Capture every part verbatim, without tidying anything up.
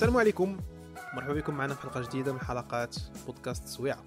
السلام عليكم، مرحبا بكم معنا في حلقة جديدة من حلقات بودكاست سويعة.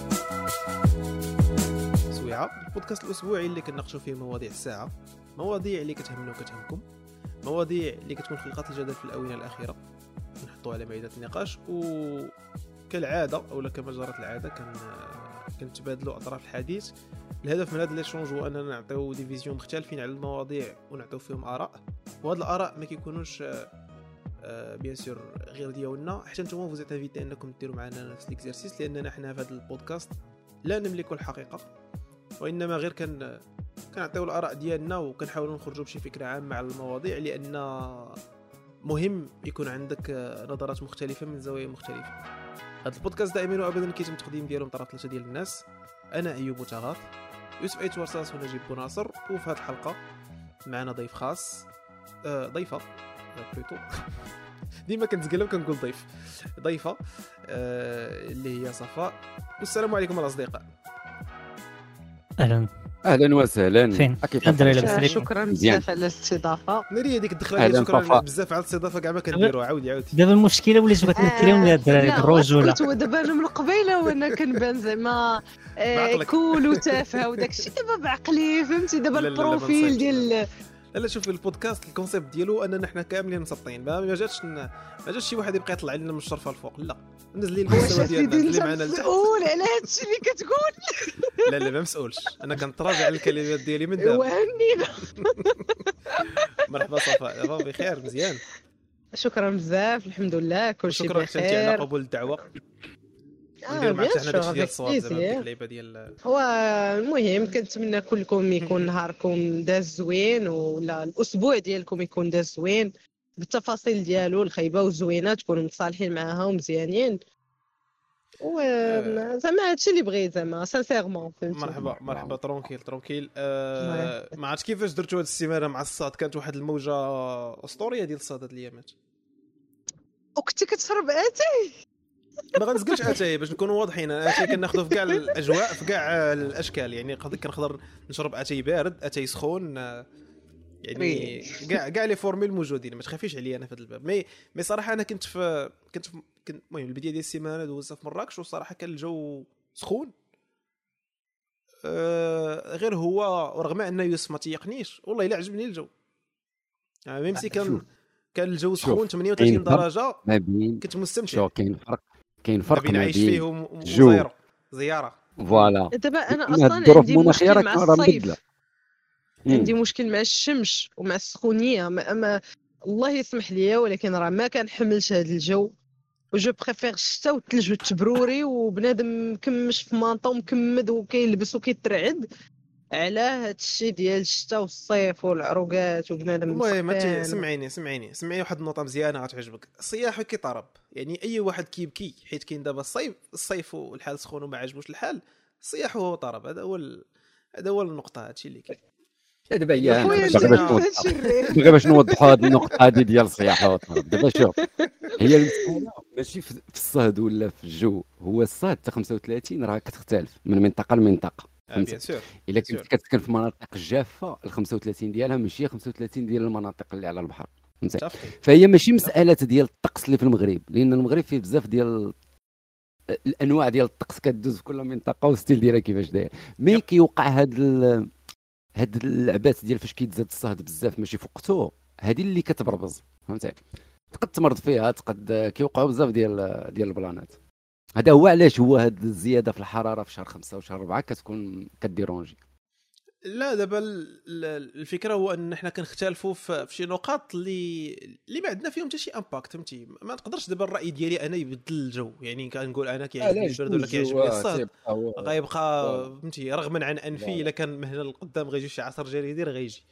سويعة البودكاست الأسبوعي اللي كنناقشوا فيه مواضيع الساعة، مواضيع اللي كتهمنا وكتهمكم، مواضيع اللي كتكون خلقات الجدل في الآونة الأخيرة نحطوها على مائدة النقاش. وكالعادة أو كما جرت العادة كان كنتبادلوا أطراف الحديث. الهدف من هذا ليشونج هو أننا نعطيو دي فيزيون مختلفين على المواضيع ونعطيو فيهم آراء، وهاد الآراء ما كيكونوش آه بيان سور غير ديالنا، حتى نتوما فوز انفيتي انكم ديروا معنا نفس الاكزرسيس، لاننا حنا في هذا البودكاست لا نملك الحقيقه، وانما غير كان كنعطيو الاراء ديالنا وكنحاولوا نخرجوا بشي فكره عامه على المواضيع، لان مهم يكون عندك نظرات مختلفه من زوايا مختلفه. هذا البودكاست دائما وابدا كيتم التقديم ديالو من طرف ثلاثه ديال الناس: انا ايوب متغاث، يوسف ايت ورصاص ونجيب بوناصر. وفي هذه الحلقه معنا ضيف خاص، آه ضيفه بلوتو ديما كنتقلب كنقول ضيف ضيفه آه اللي هي صفاء. والسلام عليكم الاصدقاء. اهلا اهلا وسهلا. فين الدراري؟ شكرا بزاف على الاستضافه. ناري هذيك الدخله، شكرا بزاف على الاستضافه، كاع ما كنديروا. عاودي عاودي. دابا المشكله وليتو كتمثلوا لنا الدراري بالرجوله. كنت دابا انا من قبيله وانا كنبان زعما كول وتافه وداكشي، دابا بعقلي فهمتي. دابا البروفيل ديال لا شوف البودكاست الكونسيبت ديالو اننا حنا كاملين مسطين، ما جاتش ما جاتش شي واحد يبقى يطلع لنا من الشرفه الفوق، لا نزلي المستوى ديالنا اللي معنا. مسؤول على هادشي اللي كتقول. لا لا ما مسؤولش، انا كنتراجع على الكلمات ديالي من دابا. وهنينا. مرحبا صفاء، صافا بخير مزيان؟ شكرا بزاف، الحمد لله كلشي بخير. شكرا حتى على قبول الدعوه. ندير معك حنا داكشي ديال الصواب زعما ديك اللعيبه ديال. هو المهم كنتمنى كلكم يكون نهاركم داز زوين، ولا الاسبوع ديالكم يكون داز زوين بالتفاصيل ديالو، الخايبه والزوينه تكونوا متصالحين معاها ومزيانين، وزعما هادشي اللي بغيت زعما سانسيرمون. مرحبا مرحبا ترونكيل ترونكيل. أه ما عرفتش كيفاش درتوا هاد السيمانه مع الصاد، كانت واحد الموجه اسطوريه ديال الصاد هاد الايامات. وكنتي كتشرب اتاي؟ ما غنسقلش اتاي باش نكونوا واضحين، اتاي كناخذوا في كاع الاجواء في كاع الاشكال، يعني كنقدر نشرب اتاي بارد اتاي سخون، يعني كاع كاع لي فورميل موجودين، ما تخافيش عليا انا في هذا الباب. مي مي صراحه انا كنت في كنت في كنت المهم البدايه ديال السيمانه دوزتها في مراكش، وصراحه كان الجو سخون أه غير هو، ورغم ان يوسف ما تيقنيش والله الا عجبني الجو، يعني ميمسي كان كان الجو سخون ثمانية وثلاثين درجه كنت مستمتع. كاين فرق كاين فرق ما بين فيه وزيرو زياره. فوالا دابا انا اصلا عندي مشكل مع الصيف، عندي مشكل مع الشمس ومع السخونيه. ما, ما الله يسمح لي، ولكن راه ما كنحملش هذا الجو، وجو بريفير الشتاء والثلج والتبروري، وبنادم مكمش في مانطا ومكمد وكيلبس وكيترعد على هذا الشيء ديال الشتاء والصيف والعروقات وبنادم. المهم سمعيني سمعيني سمعي واحد النقطه مزيانه غتعجبك. الصياح كيطرب، يعني اي واحد كيبكي حيت كاين دابا الصيف الصيف والحال سخون وما عجبوش الحال، الصياح هو طرب. هذا هو ال... هذا هو النقطه، هادشي اللي كاين دابا. هي بغي باش نوضحوا هذه النقطه هذه ديال الصياح والطرب. دابا شوف، هي المساله ماشي في الصهد ولا في الجو، هو الصهد حتى خمسة وثلاثين راه كتختلف من منطقه لمنطقه. بيان سور الا كنت كتسكن في مناطق الجافه ال خمسة وثلاثين ديالها ماشي خمسة وثلاثين ديال المناطق اللي على البحر، فهمتي؟ فهي ماشي مساله ديال الطقس اللي في المغرب، لان المغرب فيه بزاف ديال الانواع ديال الطقس كدوز في كل منطقه والستيل ديالها كيفاش داير. مي كيوقع هاد ال... هاد اللعبات ديال فاش كيتزاد الصهد بزاف ماشي في وقته، هذه اللي كتبربز، فهمتي؟ تقد تمرض فيها، تقد كيوقعوا بزاف ديال ديال البلانات. هذا هو علاش هو هاد الزياده في الحراره في شهر خمسة وشهر أربعة كتكون كديرونجي. لا دابا الفكره هو ان حنا كنختلفوا في شي نقاط اللي اللي ما عندنا فيهم حتى شي امباكت، فهمتي؟ ما نقدرش دابا الراي ديالي انا يبدل الجو، يعني كنقول انا كيعجبني البرد ولا كيعجبني الصهد، غيبقى فهمتي رغما عن انفي الا كان من هنا لقدام غيجي شي عصر جريدير غيجي،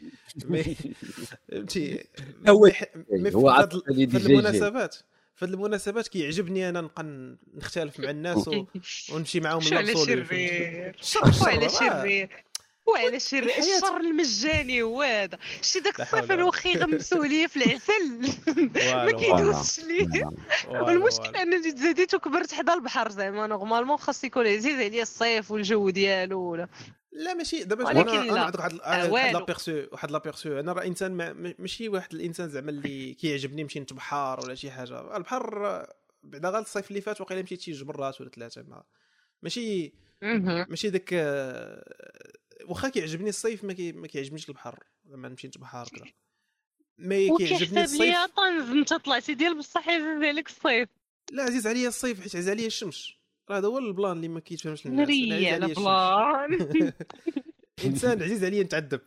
فهمتي؟ هو هو في المناسبات في هذه المناسبات كيعجبني انا نبقى نختلف مع الناس و... ونمشي معاهم للصول. وعلى شرير وعلى شرير الشر المجاني هو هذا. شتي داك الصيف الوخي غمسوا لي في العسل ما كيدوزش لي. والمشكل انني تزاديت وكبرت حدا البحر، زعما نورمالمون خاص يكون عزيز عليا الصيف والجو ديالو ولا لا ماشي دابا ولكن انا انا لا. عندك واحد آه، واحد والو. لابيرسو واحد لابيرسو انا راه انسان ما- ما- ماشي واحد الانسان زعما اللي كيعجبني نمشي نتبحر ولا شي حاجه. البحر آه، بعدا غير الصيف اللي فات وقيلا مشيت شي جوج مرات ولا ثلاثه ما ماشي مهم. ماشي داك آه، واخا كيعجبني الصيف ما كي- ما كيعجبنيش البحر لما نمشي نتبحر كذا ما كيعجبني وكيحسب الصيف. لي طنز انت طلعتي ديال بصح يزيد عليك الصيف. لا عزيز عليا الصيف حيت عزيز عليا الشمس. راه هذا هو البلان اللي ما كيتفهمش للناس. أنا عزيز نري عليا على الشمس. بلان. انسان عزيز عليا نتعذب.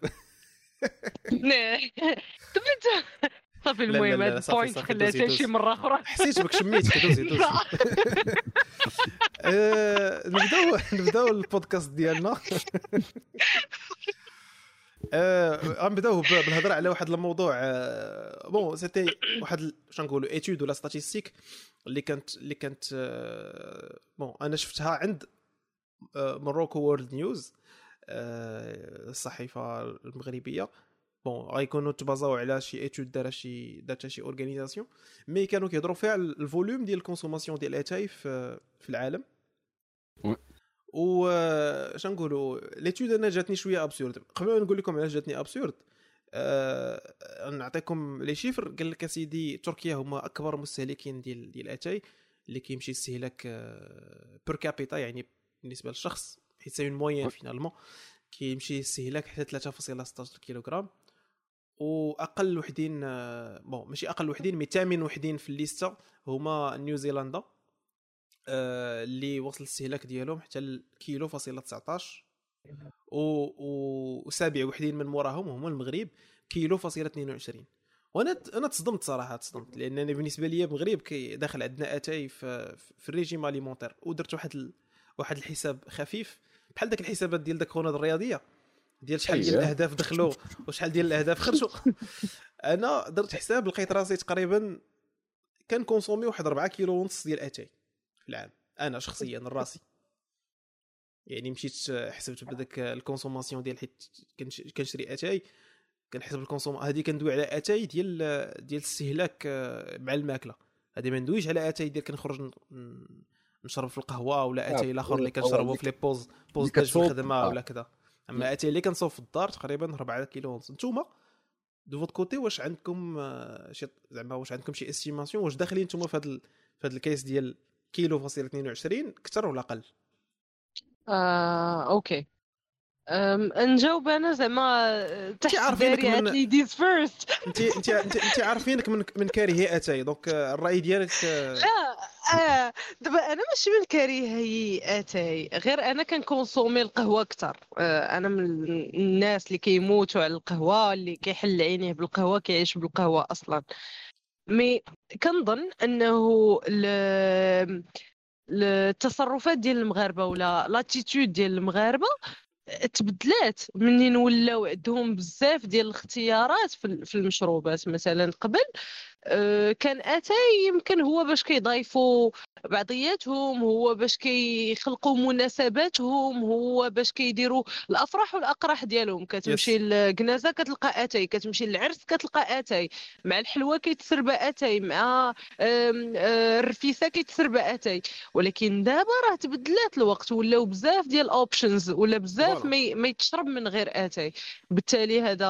طب انت صافي لا، لا، المهم لا، هاد صافي، البوينت صافي، خليها دوزي، شي دوزي. مره اخرى. حسيت بك شميتك دوزي دوزي. آه، نبداو نبداو البودكاست ديالنا. آه، غنبداو ب- بالهضره على واحد الموضوع. آه، بون سيتي واحد ال- واش نقولوا ايتود ولا ستاتيستيك اللي كانت اللي كانت آه، بون انا شفتها عند آه، موروكو وورلد نيوز، آه، الصحيفه المغربيه. بون غيكونوا تبازاو على شي ايتود دار شي دارت شي اورغانيزاسيون، مي كانوا كيهضروا فيها على الفوليوم ديال الكونسوماسيون ديال الاتاي في في العالم. وي. و اش نقولوا ليتود انا جاتني شويه ابسورد. قبل ما نقول لكم علاش جاتني ابسورد أه... نعطيكم لي شيفر. قال لك سيدي تركيا هما اكبر مستهلكين ديال ديال الاتاي اللي كيمشي استهلاك بير كابيتا، يعني بالنسبه للشخص، حيت سي اون موين فينالمون كيمشي استهلاك حتى ثلاثة فاصلة ستة عشر كيلوغرام. واقل وحدين بون ماشي اقل وحدين مي ثامن وحدين في الليسته هما نيوزيلندا، آه اللي وصل الاستهلاك ديالهم حتى الكيلو فاصلة تسعطاش، و وسابع وحدين من موراهم هما المغرب كيلو فاصلة اثنين وعشرين. وانا انا تصدمت صراحه، تصدمت لانني بالنسبه لي المغرب كي داخل عندنا اتاي في, في الريجيم اليمونتير. ودرت واحد ال... واحد الحساب خفيف بحال داك الحسابات ديال داك خونا الرياضيه ديال شحال ديال الاهداف دخلوا وشحال ديال الاهداف خرجوا. انا درت حساب لقيت راسي تقريبا كان كونسومي واحد أربعة كيلو ونص ديال اتاي في العام انا شخصيا راسي. يعني مشيت حسبت بداك الكونسوماسيون ديال حيت كنشري اتاي كنحسب الكونسوم هذه كندوي على اتاي ديال ديال الاستهلاك مع الماكله. هذه ما ندويش على اتاي ديال كنخرج نشرب في القهوه ولا اتاي الاخر اللي كنشربوا في لي بوز بوز ديال الخدمه ولا كذا. اما اتاي اللي كنصوب في الدار تقريبا أربعة كيلو ونص. نتوما دو فوت كوتي واش عندكم شي زعما واش عندكم شي استيماسيون واش داخلين نتوما في هذا في هذا الكيس ديال كيلو فاصلة اثنين وعشرين اكثر ولا اقل؟ آه، اوكي. أم نجاوب انا زعما تحت عارفينك داري من- ليديز فيرست. انت انت انت, انت عارفينك من من كارهي اتاي دونك الراي ديالك آه، لا آه، دابا انا ماشي من كارهي اتاي، غير انا كنكونسومي القهوه اكثر. آه، انا من الناس اللي كيموتوا على القهوه، اللي كيحل عينيه بالقهوه كيعيش بالقهوه اصلا. مي كنظن انه ال- التصرفات ديال المغاربه ولا لاتيتود ديال المغاربه تبدلات منين ولاو عندهم بزاف ديال الاختيارات في في المشروبات. مثلا قبل آه، كان اتاي يمكن هو باش كيضيفوا بعضياتهم، هو باش كيخلقوا مناسباتهم، هو باش كيديروا الافراح والاقراح ديالهم. كتمشي Yes. للكنازه كتلقى اتاي، كتمشي للعرس كتلقى اتاي، مع الحلوه كيتسربى اتاي، مع آم، آه، الرفيسه كيتسربى اتاي. ولكن دابا راه تبدلات الوقت، ولاو بزاف ديال اوبشنز، ولا بزاف Voilà. ما ما يتشرب من غير اتاي. بالتالي هذا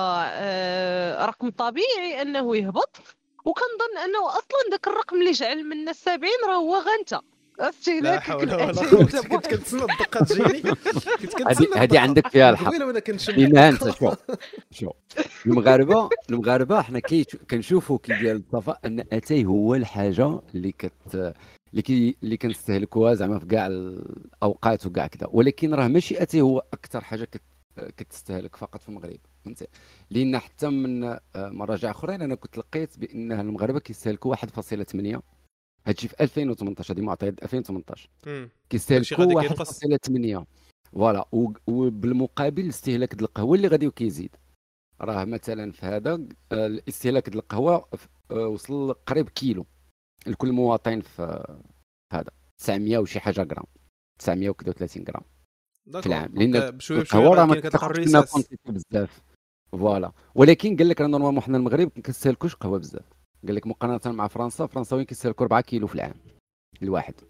آه، رقم طبيعي انه يهبط. وكنظن انه اصلا داك الرقم اللي جعل من السبعين راه هو غنتا لا استهلاكك حول ولا الاتاي قوه. دابا. كنت كنتسنى الدقه تجيني كنت كنتسنى هذه هذه الدقة. عندك فيها الحق. طويله وانا كنشم لان انت شوف شوف المغاربه المغاربه حنا كي كنشوفوا كي ديال الصفا ان اتاي هو الحاجه اللي كت اللي كي اللي كنستهلكوها زعما في كاع الاوقات وكاع كذا. ولكن راه ماشي اتاي هو اكثر حاجه كت كتستهلك فقط في المغرب، فهمتي؟ لان حتى من مراجع اخرين انا كنت لقيت بان المغاربه كيستهلكوا واحد فاصلة ثمانية. هادشي في ألفين وثمنطاش، هذه معطيات ألفين وثمنطاش مم. كيستهلكوا غادي واحد كينقص. فاصلة ثمانية. فوالا. وبالمقابل الاستهلاك ديال القهوه اللي غادي كيزيد. راه مثلا في هذا آه، الاستهلاك ديال القهوه آه، وصل قريب كيلو لكل مواطن في هذا تسعمية وشي حاجه غرام، تسعمية وواحد وثلاثين غرام في العام. لان بشويه القهوه راه ما بشويه كتقرر كتاخذش لنا ريساس. كونتيتي بزاف. فوالا. ولكن قال لك راه نورمالمون حنا المغرب ما كنستهلكوش قهوه بزاف. قال لك مقارنه مع فرنسا، فرنسا وين كيستهلكوا أربعة كيلو في العام الواحد.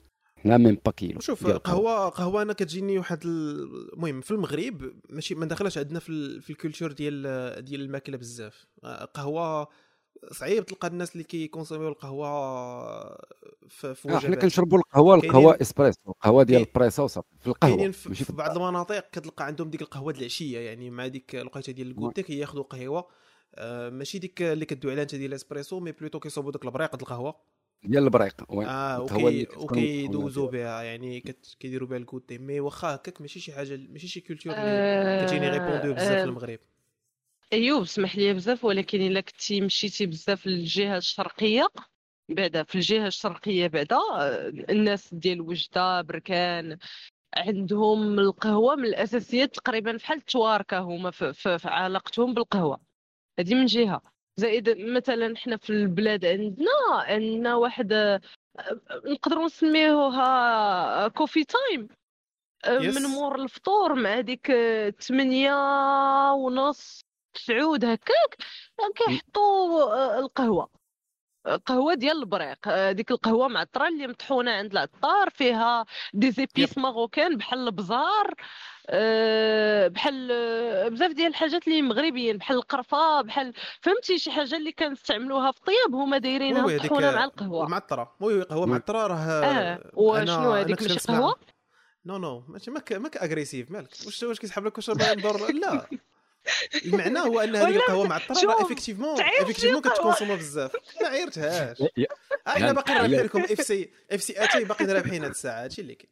لا ميم با كيلو. شوف قهوه قهوه انا كتجيني واحد المهم في المغرب ماشي ما داخلاش عندنا في في الكولتور ديال ديال الماكله بزاف. قهوه صعيب تلقى الناس اللي كيكونسوميو القهوه في في وجبات. حنا كنشربوا القهوه القهوه اسبريسو القهوه ديال البريسو صافي في القهوه ماشي في بعض المناطق كتلقى عندهم ديك القهوه ديال العشيه يعني مع ديك الوقيته ديال الكوتي كياخذوا قهوه آه ماشي ديك اللي كدوي عليها انت ديال الاسبريسو مي بلوتو كيصوبوا داك البريق د القهوه ديال البريق وين اه اوكي وكيدوزوا بها يعني كيديروا بها الكوتي مي واخا هكاك ماشي شي حاجه ماشي شي كولتور اللي كتجيني ريبوندو بزاف في المغرب. ايوب اسمح لي بزاف ولكن الا كنتي مشيتي بزاف للجهه الشرقيه بعدا في الجهه الشرقيه بعدا الناس ديال وجده بركان عندهم القهوه من الاساسيات تقريبا بحال التواركه هما في, في, في علاقتهم بالقهوه. هذه من جهه. زائد مثلا حنا في البلاد عندنا عندنا واحد نقدروا نسميوها كوفي تايم من مور الفطور مع ديك ثمانية ونص تسعود هكاك كيحطوا القهوه قهوه ديال البريق ديك القهوه معطره اللي مطحونه عند العطار فيها دي زيبيس ماروكان بحال البزار بحال بزاف ديال الحاجات اللي مغربيين بحال القرفه بحال فهمتي شي حاجه اللي كنستعملوها في الطياب هما دايرينها مطحونه مع القهوه المعطره. وي قهوه معطره راه اه وشنو هذيك ماشي قهوه نو نو ماشي ماك ماك اغريسيف مالك واش واش كيسحب لك واش نضر لا المعنى هو ان هذه القهوه معطره افيكتيفمون افيكتيفمون كتكونسومو بزاف ما عيرتهاش احنا باقي رابحين لكم اف سي اف سي اتاي باقي رابحين هاد الساعه هادشي اللي كاين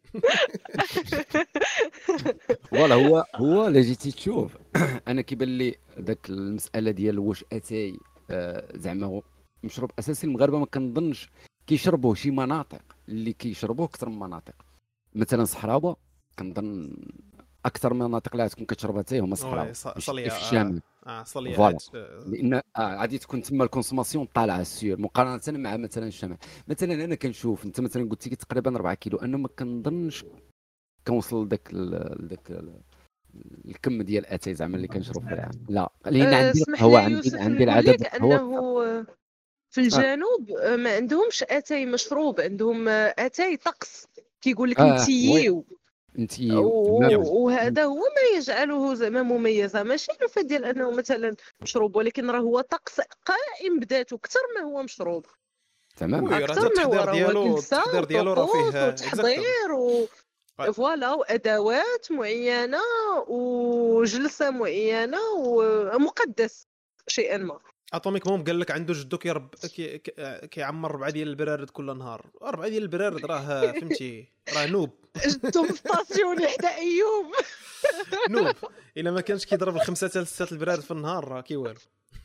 فوالا هو هو اللي جيتي تشوف انا كيبان لي داك المساله ديال واش اتاي زعما مشروب اساسي المغاربه ما كنظنش كيشربوه شي مناطق اللي كيشربوه اكثر من مناطق مثلا صحراوه كنظن اكثر مناطق اللي تكون كتشربها حتى هما صحراوي صليه في الشام اه صليه فوالا لان غادي تكون تما الكونسوماسيون طالعه السيور مقارنه مع مثلا الشمال. مثلا انا كنشوف انت مثلا قلت لي تقريبا أربعة كيلو انا ما كنظنش كنوصل لذاك لذاك الكم ديال اتاي زعما اللي كنشرب في العام لا لان عندي هو عندي عندي العدد هو في الجنوب ما عندهمش اتاي مشروب عندهم اتاي طقس كيقول لك نتييو نتييو وهذا هو ما يجعله زعما مميزه ماشي الفات ديال انه مثلا مشروب ولكن راه هو طقس قائم بذاته اكثر ما هو مشروب تمام اكثر ما هو ديالو التحضير ديالو راه فيه تحضير و فوالا وادوات معينه وجلسه معينه ومقدس شيئا ما. اتوميك موم قال لك عنده جدو كيرب كي كيعمر ربعه ديال البرارد كل نهار ربعه ديال البرارد راه فهمتي راه نوب جدو في ستاسيون حدا ايوب نوب الا ما كانش كيضرب الخمسه حتى لسته البرارد في النهار راه كي والو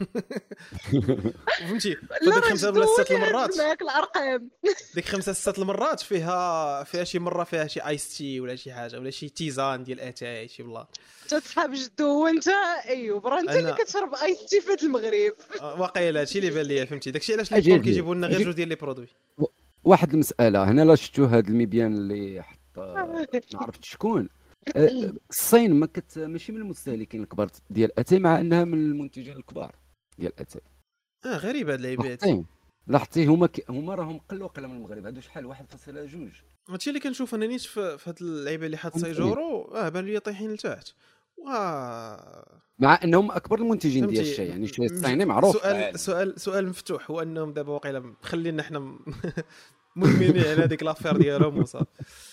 فهمتي ديك خمسه ولا سته المرات معاك الارقام ديك خمسه سته المرات فيها فيها شي مره فيها شي ايس تي ولا شي حاجه ولا شي تيزان ديال اتاي شي والله تتصحاب جدو وانت ايوب راه انت اللي كتشرب ايس تي في المغرب واقيلا هادشي اللي بان ليا فهمتي داكشي علاش اللي كيجيبوا لنا غير جوج ديال لي برودوي. واحد المساله هنا لا شفتوا هذا المبيان اللي حط ما عرفتش شكون الصين ما كت ماشي من المستهلكين الكبار ديال اتاي مع انها من المنتجين الكبار ديال اتاي. اه غريبه هاد اللعيبات لاحظتي هما ك... هما راهم قلوا قله من المغرب هادو شحال واحد فاصلة جوج هادشي اللي كنشوف انا نيت في هاد اللعيبه اللي حاط سايجورو اه بان لي طايحين لتحت و مع انهم اكبر المنتجين ديال الشاي يعني الشاي الصيني معروف. سؤال سؤال سؤال مفتوح هو انهم دابا واقيلا مخلينا حنا مدمنين على هذيك لافير ديالهم وصافي.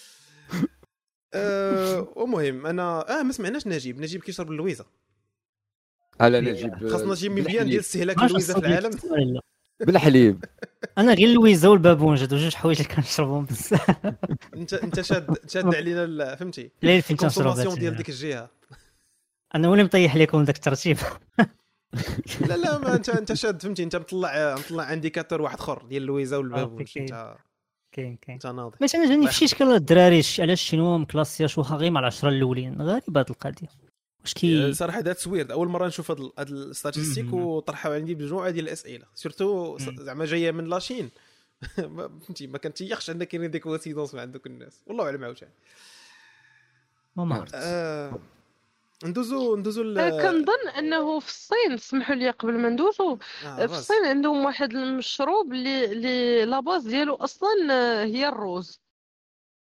أه ومهم انا اه ما سمعناش نجيب نجيب كيشرب اللويزه على نجيب خاصنا شي مليان ديال استهلاك اللويزه في العالم بالحليب. انا غير اللويزه والبابونج هادو جوج حوايج اللي كنشربهم بزاف. انت انت شاد شاد علينا فهمتي لا فين كنشرب ديال ديك الجهه انا ولي مطيح لكم داك الترتيب. لا لا ما انت انت شاد فهمتي انت مطلع مطلع انديكاتور واحد اخر ديال اللويزه والبابونج انت كاين كاين انت ناضي. باش انا جاني في شي شكل الدراري علاش شنو مكلاسيا واخا غير مع العشرة الاولين غريبه هاد القضيه واش كي صراحه ذات سويرد اول مره نشوف هاد هاد الستاتستيك وطرحوا عندي بمجموعه ديال الاسئله سورتو زعما جايه من لاشين فهمتي ما كنتيقش عندنا كاينين ديك كوانسيدونس مع دوك الناس والله اعلم عاوتاني ما عرفت. آه... ندوزو ندوزو ل... كنظن انه في الصين سمحوا لي قبل ما ندوزو آه في الصين عندهم واحد المشروب اللي اللي لا باز ديالو اصلا هي الروز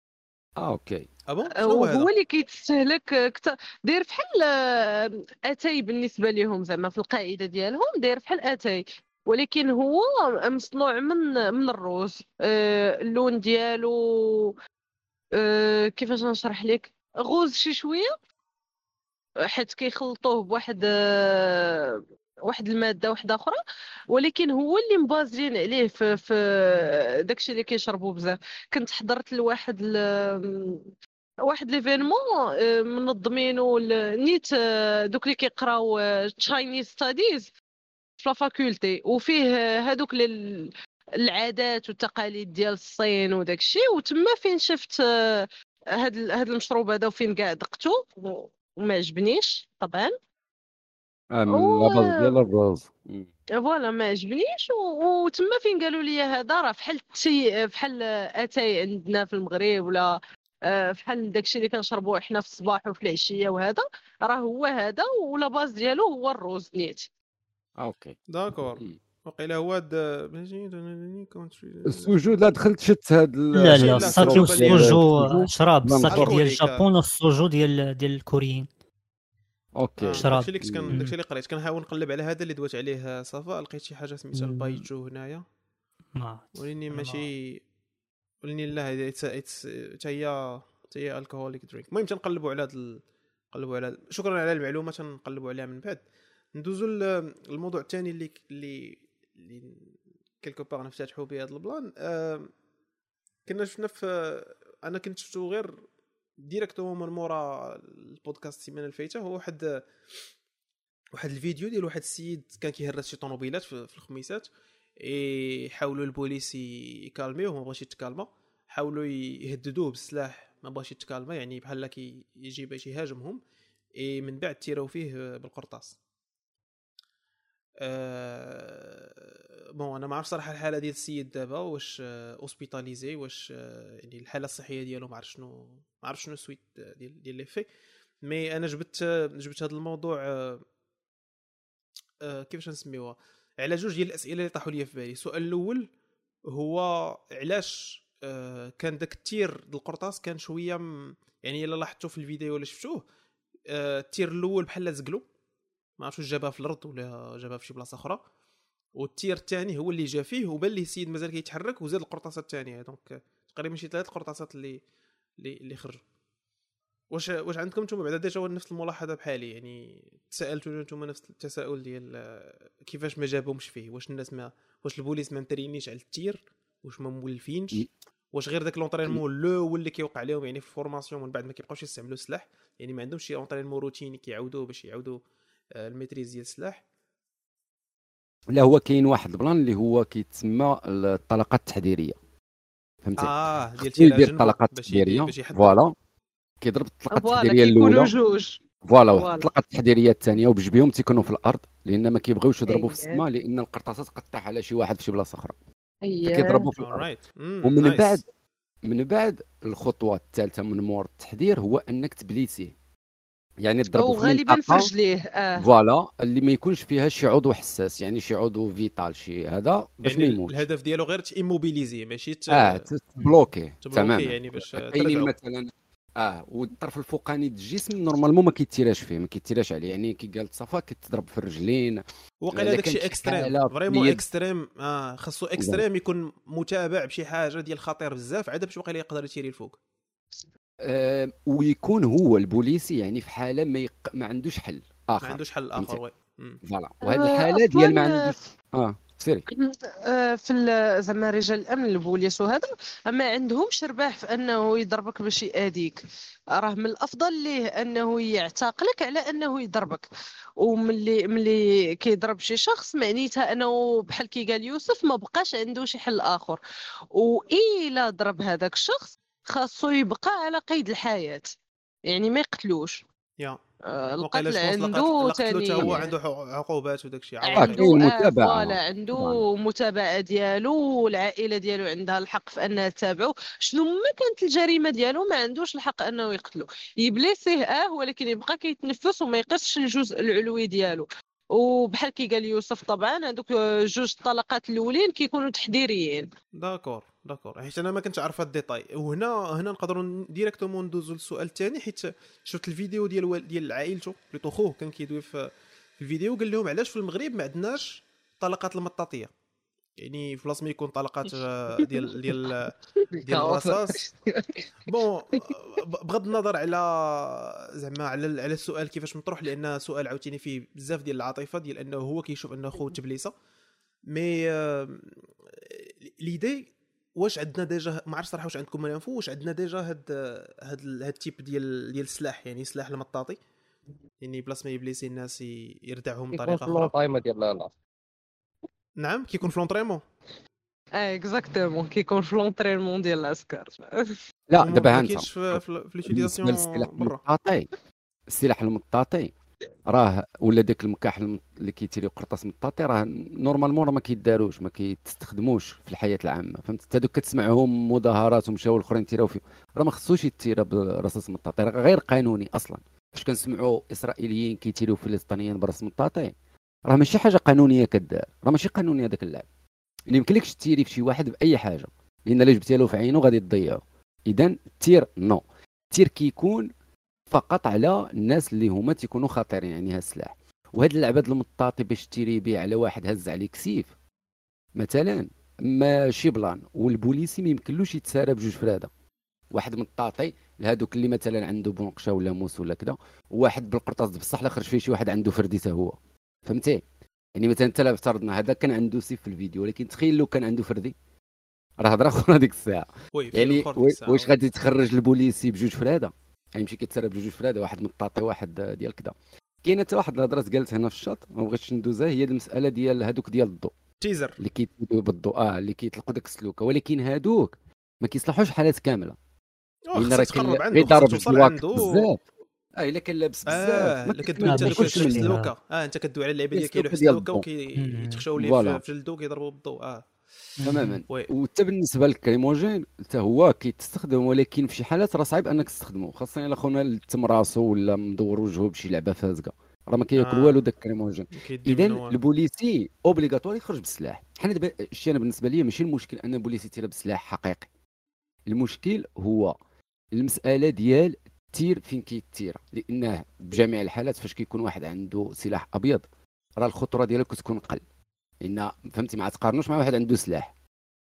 اه اوكي ابون شنو هو هذا وهو اللي كيتستهلك كتر. داير بحال آه، اتاي بالنسبه لهم، زعما في القاعده ديالهم داير بحال اتاي، ولكن هو مصنوع من من الروز. آه، اللون ديالو آه، كيفاش نشرح لك، غوز شي شويه، حيت كيخلطوه بواحد آه، واحد الماده واحده اخرى، ولكن هو اللي مبازلين عليه في في داكشي اللي كيشربوا بزاف. كنت حضرت لواحد ال... واحد ليفينمون منظمينو نيت آه، دوك اللي كيقراو تشاينيز ستاديز في لا فاكولتي، وفيه آه، هادوك لل- العادات والتقاليد ديال الصين وداكشي، وتما فين شفت آه، هاد ال- هاد المشروب هذا، وفين كاع دقته وما عجبنيش طبعا. آه من لاباز ديال و الروز. مم. فوالا ما عجبنيش، و- وتما فين قالوا لي هذا راه بحال التي بحال اتاي عندنا في المغرب، ولا آه، بحال داكشي اللي كنشربوه حنا في الصباح وفي العشيه، وهذا راه هو هذا، ولا باز ديالو هو الروز نيت. آه اوكي داكور مم. وقيلا هو هاد السجود لا دخلت شت هاد ال- لا ماشي لا لا الساكي التجربه ديال والسوجو شراب، لا الساكي نهضر. ديال الكوريكا. الجابون والسوجو ديال ديال الكوريين اوكي آه شراب. داكشي اللي كنت كان مم. داكشي اللي قريت، كنحاول نقلب على هذا اللي دوات عليه صفاء، لقيت شي حاجه سميتها البايتشو هنايا، ما وليني أنا ماشي وليني لا هي حتى هي حتى هي الكحوليك درينك. المهم تنقلبوا على هذا ال... نقلبوا على هاد... شكرا على المعلومه، تنقلبوا عليها من بعد. ندوزو للموضوع الثاني اللي اللي اللي كيلكو باغ نفتتحوا به هذا البلان. آه... كنا شفنا في انا كنت شفتو غير ديريكتومون من مورا البودكاست السيمانه الفايته، هو واحد واحد الفيديو ديال واحد السيد كان كيهرس شي طوموبيلات في في الخميسات، يحاولوا البوليس يكالميوه، ما بغاش يتكالما، حاولوا يهددوه بالسلاح، ما بغاش يتكالما، يعني بحال كي يجي باش يهاجمهم، اي من بعد تيراو فيه بالقرطاس. أه... بون انا ما عرف صراحه الحاله ديال السيد دابا واش اوسبيتاليزي، واش يعني الحاله الصحيه ديالو ما عرف شنو ما عرف شنو السويت ديال ديال لي في. مي انا جبت جبت هذا الموضوع أه... أه... كيفاش نسميوها، على جوج ديال الاسئله اللي طاحوا لي في بالي. السؤال الاول هو علاش أه... كان داك التير ديال القرطاس كان شويه م... يعني الا لاحظتوا في الفيديو ولا شفتوه، أه... التير الاول بحال زقلو، ما عرفتش جابها في الارض ولا جابها في شي بلاصه اخرى، والتير الثاني هو اللي جا فيه، وبان ليه السيد مازال كيتحرك، وزاد القرطاسه الثانيه، دونك تقريبا شي ثلاث قرطاسات اللي اللي اللي خرجوا. واش واش عندكم نتوما بعدا ديجا نفس الملاحظه بحالي؟ يعني تسالتوا نتوما نفس التساؤل ديال كيفاش ما جابهمش فيه؟ واش الناس ما واش البوليس ما مترينيش على التير؟ واش ما مولفينش؟ واش غير داك لونطرينمون لو هو اللي كيوقع عليهم يعني في الفورماسيون من بعد ما كيبقاوش يستعملوا السلاح، يعني ما عندهمش شي لونطرينمون روتيني كيعاودوه باش يعاودوا الميتريز ديال السلاح؟ لا هو كاين واحد البلان اللي هو كيتسمى الطلقات التحذيريه، فهمتي؟ اه ديال يدير الطلقات التحذيريه باش فوالا، كيضرب الطلقه فوالا التحذيريه كيكونوا الاولى جوج. فوالا، واحد فوالا. الطلقه التحذيريه الثانيه، وبجبيهم تيكونوا في الارض، لان ما كيبغيوش يضربوا في أيه. السماء، لان القرطاسات قطع على شي واحد في شي بلاصه اخرى، اييه فكيضربوا في الارض. رايت. ومن بعد من بعد الخطوه الثالثه من مور التحذير هو انك تبليسيه، يعني تضربوا في وغالبا في المنطقه رجليه اه فوالا اللي ما يكونش فيها شي عضو حساس، يعني شي عضو فيتال شي هذا، باش يعني ما يموتش. الهدف ديالو غير تيموبيليزي ماشي ت... اه تبلوكي تماما، يعني باش كاينين ترجعو. مثلا اه والطرف الفوقاني ديال الجسم نورمالمون ما كيتيراش فيه، ما كيتيراش عليه، يعني كي قالت صفا كتضرب في الرجلين. وقيلا داك الشيء اكستريم فريمون اكستريم، اه خاصو اكستريم يكون متابع بشي حاجه ديال خطير بزاف عاد باش وقيلا يقدر يتيري الفوق. آه ويكون هو البوليسي يعني في حاله ما, يق... ما عندوش حل اخر، ما عندوش حل اخر وي فوالا. وهذه الحاله ديال ما عندوش اه سيري في زعما رجال الامن البوليس وهذا ما عندهمش رباح في انه يضربك باش يأذيك، راه من الافضل ليه انه يعتقلك على انه يضربك. وملي ملي كيضرب شي شخص معنيتها انه بحال كي قال يوسف ما بقاش عنده شي حل اخر، والا ضرب هذاك الشخص خاصو يبقى على قيد الحياه، يعني ما يقتلوش. يا آه القتل عنده ثاني هو عنده عقوبات وداك الشيء، عنده متابعه آه عنده متابعه ديالو، والعائله ديالو عندها الحق في انها تتابعه. شنو ما كانت الجريمه ديالو ما عندوش الحق انه يقتلو، يبليسيه اه ولكن يبقى كيتنفس وما يقصش الجزء العلوي ديالو. وبحال كي قال يوسف طبعا هذوك جوج طلقات الاولين كيكونوا تحذيريين. داكور داكور حيت انا ما كنتش عارف هاد الديتاي. وهنا هنا نقدروا ديريكتومون ندوزو للسؤال الثاني، حيت شفت الفيديو ديال ديال عائلته بليتو خوه كان كيدوي في الفيديو، قال لهم علاش في المغرب ما عندناش طلقات المطاطيه، يعني في بلاصه ما يكون طلقات ديال ديال ديال الرصاص. بون بغض النظر على زعما على على السؤال كيفاش مطروح، لان سؤال عاوتاني فيه بزاف ديال العاطفه ديال انه هو كيشوف انه خو تبليسه. مي ليدي واش عندنا ديجا، ما عرفت صراحه واش عندكم الانفو، واش عندنا ديجا هاد هاد هاد التيب ديال ديال السلاح، يعني سلاح المطاطي، يعني بلاص ما يبليسي الناس يردعهم بطريقه اخرى. طايمه ديال لا نعم كيكون في لونطريمون. اه اكزاكتومون كيكون في لونطريمون ديال العسكر. لا دابا انت في في ليوتيليزاسيون برا. المطاطي السلاح المطاطي راه ولا داك المكاح اللي كيتيريو قرطاس مطاطي راه نورمالمون راه ما كيداروش ما كيتستخدموش في الحياه العامه، فهمت؟ هذوك كتسمعهم مظاهرات ومشاو الاخرين تيراو فيه، راه ما خصوش يتيرا برصاص مطاطي، راه غير قانوني اصلا. فاش كنسمعوا اسرائيليين كيتيريو فلسطينيين برصاص مطاطي راه ماشي حاجه قانونيه كدار، راه ماشي قانوني هذاك اللعب. اللي يمكنلكش تيري في شي واحد باي حاجه، لان الا جبتي له في عينه غادي تضيعو. اذا التير نو، التير كيكون فقط على الناس اللي هما تيكونوا خطيرين، يعني هذا السلاح. وهاد العباد المطاطي باش تيري بيه على واحد هز عليك سيف مثلا ماشي بلان، والبوليسي ما يمكنلوش يتسارى بجوج فراده. واحد مطاطي لهذوك اللي مثلا عنده بنقشه ولا موس ولا كذا، وواحد بالقرطاس بصح لا خرج فيه شي واحد عنده فردي حتى هو، فهمتي؟ يعني مثلا انت لا افترضنا هذا كان عنده سيف في الفيديو، ولكن تخيل لو كان عنده فردي، راه هضره اخرى ديك الساعه. يعني واش غادي تخرج البوليسي بجوج فراده؟ غيمشي كيتسرى بجوج فراده، واحد مطاطي واحد ديال كذا. كاينه حتى واحد الهضره قالت هنا في الشاط ما بغيتش ندوزها، هي المساله ديال هذوك ديال الضوء تيزر اللي كيتبدوا بالضوء اه اللي كيطلقوا داك السلوكه، ولكن هذوك ما كيصلحوش حالات كامله، لان راه تقرب عنده غير ضرب توصل عنده بزاف. اه الا كان لابس بزاف اه الا كدوي انت السلوكه، اه انت كدوي على اللعيبه ديال كيلوح السلوكه وكيتخشاو ليه في الضوء كيضربوا بالضوء. اه تماما. وحتى بالنسبه للكريموجين حتى هو كيتستخدم، ولكن في شي حالات راه صعيب انك تستخدمه، خاصه الا خونا تم راسو ولا مدور وجهه بشي لعبه فازقه، راه ما كياكل آه. والو داك الكريموجين. اذا البوليسي اوبليغاتوار يخرج بالسلاح. حنا دابا الشيء انا بالنسبه لي ماشي المشكل ان البوليسي يتير بسلاح حقيقي، المشكل هو المساله ديال التير فين كيتير، لانه بجميع الحالات فاش كيكون واحد عنده سلاح ابيض راه الخطوره ديالو كتكون قل، لان فهمتي ما تقارنوش مع واحد عنده سلاح.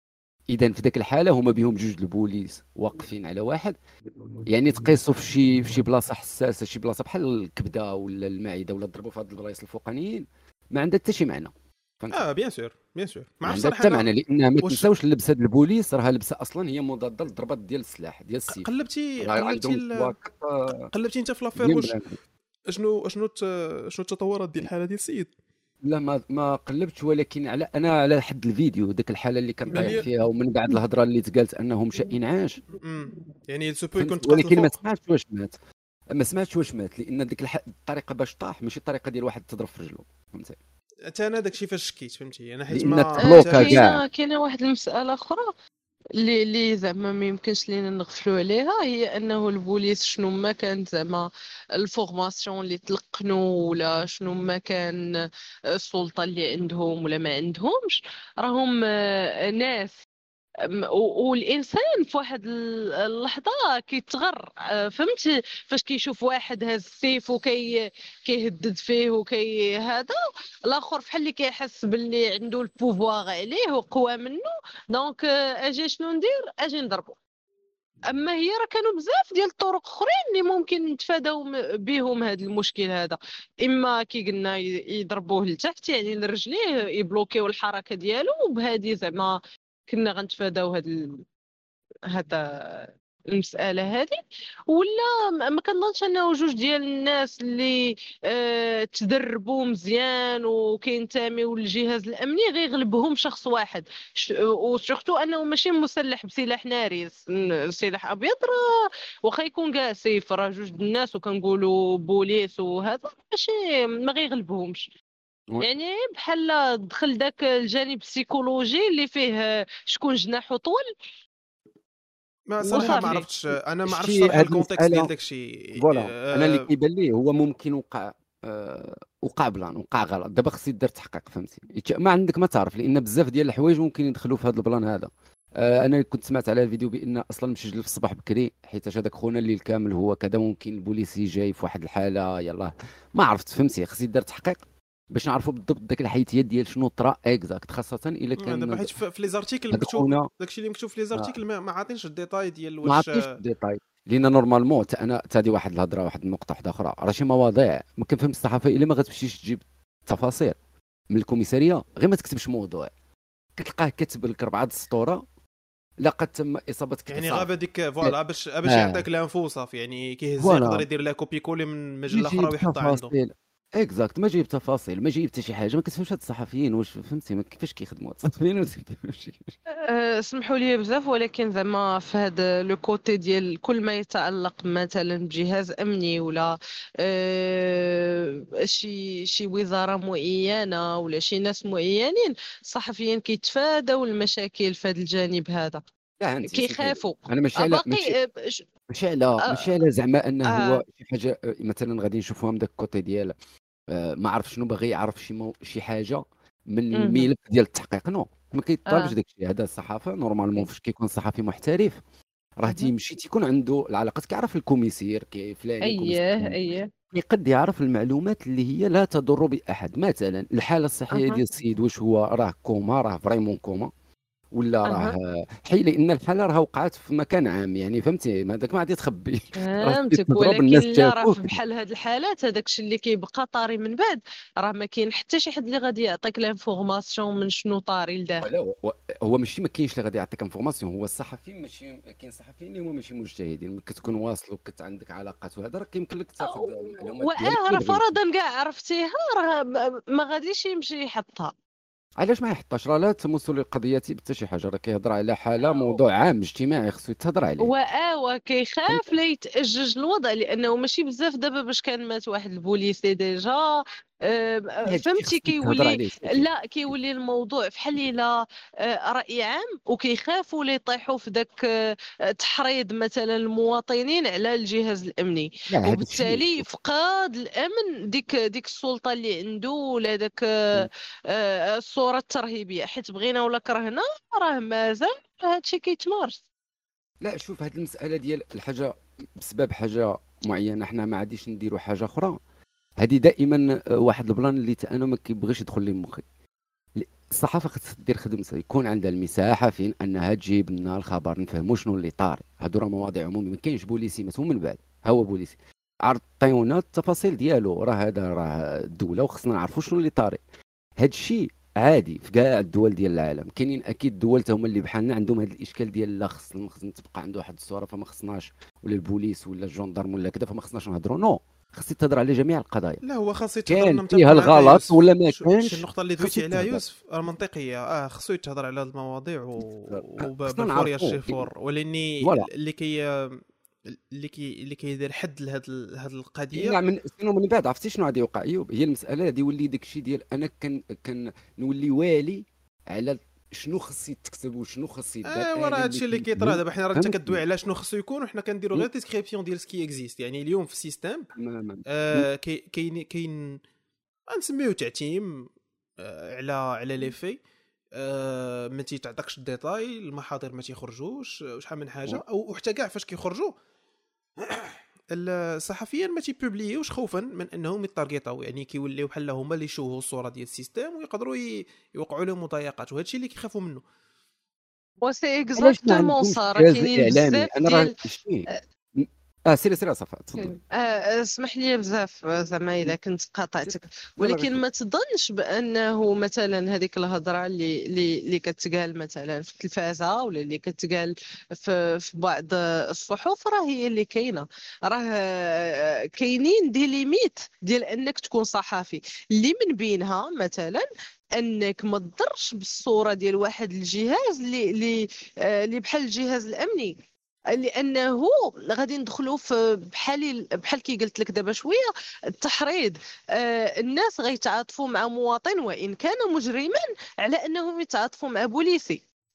اذا في ذاك الحاله هما بهم جوج البوليس واقفين على واحد، يعني تقيسوا في شي في شي بلاصه حساسه، شي بلاصه بحال الكبده ولا المعده ولا ضربوا في هاد البلايص الفوقانيين، ما عندها حتى شي معنى. اه بيان سور بيان سور ما عندها حتى معنى، لان ما تنساوش لبسه البوليس راه لبسه اصلا هي مضاده للضربات ديال السلاح ديال السيف. قلبتي قلبتي قلبتي انت في لافير واش شنو شنو شنو التطورات ديال الحاله ديال السيد؟ لا ما ما قلبتش، ولكن على انا على حد الفيديو ديك الحاله اللي كان طايح فيها، ومن بعد الهضره اللي تقالت انه مشى انعاش، يعني سوبو يكون تقاتل، ولكن ما سمعتش واش مات ما سمعتش واش مات لان ديك الطريقه باش طاح ماشي الطريقه ديال واحد تضرب في رجلو، فهمتي؟ حتى انا داكشي فاش شكيت، فهمتي؟ انا حيت ما كاينه كاينه واحد المساله اخرى اللي اللي زعما ما يمكنش لينا نغفلوا عليها، هي انه البوليس شنو ما كان زعما الفورماسيون اللي تلقنوا ولا شنو ما كان السلطه اللي عندهم ولا ما عندهمش، راهم ناس والانسان في واحد اللحظه كيتغر، فهمتي؟ فاش كيشوف واحد هاز السيف وكي كيهدد فيه وكي هذا الاخر بحال اللي كيحس باللي عنده البوفوار عليه وقوى منه، دونك اجي شنو ندير؟ اجي نضربو. اما هي راه كانوا بزاف ديال الطرق اخرين اللي ممكن نتفاداو بهم هذا المشكل هذا، اما كي قلنا يضربوه لتحت يعني لرجليه يبلوكيو الحركه ديالو، وبهذه زعما كنا غنتفاداو هاد هذا المساله هذه. ولا ما كنظنش انه جوج ديال الناس اللي اه تدربوا مزيان وكينتميو للجهاز الامني غيغلبهم شخص واحد، وسورتو انه ماشي مسلح بسلاح ناري، سلاح ابيض راه واخا يكون كاع سيف، راه جوج الناس وكنقولوا بوليس وهذا ماشي ما غيغلبهمش. يعني بحال دخل داك الجانب السيكولوجي اللي فيه شكون جناحو طول. ما صراحه ما عرفتش، انا ما عرفتش صراحه الكونتكست ديال داكشي. فوالا انا اللي كيبان لي هو ممكن وقع أه وقع بلان وقع غلط، دابا خص يدير تحقيق فهمتي، ما عندك ما تعرف، لان بزاف ديال الحوايج ممكن يدخلوا في هذا البلان هذا. أه انا كنت سمعت على الفيديو بان اصلا مشى جلب الصباح بكري، حيت هذاك خونا الليل كامل هو كذا، ممكن البوليسي جاي في واحد الحاله يلاه ما عرفت فهمتي، خص يدير تحقيق باش نعرفوا بالضبط داك الحيتيات ديال شنو طرا اكزاكت، خاصه الا كان دابا حيت في لي زارتيكل مكتوب داكشي اللي مكتوب في لي زارتيكل ما عاطينش الديتاي ديال واش، ما عطيش الديتاي، لان نورمالمون حتى انا تادي واحد الهضره، واحد النقطه واحده اخرى، راه شي مواضيع ما كنفهم الصحافه الا ما غتمشيش تجيب التفاصيل من الكوميساريه، غير ما تكتبش موضوع كتلقاه كتب لك اربعه السطوره لقد تم اصابتك، يعني غاب هذيك فوالا باش باش يعطيك لانفو صافي، يعني كيهز يقدر يدير لها كوبي كولي من مجله اخرى ويحطها عنده اكزاكت، ما جايب تفاصيل، ما جايب حتى شي حاجه، ما كتفهمش هاد الصحفيين واش فهمتي كيفاش كيخدموا الصحفيين اسمحوا لي بزاف، ولكن زعما في هذا لو كوتي ديال كل ما يتعلق مثلا بجهاز امني ولا أه شي شي وزاره معينه ولا شي ناس معينين، الصحفيين كيتفادوا المشاكل في هذا الجانب هذا، كيخافوا. انا ماشي على ماشي ماشي على ماشي على زعما انه آه. هو شي حاجه مثلا غادي نشوفوها من داك الكوتي ديال آه ما عرف شنو باغي يعرف شي مو... شي حاجه من الملف ديال التحقيق، نو ما كيطالبش آه. داك الشيء هذا. الصحافه نورمالمون فاش كيكون صحفي محترف راه تيمشي تيكون عنده العلاقات، كيعرف الكوميسير كي فلان اييه اييه يقد يعرف المعلومات اللي هي لا تضر باحد، مثلا الحاله الصحيه أه. ديال السيد، واش هو راه كوما، راه فريمون كوما ولا راه أه. حي، لان الحاله راه وقعت في مكان عام يعني فهمتي، هذاك ما غادي تخبي فهمتك، ولكن لا راه بحال هاد الحالات هذاك الشيء اللي كيبقى طاري من بعد، راه ما كاين حتى شي حد اللي غادي يعطيك لانفورماسيون من شنو طاري لداخل. هو, هو ماشي ما كاينش اللي غادي يعطيك انفورماسيون، هو الصحفي ماشي كاين صحفيين اللي هما ماشي مجتهدين، كتكون واصل وكت عندك علاقات وهذا راه كيمكن لك تاخذ المعلومات ديالك. واه راه فرضا كاع عرفتيها راه ما غاديش يمشي يحطها. علاش ما يحطاش؟ راه لا تمس للقضيه حتى شي حاجه، راه كيهضر على حاله موضوع عام اجتماعي خصو يتهضر عليه. واه وكيخاف لا يتاجج الوضع، لانه ماشي بزاف دابا باش كان مات واحد البوليسي ديجا أه فهمتي كيولي لا كيولي الموضوع بحال الا أه راي عام، وكيخافوا لا يطيحوا في داك أه تحريض مثلا المواطنين على الجهاز الامني، وبالتالي فقاد الامن ديك ديك السلطه اللي عنده ولا داك أه أه الصوره الترهيبيه، حيت بغينا ولا كرهنا راه مازال هادشي كيتمارس. لا شوف، هاد المساله ديال الحاجه بسبب حاجه معينه حنا ما عاديش نديروا حاجه اخرى، هذه دائما واحد البلان اللي انا ما كيبغيش يدخل لي مخي. الصحافه خصها دير خدمتها، يكون عندها المساحه فين انها تجيب لنا الخبر نفهموا شنو اللي طاري، هادو راه مواضيع عموميه، ما كاينش بوليسي مسؤول من بعد ها هو بوليسي عطيونا التفاصيل ديالو، راه هذا راه الدوله وخصنا نعرفوا شنو اللي طاري. هاد الشيء عادي في كاع الدول ديال العالم، كاينين اكيد دول تا هما اللي بحالنا عندهم هذا الاشكال ديال لا خص المخزن تبقى عنده واحد الصوره فما خصناش، ولا البوليس ولا الجندرم ولا كذا فما خصناش نهضروا، نو خص يتهضر على جميع القضايا. لا هو خاص يتهضر لنا فيها الغلط ولا ما كانش. النقطه اللي دويتي عليها يوسف راه منطقيه، اه خصو يتهضر على هذه المواضيع وبالفوريا الشيفور، ولاني اللي كي اللي كي اللي كيدير حد لهاد هاد القضيه نعم من سنو من بعد. عرفتي شنو غادي يوقع ايوب؟ هي المساله غادي يولي داكشي ديال انا كان كان نولي والي على شنو خص يتكتب وشنو خص يدار. ايوا راه هادشي اللي كيطرا دابا، حنا راه انت كدوي على شنو خصو يكون، وحنا كنديروا غير ديسكريبسيون ديال سكي اكزيست. يعني اليوم في السيستم آه كاين كاين غنسميوه تعتيم آه على على لي في آه ما تيتعطاكش الديتاي، المحاضر ما تيخرجوش شحال من حاجه، او حتى كاع فاش كيخرجوا الصحفيين ما تيبوبليوش خوفا من انهم يتارغيطاو، يعني كيوليو بحال هما اللي يشوهوا الصوره ديال السيستم ويقدروا يوقعوا لهم مضايقات، وهذا الشيء اللي كيخافوا منه. وسي اكزاكتومون صار كاينين بزاف ديال اه سيري سيري صفاء تفضل. آه اسمح لي بزاف زعما الا كنت قاطعتك، ولكن ما تظنش بانه مثلا هذيك الهضره اللي اللي, اللي كتقال مثلا في التلفازه ولا اللي كتقال في, في بعض الصحف راه هي اللي كاينه. راه كاينين دي ليميت ديال انك تكون صحفي، اللي من بينها مثلا انك ما تضرش بالصوره ديال واحد الجهاز اللي اللي اللي بحال الجهاز الامني، لانه غادي ندخلوا في بحال بحال كي قلت لك دابا شويه التحريض. آه الناس غيتعاطفوا مع مواطن وان كان مجرما على انهم يتعاطفوا مع بوليسي.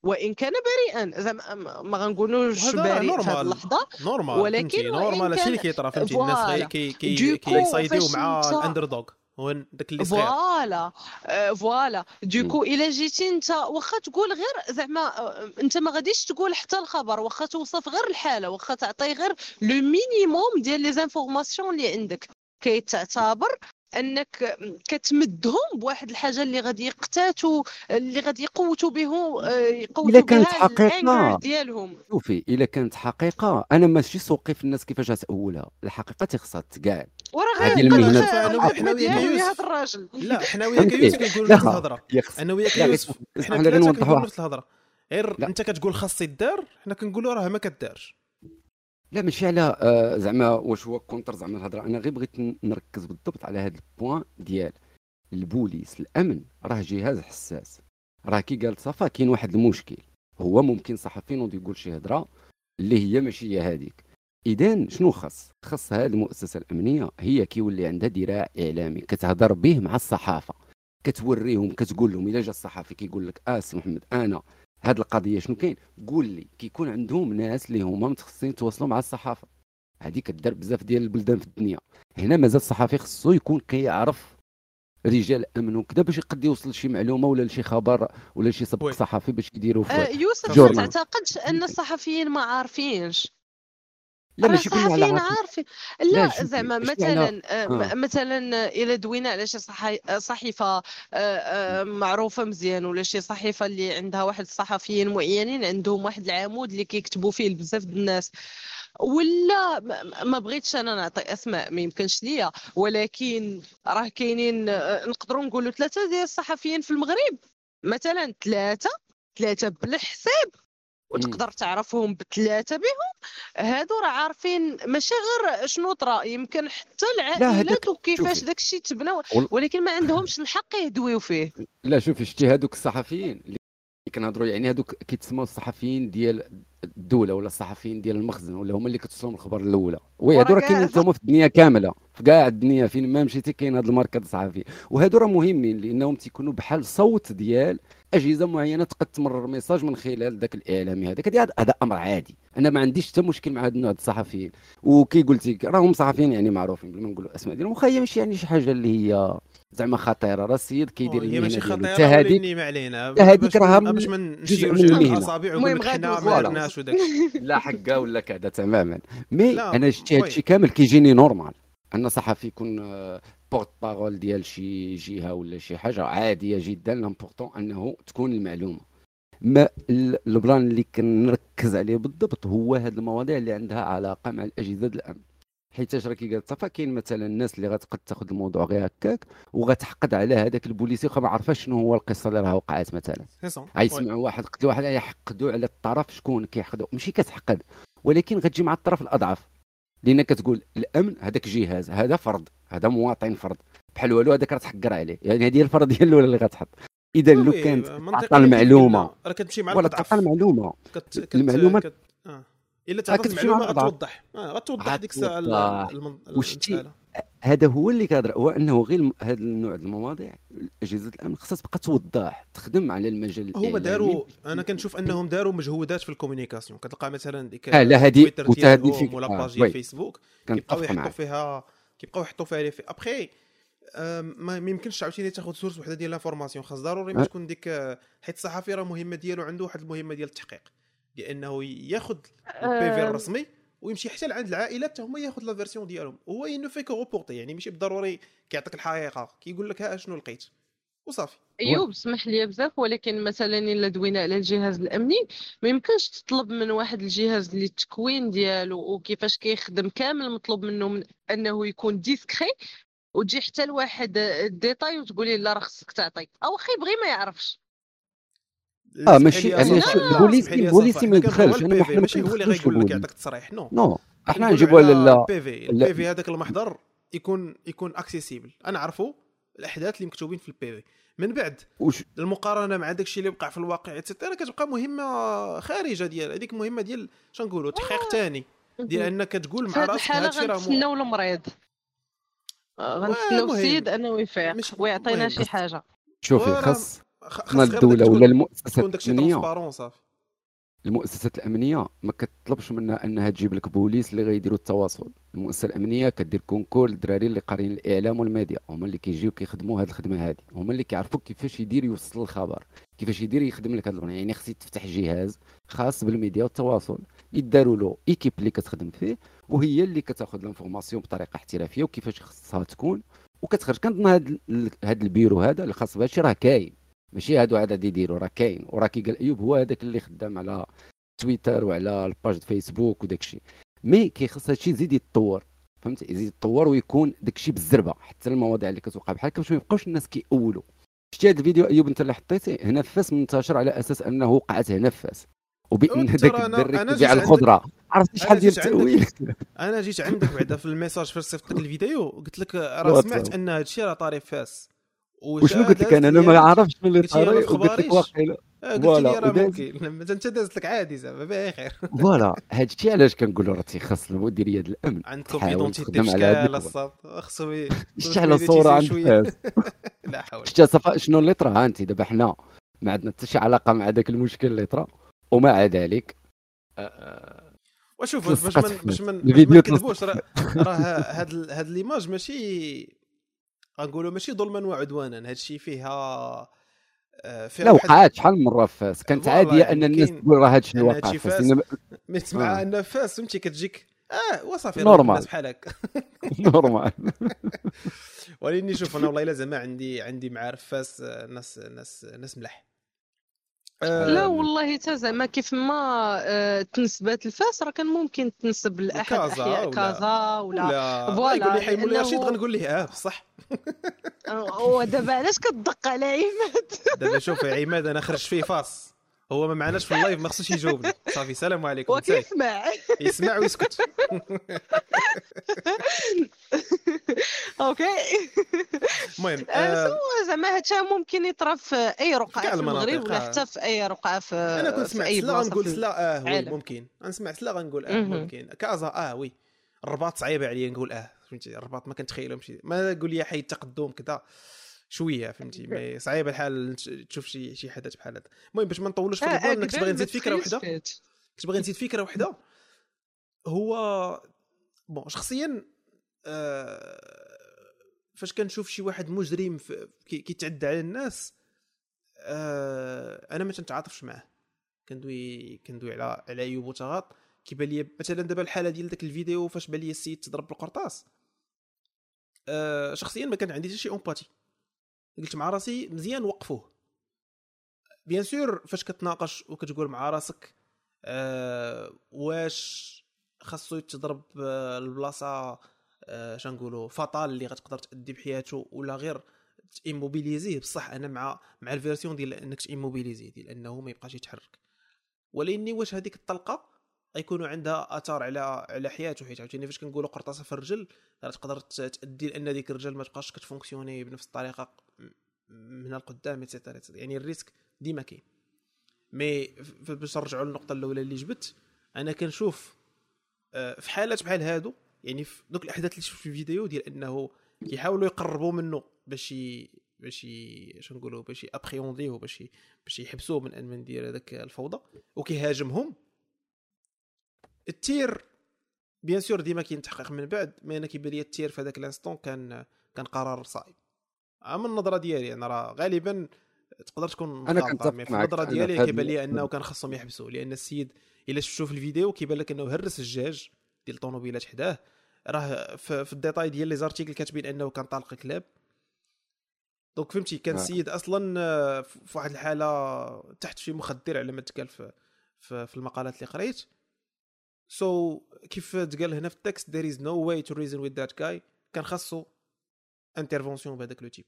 وان كان بريئا زعما ما غنقولوش بريء في هذه اللحظه نورمال ولكن نورمال هادشي اللي كيطرا فهمتي الناس غير كي كي كيصايديو مع الاندر دوغ هو داك اللي صغير فوالا فوالا دوكو الا جيتي انت واخا تقول غير زعما انت ما غاديش تقول حتى الخبر واخا توصف غير الحاله واخا تعطي غير لو مينيموم ديال لي زانفورماسيون اللي عندك كيتعتبر انك كتمدهم بواحد الحاجه اللي غادي يقتاتوا اللي غادي يقوتوا به يقوتوا بها الانجر ديالهم. شوفي الا كانت حقيقه انا ماشي سوقي في الناس كيفاش غتاولها الحقيقه تيخصها تقال هذه المهنه حنا وياك هذا الراجل لا حنا وياك يوسف كنقولوا نفس الهضره انا وياك يوسف حنا كنقولوا نفس الهضره غير انت كتقول خاص يدار حنا كنقولوا راه ما كدارش. لا ماشي على آه زعما واش هو كونتر زعما الهضره انا غير بغيت نركز بالضبط على هذا البوان ديال البوليس الامن راه جهاز حساس راه كي قالت صفا كاين واحد المشكل هو ممكن صحفي نوض يقول شي هضره اللي هي ماشي هي هذيك اذا شنو خاص خاص هذه المؤسسه الامنيه هي كيولي عندها ذراع اعلامي كتهضر به مع الصحافه كتوريهم كتقول لهم الا جا الصحفي كيقول لك اسم محمد انا هاد القضيه شنو كاين قول لي كيكون عندهم ناس اللي هما متخصصين يتواصلوا مع الصحافه هذه كدار بزاف ديال البلدان في الدنيا هنا مازال الصحفي خصو يكون كيعرف رجال امن وكذا باش يقد يوصل لشي معلومه ولا لشي خبر ولا شي سبق صحفي باش يديروا في آه يوسف ما تعتقدش ان الصحفيين ما عارفينش لا ماشي الصحفيين عارفين لا, لا زعما مثلا آه. مثلا الا دوينا على شي صحيفه معروفه مزيان ولا شي صحيفه اللي عندها واحد الصحفيين معينين عندهم واحد العمود اللي كيكتبوا فيه بزاف د الناس ولا ما بغيتش انا نعطي اسماء ما يمكنش ليا ولكن راه كاينين نقدروا نقولوا ثلاثه ديال الصحفيين في المغرب مثلا ثلاثه ثلاثه بالحساب وتقدر تعرفهم بثلاثه بهم هادو راه عارفين ماشي غير شنو طرا يمكن حتى العائلات وكيفاش داكشي تبنى ولكن ما عندهمش الحق يدويو فيه. لا شوفي شتي هادوك الصحفيين اللي كنهضروا يعني هادوك كيتسموا الصحفيين ديال الدوله ولا الصحفيين ديال المخزن ولا هما اللي كتوصلهم الخبر الاولى وي هادو راه كاينين تما في الدنيا كامله في كاع الدنيا فين ما مشيتي كاين هاد الماركات الصحفي وهادو راه مهمين لانهم تيكونوا بحال صوت ديال اجهزه معينه تقد تمرر ميساج من خلال ذاك الاعلامي هذاك هذا امر عادي انا ما عنديش حتى مشكل مع هذا النوع د الصحفيين وكي قلتي راهم صحفيين يعني معروفين بلا ما نقولوا اسماء ديالهم واخا هي ماشي يعني شي حاجه اللي هي زعما خطيره راه السيد كيدير هي ماشي خطيره حتى هذيك ما علينا هذيك راه باش ما نشيروش الاصابع ونقول حنا ما درناش وداك لا حقا ولا كذا تماما مي انا شتي هذا الشيء كامل كيجيني نورمال ان صحفي يكون بورت بارول ديال شي جهه ولا شي حاجه عاديه جدا لامبورطون انه تكون المعلومه ما البلان اللي كنركز عليه بالضبط هو هذه المواضيع اللي عندها علاقه مع الاجهزه الامن حيت راه كي قالت صفا كاين مثلا الناس اللي غتقد تاخذ الموضوع غير هكاك وغتحقد على هذاك البوليسي وما عارفاش شنو هو القصه اللي راه وقعت مثلا غيسمعوا واحد قتل واحد يحقدوا على الطرف شكون كيحقدوا ماشي كتحقد ولكن غتجي مع الطرف الاضعف لان كتقول الامن هذاك جهاز هذا فرد هذا مواطن فرد بحال والو هذاك راه تحقر عليه يعني هذه الفرضيه الاولى اللي غتحط اذا لو كانت تعطى المعلومه راه كتمشي مع ولا تعطى المعلومه المعلومه كت... آه. الا تعطى المعلومه غتوضح اه غتوضح ديك الساعه المساله هذا هو اللي كيهضر هو انه غير هذا النوع د المواضيع اجهزه الامن خصها تبقى توضح تخدم على المجال الاعلامي هما داروا انا كنشوف انهم داروا مجهودات في الكومونيكاسيون كتلقى مثلا ديك آه لا هذه وتهدي ولا باج ديال فيسبوك كيبقاو يحطوا فيها كيبقاو يحطوا فيها في ابخي ما يمكنش عاوتاني تاخذ سورس وحده ديال لافورماسيون خاص ضروري ما تكون ديك حيت الصحفي راه مهمه ديالو عنده واحد المهمه ديال التحقيق لانه ياخذ البي في الرسمي ويمشي حتى لعند العائلات حتى هما ياخذ لا فيرسيون ديالهم هو ينو فيك روبورتي يعني ماشي بالضروري كيعطيك الحقيقه كيقول لك ها شنو لقيت وصافي. ايوب اسمح لي بزاف ولكن مثلا الا دوينا على الجهاز الامني ما يمكنش تطلب من واحد الجهاز اللي التكوين ديالو وكيفاش كيخدم كامل مطلوب منه من انه يكون ديسكري وتجي حتى لواحد الديتاي وتقولي لا راه خصك تعطي او اخي بغي ما يعرفش اه ماشي البوليسي البوليسي ما يدخلش انا ما ماشي هو اللي غيقول لك يعطيك التصريح نو نو احنا نجيبوا لا البي في البي في هذاك المحضر يكون يكون اكسيسيبل انا عرفوا الاحداث اللي مكتوبين في البي في من بعد وش... المقارنه مع داك الشيء اللي وقع في الواقع انا كتبقى مهمه خارجه ديال هذيك مهمه ديال شنو نقولوا تحقيق ثاني ديال انك تقول مع راسك هذا الشيء راه غنستناو المريض غنستناو السيد انه يفيق ويعطينا شي حاجه شوفي خاص خاص الدوله ولا المؤسسات الامنيه صافي المؤسسات الامنيه ما كتطلبش منها انها تجيب لك بوليس اللي غيديروا التواصل. المؤسسه الامنيه كدير كونكور الدراري اللي قارين الاعلام والميديا، هما اللي كيجيو كيخدموا هذه الخدمه هذه، هما اللي كيعرفوا كيفاش يدير يوصل الخبر، كيفاش يدير يخدم لك هذا البرنامج. يعني خصك تفتح جهاز خاص بالميديا والتواصل يداروا له ايكيب اللي كتخدم فيه، وهي اللي كتاخذ الانفورماسيون بطريقه احترافيه وكيفاش خصها تكون وكتخرج. كنظن هذا هذا البيرو هذا اللي خاص بهادشي راه كاين، ماشي هادو عدد يديروا، راه كاين. وراه كي قال ايوب هو هذاك اللي خدام على تويتر وعلى الباج فيسبوك وداكشي، مي كيخص هادشي يزيد يتطور، فهمتي، يزيد يتطور ويكون داكشي بالزربه. حتى المواضيع اللي كتوقع بحال هكا باش ما يبقاوش الناس كيأولوا. شتي هذا الفيديو ايوب انت اللي حطيتيه هنا فاس منتشر على اساس انه وقعت هنا فاس، وبان داك الدري كيبيع الخضره. عرفتي شحال ديال التأويل. انا جيت عندك بعدا في الميساج في صيفط لك الفيديو قلت لك راه سمعت ان هادشي راه طاري فاس. وشنو قلت لك انا انا ما عرفتش من اللي طاري، وقلت لك واقيلا قلت لي راه ممكن لما انت دازت لك عادي زعما بخير. فوالا هادشي علاش كنقولوا راه تيخص المديريه ديال الامن عندكم ايدونتيتي بشكال الصاد خصو شتي على الصوره عند الناس. لا حول. شتي صفاء شنو اللي طرا؟ انت دابا حنا ما عندنا حتى شي علاقه مع داك المشكل اللي طرا، ومع ذلك وشوف باش من باش من ما نكذبوش راه راه هاد هاد ليماج ماشي غنقولوا ماشي ظلما وعدوانا. هاد الشيء فيها فيها لا وقعات شحال من مره فاس كانت عاديه ان الناس تقول راه هاد الشيء واقع فاس. مي تسمع ان فاس فهمتي كتجيك اه وصافي الناس بحال هكا نورمال. ولكن شوف انا والله الا زعما عندي عندي معارف فاس ناس ناس ناس ملاح. لا والله حتى زعما كيف ما آه تنسبات الفاس راه كان ممكن تنسب لاحد احياء كازا ولا فوالا يقول لي حي مولاي رشيد غنقول ليه اه بصح. ودابا علاش كتدق على عماد؟ دابا شوف يا عماد انا خرجت فيه فاس، هو ما معناش في اللايف ما خصوش يجاوبني صافي السلام عليكم. وكيسمع يسمع ويسكت. اوكي المهم زعما هادشي ممكن يطرا في اي رقعه في المغرب ولا حتى في اي رقعه في انا كنت سمعت اي لا غنقول لا اه وي ممكن انا سمعت لا غنقول اه ممكن كازا اه وي الرباط صعيبه عليا نقول اه فهمتي الرباط ما كنتخيلهمش ما قول لي حي التقدم كذا شويه فهمتي مي صعيب الحال تشوف شي شي حدث بحال هذا. المهم باش ما نطولوش في الموضوع كنت باغي نزيد فكره وحده كنت باغي نزيد فكره وحده هو بون شخصيا آه فاش كنشوف شي واحد مجرم كيتعدى على الناس آه انا ما تنتعاطفش معاه كندوي كندوي على على عيوب وتغاط. كيبان لي مثلا دابا الحاله ديال داك الفيديو فاش بان لي السيد تضرب بالقرطاس آه شخصيا ما كان عندي حتى شي امباتي. قلت مع راسي مزيان وقفوه بيان سور فاش كتناقش وكتقول مع راسك آه واش خاصو يتضرب البلاصه آه شنقولوا فطال اللي غتقدر تأدي بحياته ولا غير ايموبيليزيه. بصح انا مع مع الفيرسيون ديال انك ايموبيليزيه ديال انه ما يبقاش يتحرك. ولكن واش هذيك الطلقه غيكونوا عندها اثار على على حياته حيت عاوتاني فاش كنقولوا قرطاسه في الرجل غتقدر تأدي لان ديك الرجل ما تبقاش كتفونكسيوني بنفس الطريقه من القدام ايتترا يعني الريسك ديما كاين. مي باش نرجعوا للنقطه الاولى اللي جبت انا كنشوف في حالات بحال هادو يعني في دوك الاحداث اللي شفت في الفيديو ديال انه كيحاولوا يقربوا منه باش باش شنو نقولوا باش ابريونديو باش باش يحبسوه من ان من دير هذاك الفوضى وكيهاجمهم. التير بيان سور ديما كاين تحقيق من بعد ما انا كيبان لي التير في هذاك الانستون كان كان قرار صعب من النظره ديالي. انا راه غالبا تقدر تكون انا كنتفق في النظره ديالي كيبان لي انه كان خاصهم يحبسوه لان السيد الا شفتو في الفيديو كيبان لك انه هرس الجاج ديال الطوموبيلات حداه. راه في الديتاي ديال لي زارتيكل كاتبين انه كان طالق كلاب. دونك فهمتي كان السيد اصلا في واحد الحاله تحت شي مخدر على ما تقال في في, في المقالات اللي قريت. سو so, كيف تقال هنا في التكست there is no way to reason with that guy كان خاصو انترفونسيون بهذاك لو تيب.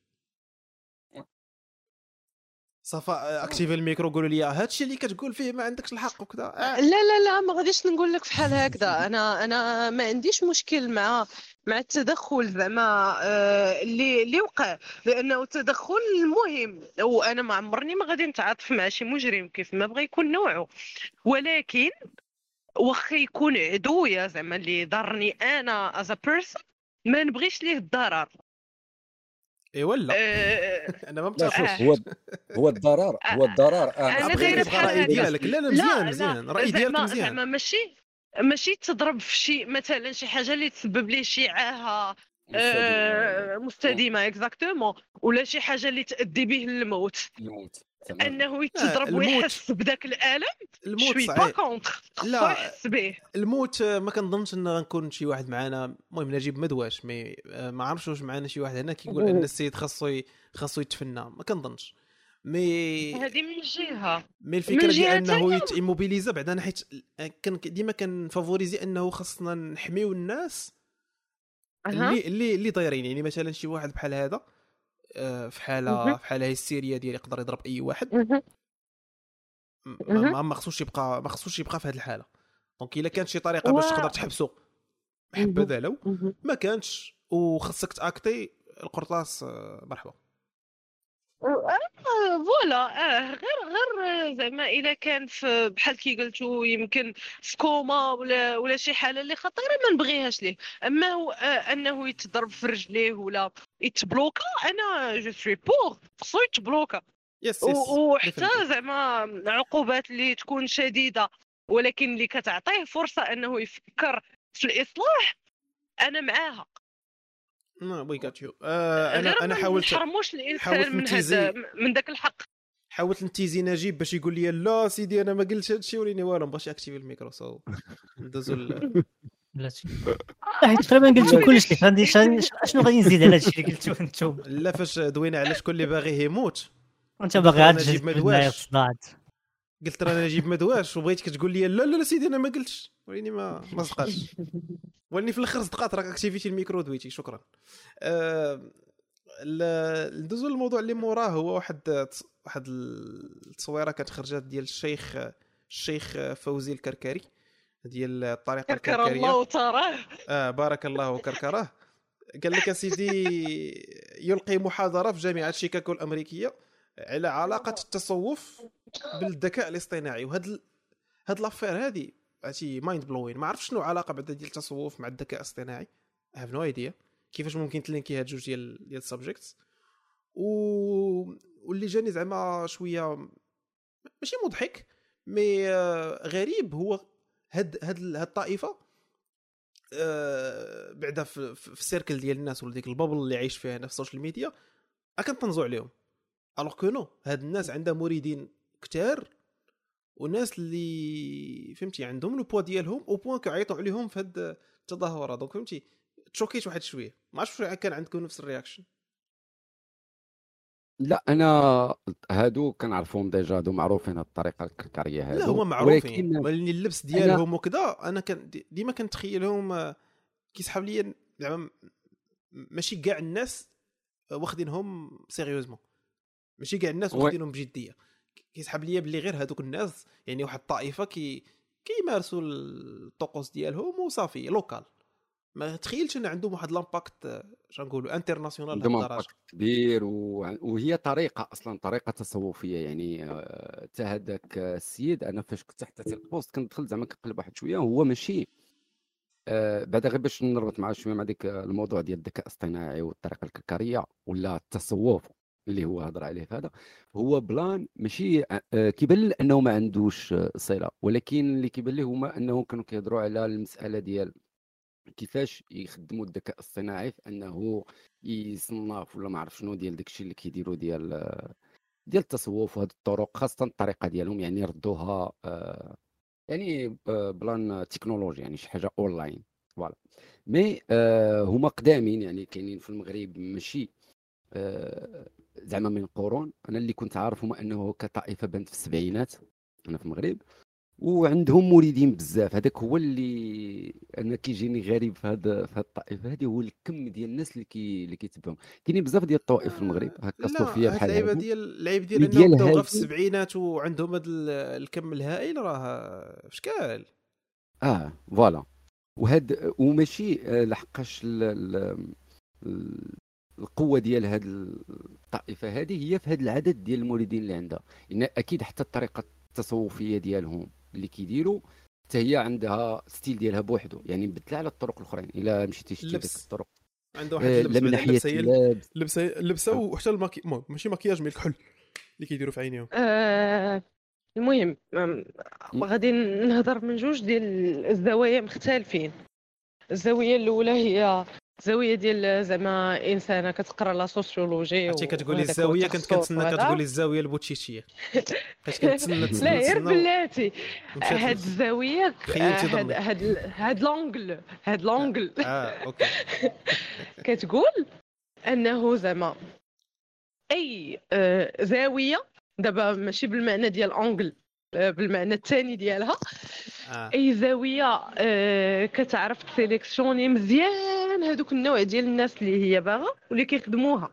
صفاء اكتيفي الميكرو قولوا لي هادشي اللي كتقول فيه ما عندكش الحق وكذا آه. لا لا لا ما غاديش نقول لك في حال هكذا. انا انا ما عنديش مشكل مع مع التدخل زعما آه اللي اللي وقع لانه التدخل مهم وانا ما عمرني ما غادي نتعاطف مع شي مجرم كيف ما بغى يكون نوعه. ولكن واخا يكون عدويا زعما اللي ضرني انا از ا بيرسون ما نبغيش ليه الضرر. اي ولا آه، انا ما لا متفقش. شوف هو هو الضرر هو الضرر أنا ابغي دايرة يبغى بحال راي هذه. ديالك. لا لا مزيان لا مزيان لا الراي ديالك زعما مزيان. زعما ماشي ماشي تضرب في شي مثلا شي حاجه اللي تسبب ليه شي عاهه مستديمة ولا آه، مستديمه اكزاكتومون، ولا شي حاجه اللي تؤدي به للموت، الموت تماما. انه لا يتضرب الموت ويحس بداك الالم. الموت شوي با صعيب. كونتر، خصو لا يحس به. الموت آه، ما كنظنش ان غنكون شي واحد معنا. المهم نجيب مدواش مي آه، ما عرفتش واش معنا شي واحد هنا كيقول ان السيد خاصو ي- خاصو يتفنى. ما كنظنش. مي هذه من جهه. مي من الفكره ديال جهه انه ثانيه يتيموبيليزا بعد. انا حيت كان ديما كنفافوريزي انه خاصنا نحميو الناس اها اللي اللي اللي دايرين. يعني مثلا شي واحد بحال هذا آه، في حاله في حاله هستيريه ديال يقدر يضرب اي واحد. مهم. ما ما ما خصوش يبقى ما خصوش يبقى في هذه الحاله. دونك الا كانت شي طريقه و- باش تقدر تحبسه حبذا لو مهم. ما كانش وخصك تاكتي القرطاس آه، مرحبا. آه، فوالا اه غير غير آه، زعما الا كان في بحال كي قلتو يمكن في كوما ولا ولا شي حاله اللي خطيره ما نبغيهاش ليه. اما هو آه، انه يتضرب في رجليه ولا يتبلوكا، انا جو سوي بور خصو يتبلوكا. يس يس و- وحتى definitely. زعما عقوبات اللي تكون شديده ولكن اللي كتعطيه فرصه انه يفكر في الاصلاح، انا معاها. نو وي جات يو. انا غير انا ما حاولت نحرموش حاولت الانسان من هذا نتيزي من داك الحق. حاولت نتيزي نجيب باش يقول لي لا سيدي انا ما قلتش هادشي وريني والو. مبغاش اكتيفي الميكرو سو ندوزو ال- بلاتي حيت تقريبا قلتو كلشي. فهمتي شنو غادي نزيد على هادشي اللي قلتو انتم؟ لا فاش دوينا على شكون اللي باغي يموت وانت باغي عاد نجيب تجيب مدواش. معايا الصداعات. قلت راه انا نجيب مدواش وبغيتك تقول لي لا لا لا سيدي انا ما قلتش وريني ما ما صدقاش. ولاني في الاخر صدقات راك اكتيفيتي الميكرو دويتي. شكرا. أه ال- ندوزو للموضوع اللي موراه. هو واحد واحد التصويره كانت خرجت ديال الشيخ الشيخ فوزي الكركري ديال الطريقه كركر الكركريه. الله وتراه. آه بارك الله وكركره. قال لك يا سيدي يلقي محاضره في جامعه شيكاغو الامريكيه على علاقه التصوف بالذكاء الاصطناعي. وهاد ال... هاد لافير هادي عرفتي مايند بلوين. ما عرفتش شنو علاقه بعدا ديال التصوف مع الذكاء الاصطناعي. هاف نو ايديا كيفاش ممكن تلينكي هاد جوج ديال ديال السبجيكتس. و واللي جاني زعما شويه ماشي مضحك مي آه، غريب هو هاد هاد ال- هاد الطائفه آه، بعدا في, في السيركل ديال الناس ولا ديك البابل اللي عايش فيها انا في السوشيال ميديا كنطنزوا عليهم. الوغ كو نو هاد الناس عندها مريدين كتار وناس اللي فهمتي عندهم لو بوا ديالهم او بوان كيعيطوا عليهم في هاد التظاهرات. دونك فهمتي تشوكيت واحد شويه. ما عرفتش كان عندكم نفس الرياكشن. لا انا هادو كنعرفهم ديجا، هادو معروفين هاد الطريقه الكركريه هادو. لا هما معروفين ولكن ولكن اللبس ديالهم وكذا انا كان دي- ديما كنتخيلهم آه، كيسحب لي زعما ماشي كاع الناس واخدينهم سيريوزمون. ماشي كاع الناس وي. واخدينهم بجديه. كيسحب لي بلي غير هذوك الناس يعني واحد الطائفه كي كيمارسوا الطقوس ديالهم وصافي لوكال. ما تخيلش ان عندهم واحد لامباكت شنقولوا انترناسيونال عندهم لهالدرجه. امباكت كبير و... وهي طريقه اصلا طريقه تصوفيه يعني. آه، حتى هذاك السيد انا فاش كنت حتى البوست كندخل زعما كنقلب واحد شويه هو ماشي آه، بعدا غير باش نربط معاه شويه مع ديك الموضوع ديال الذكاء الاصطناعي والطريقه الكركريه ولا التصوف اللي هو هضر عليه هذا. هو بلان ماشي آه، كيبان لي انه ما عندوش آه، صله، ولكن اللي كيبان لي هما انه كانوا كيهضروا على المساله ديال كيفاش يخدموا الذكاء الاصطناعي في انه يصنف ولا ما عرف شنو ديال داكشي اللي كيديروا ديال ديال التصوف وهاد الطرق، خاصه الطريقه ديالهم يعني يردوها آه يعني آه بلان تكنولوجي يعني شي حاجه اونلاين فوالا. مي آه هما قدامين يعني كاينين في المغرب ماشي آه زعما من قرون. انا اللي كنت عارف هما انه كطائفه بنت في السبعينات انا في المغرب وعندهم مريدين بزاف. هذاك هو اللي انا كيجيني غريب في هذا في هذه الطائفه هذه، هو الكم ديال الناس اللي كي اللي كيتبعهم. كاينين بزاف ديال الطوائف في المغرب هكا صوفيه لا هاد بحال اللعيبه هادو ديال اللعيب ديال اللي انهم ديال بداو غير هادو. في السبعينات وعندهم هاد ال- الكم الهائل راه فشكال. اه فوالا. وهاد وماشي آه، لحقاش ال- ال- ال- القوه ديال هاد الطائفه هذه هي في هاد العدد ديال المريدين اللي عندها. ان اكيد حتى الطريقه التصوفيه ديالهم اللي كيديروا حتى هي عندها ستيل ديالها بوحدو يعني مبدله على الطرق الاخرين. الا مشيتي شتي ديك اللبس. الطرق عنده واحد اللبس من ناحيه اللبس اللبس اللبس وحتى الماكي ماشي مكياج مي الكحل اللي كيديروا في عينيهم. آه المهم غادي نهضر من جوج ديال الزوايا مختلفين. الزاويه الاولى هي الزاويه ديال زعما انسانه كتقرا لا سوسيولوجي. عرفتي كتقولي الزاويه كنت كنتسنى كتقولي الزاويه البوتشيشيه حيت كنتسنى لا غير بلاتي هاد الزاويه هاد هاد هاد لونغل هاد لونغل اه اوكي كتقول انه زعما اي زاويه دابا ماشي بالمعنى ديال انغل بالمعنى الثاني ديالها. آه. اي زاويه آه كتعرف تسيليكسيوني مزيان هذوك النوع ديال الناس اللي هي باغا واللي كيخدموها.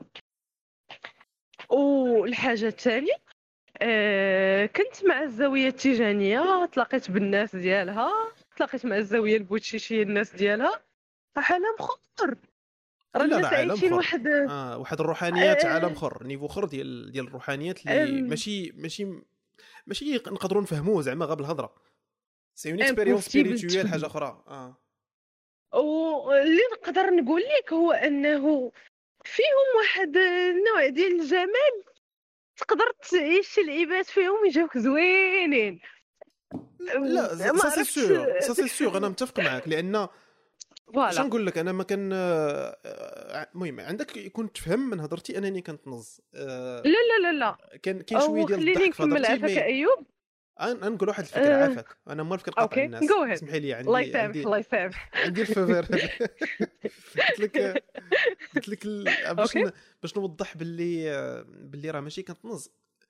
والحاجه الثانيه آه كنت مع الزاويه التيجانيه تلاقيت بالناس ديالها تلاقيت مع الزاويه البوتشيشيه الناس ديالها عالم اخر. راه الناس عايشين واحد اه واحد الروحانيات آه عالم اخر نيفو اخر ديال ديال الروحانيات اللي آه ماشي ماشي ماشي نقدروا نفهموه زعما غير بالهضره. سي اون اكسبيريونس سبيريتويال حاجه اخرى. اه واللي نقدر نقول لك هو انه فيهم واحد النوع ديال الجمال تقدر تعيش العباد فيهم يجوك زوينين. لا سا سي سور سا سي سور انا متفق معك لان واش نقول لك انا ما كان المهم عندك يكون تفهم من هضرتي انني كنتنظ. لا لا لا لا كان كاين شويه ديال الضحك في هضرتي. مي ايوب انا نقول واحد الفكره أه... عافاك انا مول فكره قاطع الناس اسمحي لي عندي الله يسامحك الله يسامحك عندي الفيفر قلت لك قلت لك باش ن... باش نوضح باللي باللي راه ماشي كنتنظ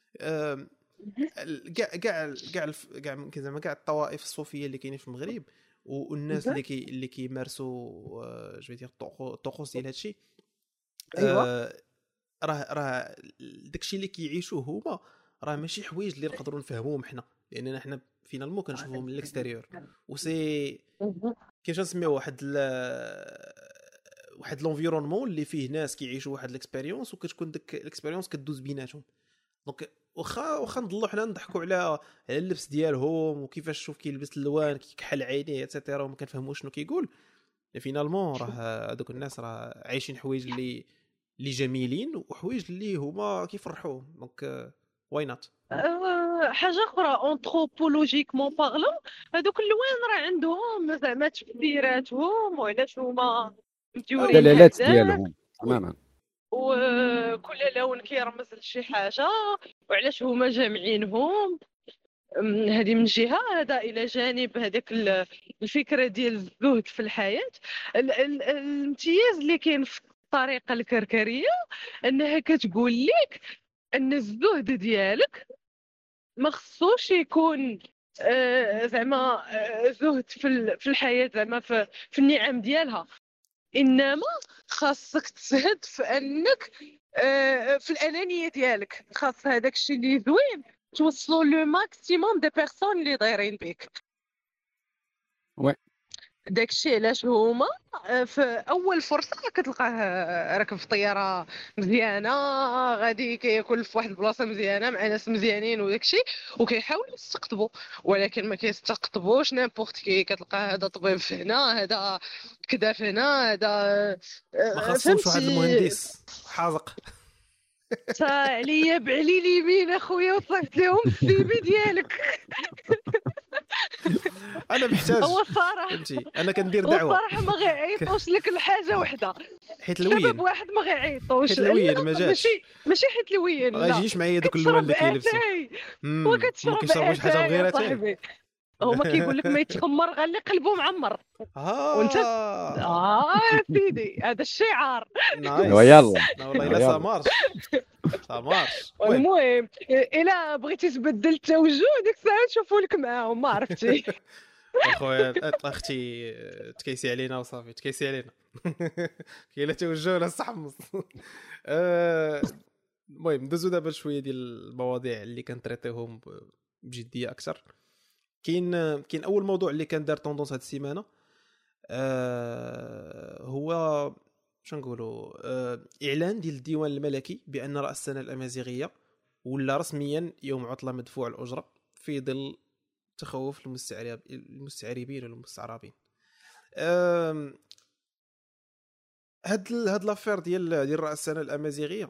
كاع كاع كاع كاع زعما كاع الطوائف الصوفيه اللي كاينين في المغرب والناس اللي كي اللي كيمارسوا جو دير الطقوس ديال هادشي. ايوا راه راه داكشي اللي كيعيشوه هما راه ماشي حوايج اللي نقدروا نفهموهم حنا لاننا حنا فينا المو كنشوفوهم من الاكستيريور وسي كيفاش نسميوه واحد ل... واحد لونفيرونمون اللي فيه ناس كيعيشوا واحد الاكسبيريونس وكتكون ديك الاكسبيريونس كدوز بيناتهم. دونك واخا واخا نضلوا حنا نضحكوا على على اللبس ديالهم وكيفاش شوف كيلبس اللوان كيكحل عينيه ايتترا وما كنفهموش شنو كيقول فينالمون راه هذوك الناس راه عايشين حوايج اللي اللي جميلين وحوايج اللي هما كيفرحوهم. دونك واي نوت. حاجه اخرى انثروبولوجيكمون بارلون هذوك اللوان راه عندهم زعما تفسيراتهم وعلاش هما مديورين الدلالات ديالهم تماما وكل لون كيرمز لشي حاجه وعلاش هما جامعينهم. هذه من جهه. هذا الى جانب هذاك الفكره ديال الزهد في الحياه. الامتياز اللي كاين في الطريقه الكركريه انها كتقول لك ان الزهد ديالك ما خصوش يكون آه زعما آه زهد في في الحياه زعما في, في النعم ديالها انما خاصك تزهد في انك آه في الانانيه ديالك. خاص هذاك الشيء اللي زوين توصلوا لو ماكسيموم دي بيرسون اللي دايرين بك. وي داكشي علاش هما في اول فرصه كتلقاه راكب في طياره مزيانه غادي كياكل في واحد البلاصه مزيانه مع ناس مزيانين وداكشي وكيحاول يستقطبوا ولكن ما كيستقطبوش نيمبورت كي. كتلقى هذا طبيب في هنا هذا كذا في هنا هذا ما خاصهمش واحد المهندس حاذق عليا بعلي اليمين اخويا وصفت لهم السي في ديالك. انا محتاج هو الصراحه فهمتي انا كندير دعوه الصراحه ما غيعيطوش لك لحاجه وحده حيت لوين سبب واحد ما غيعيطوش حيت لوين ما جاش ماشي ماشي حيت لوين ما يجيش معايا دوك اللون اللي كيلبسوا ما كيشربوش حاجه غير اتاي هما كيقول لك ما يتخمر غير اللي قلبه معمر. اه وانت اه سيدي هذا الشعار نايس ويلا والله الا سامارش سامارش. المهم الا بغيتي تبدل التوجه ديك الساعه نشوفوا لك معاهم ما عرفتي اخويا اختي تكيسي علينا وصافي تكيسي علينا كاين لا توجه ولا صحمص. المهم ندوزو دابا شويه ديال المواضيع اللي كنتريطيهم بجديه اكثر. كاين كاين اول موضوع اللي كان دار طوندونس هاد السيمانه أه هو شنو نقولوا أه اعلان ديال الديوان الملكي بان راس السنه الامازيغيه ولا رسميا يوم عطله مدفوع الاجره في ظل تخوف المستعربين المستعربين والمستعربين. أه هاد ال... هاد لافير ديال ديال الرأسانة الامازيغيه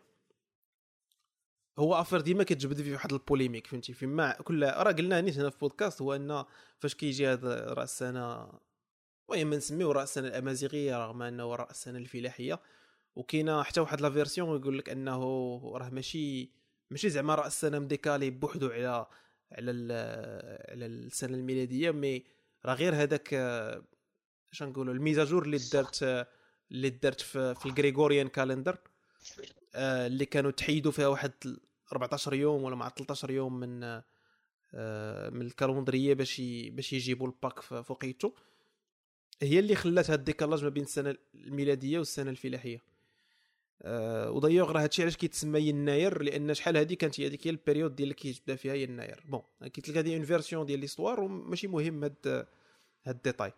هو افير ديما كتجبد فيه واحد البوليميك، فهمتي؟ فيما كل راه قلنا نيت هنا في بودكاست، هو ان فاش كيجي هاد الرأسانة، المهم نسميو الرأسانة الامازيغيه رغم انه الرأسانة الفلاحيه، وكاينه حتى واحد لا فيرسيون يقول لك انه راه ماشي ماشي زعما رأسانة مديكالي بوحدو على على على السنه الميلاديه، مي راه غير هذاك اش نقولوا الميزاجور اللي دارت اللي دارت في, في الغريغوريان كالندر، آه اللي كانوا تحيدوا فيها واحد أربعطاش يوم ولا مع ثلاثطاش يوم من آه من الكالندريه باش باش يجيبوا الباك فوقيتو، هي اللي خلات هاد الديكالاج ما بين السنه الميلاديه والسنه الفلاحيه. آه ودايوغ راه هادشي علاش كيتسمى يناير، لان شحال هادي كانت هي هذيك هي البيريود ديال اللي كيتبدا فيها يناير. بون قلت لك هذه اون فيرسيون ديال ليستوار وماشي مهم هاد هاد الديتاي.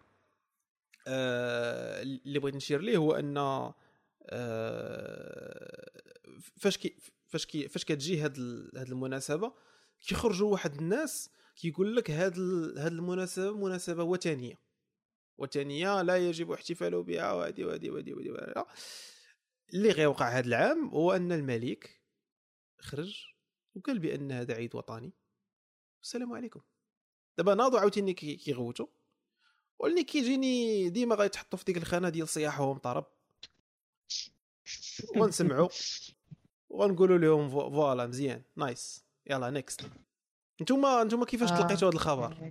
آه اللي بغيت نشير ليه هو ان آه فاش كي فاش كي فاش كتجي هاد هاد المناسبه كيخرجوا واحد الناس كيقول لك هاد هاد المناسبه مناسبه وثنيه وثنيه لا يجب احتفال بها، وهادي وهادي وهادي وهادي. اللي غيوقع هاد العام هو ان الملك خرج وقال بان هذا عيد وطني والسلام عليكم. دابا ناضوا عاوتاني كيغوتوا، واللي كيجيني ديما غيتحطوا في ديك الخانه ديال صياحهم طرب، ونسمعوا ونقولوا لهم فوالا مزيان نايس يلا نيكست. نتوما نتوما كيفاش آه. تلقيتوا هذا الخبر؟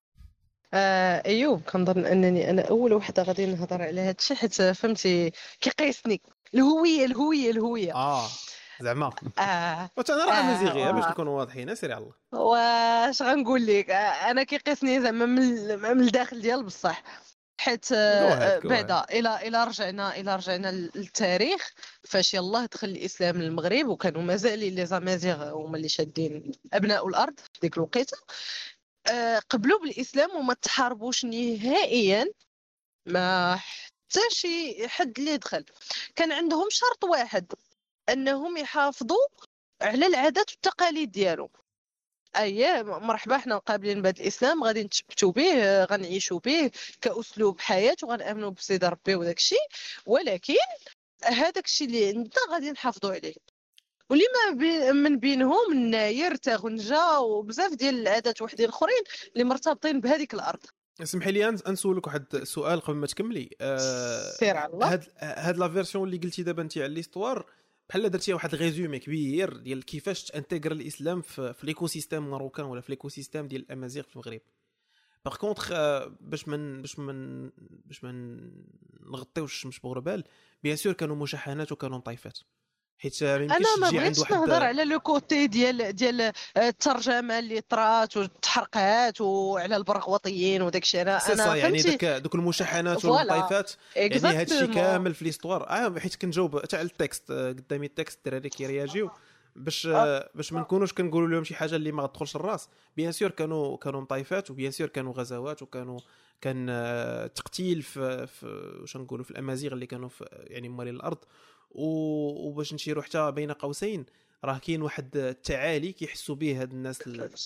آه ايوب كنظن انني انا اول وحده غادي نهضر على هذا الشيء، حيت فهمتي كيقيسني الهويه الهويه الهويه اه زعما اه واش انا راه آه، امازيغيه باش آه. نكونوا واضحين، سيري على الله. واش غنقول لك، آه، انا كيقيسني زعما من من الداخل ديال بصح، حيت Go آه، ahead, go بعدا الى الى رجعنا الى رجعنا للتاريخ، فاش يلاه دخل الاسلام للمغرب وكانوا مازال لي زامازيغ هما اللي شادين ابناء الارض في ديك الوقيته. آه، قبلوا بالاسلام وما تحاربوش نهائيا، ما حتى شي حد اللي دخل كان عندهم شرط واحد، انهم يحافظوا على العادات والتقاليد ديالو. اي مرحبا حنا قابلين بهذا الاسلام، غادي نتشبتوا به، غنعيشوا به كاسلوب حياه وغنامنوا بسيد ربي وداك الشيء، ولكن هذاك الشيء اللي عندنا غادي نحافظوا عليه. ولما بي من بينهم الناير تاغنجا وبزاف ديال العادات وحدين اخرين اللي مرتبطين بهذيك الارض. اسمحي لي نسولك واحد السؤال قبل ما تكملي. آه سير على الله. هاد هاد لا فيرسيون اللي قلتي دابا انت على ليستوار بحال درتي واحد الريزومي كبير ديال كيفاش تانتيغر الاسلام في, في ليكو سيستيم ماروكان ولا في ليكو سيستيم ديال الامازيغ في المغرب. باغ كونطخ باش من باش من باش ما نغطيوش الشمس بغربال، بيان سور كانوا مشاحنات وكانوا طايفات، حيت ما يمكنش انا ما تجي عند بغيتش واحد نهضر على لو كوتي ديال ديال الترجمه اللي طرات والتحرقات وعلى البرغوطيين وداك الشيء. انا انا يعني فهمتي دوك دوك المشاحنات والطايفات، يعني هادشي كامل في ليستوار. اه حيت كنجاوب حتى على التكست قدامي، التكست الدراري كيرياجيو باش باش ما نكونوش كنقولوا لهم شي حاجه اللي ما تدخلش الراس. بيان سور كانوا كانوا مطايفات، وبيان سور كانوا غزوات، وكانوا كان تقتيل في واش نقولوا في الامازيغ اللي كانوا في يعني موالين الارض. وباش نشيروا حتى بين قوسين راه كاين واحد التعالي كيحسوا به هاد الناس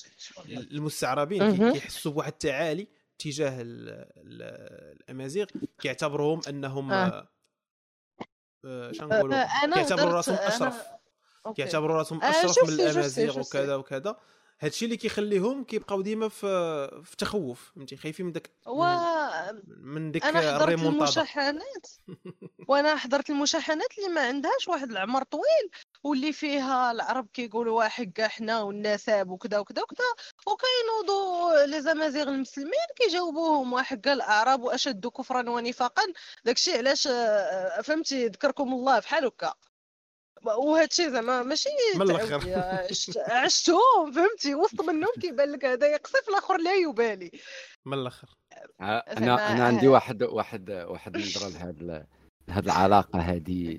المستعربين، كيحسوا بواحد التعالي تجاه الامازيغ، كيعتبروهم انهم آه. اش نقولوا كيعتبروا راسهم اشرف كيعتبروا راسهم اشرف من الامازيغ وكذا وكذا. هادشي اللي كيخليهم كيبقاو ديما في في تخوف، فهمتي، خايفين من داك و... من ديك انا حضرت المشاحنات وانا حضرت المشاحنات اللي ما عندهاش واحد العمر طويل، واللي فيها العرب كيقولوا واحد حنا والنساب وكذا وكذا وكذا، وكاينوضوا لي زامازيغ المسلمين كيجاوبوهم واحد قال الاعراب اشد كفرا ونفاقا. داكشي علاش فهمتي ذكركم الله بحال هكا. وهذا الشيء زعما ماشي من الاخر عشتهم فهمتي وسط منهم كيبان لك هذا يقصف الاخر لا يبالي من الاخر. انا انا عندي واحد واحد واحد النظره لهاد لهاد العلاقه هذه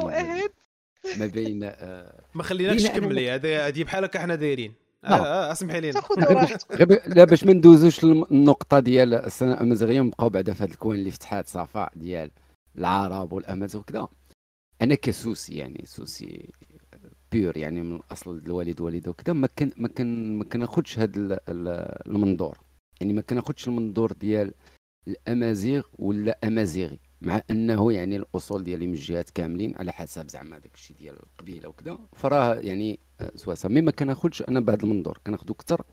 ما بين آه ما خليناكش تكملي. هذا هذه بحال هكا حنا دايرين. اه اسمحي لي لا باش ما ندوزوش النقطه ديال السنه الامازيغيه ونبقاو بعدا في هذا الكوين اللي فتحات صفاء ديال العرب والامازيغ وكذا. انا كسوسي يعني سوسي بيور يعني من الاصل الوالد والد وكذا، ما كان ما كان ما كناخذش هذا المنظور، يعني ما كناخذش المنظور ديال الامازيغ ولا امازيغي، مع انه يعني الاصول ديالي من الجهات كاملين على حسب زعما داك الشيء ديال القبيله وكذا، فراه يعني سواسه. مي ما كناخذش انا بهذا المنظور، كناخذو اكثر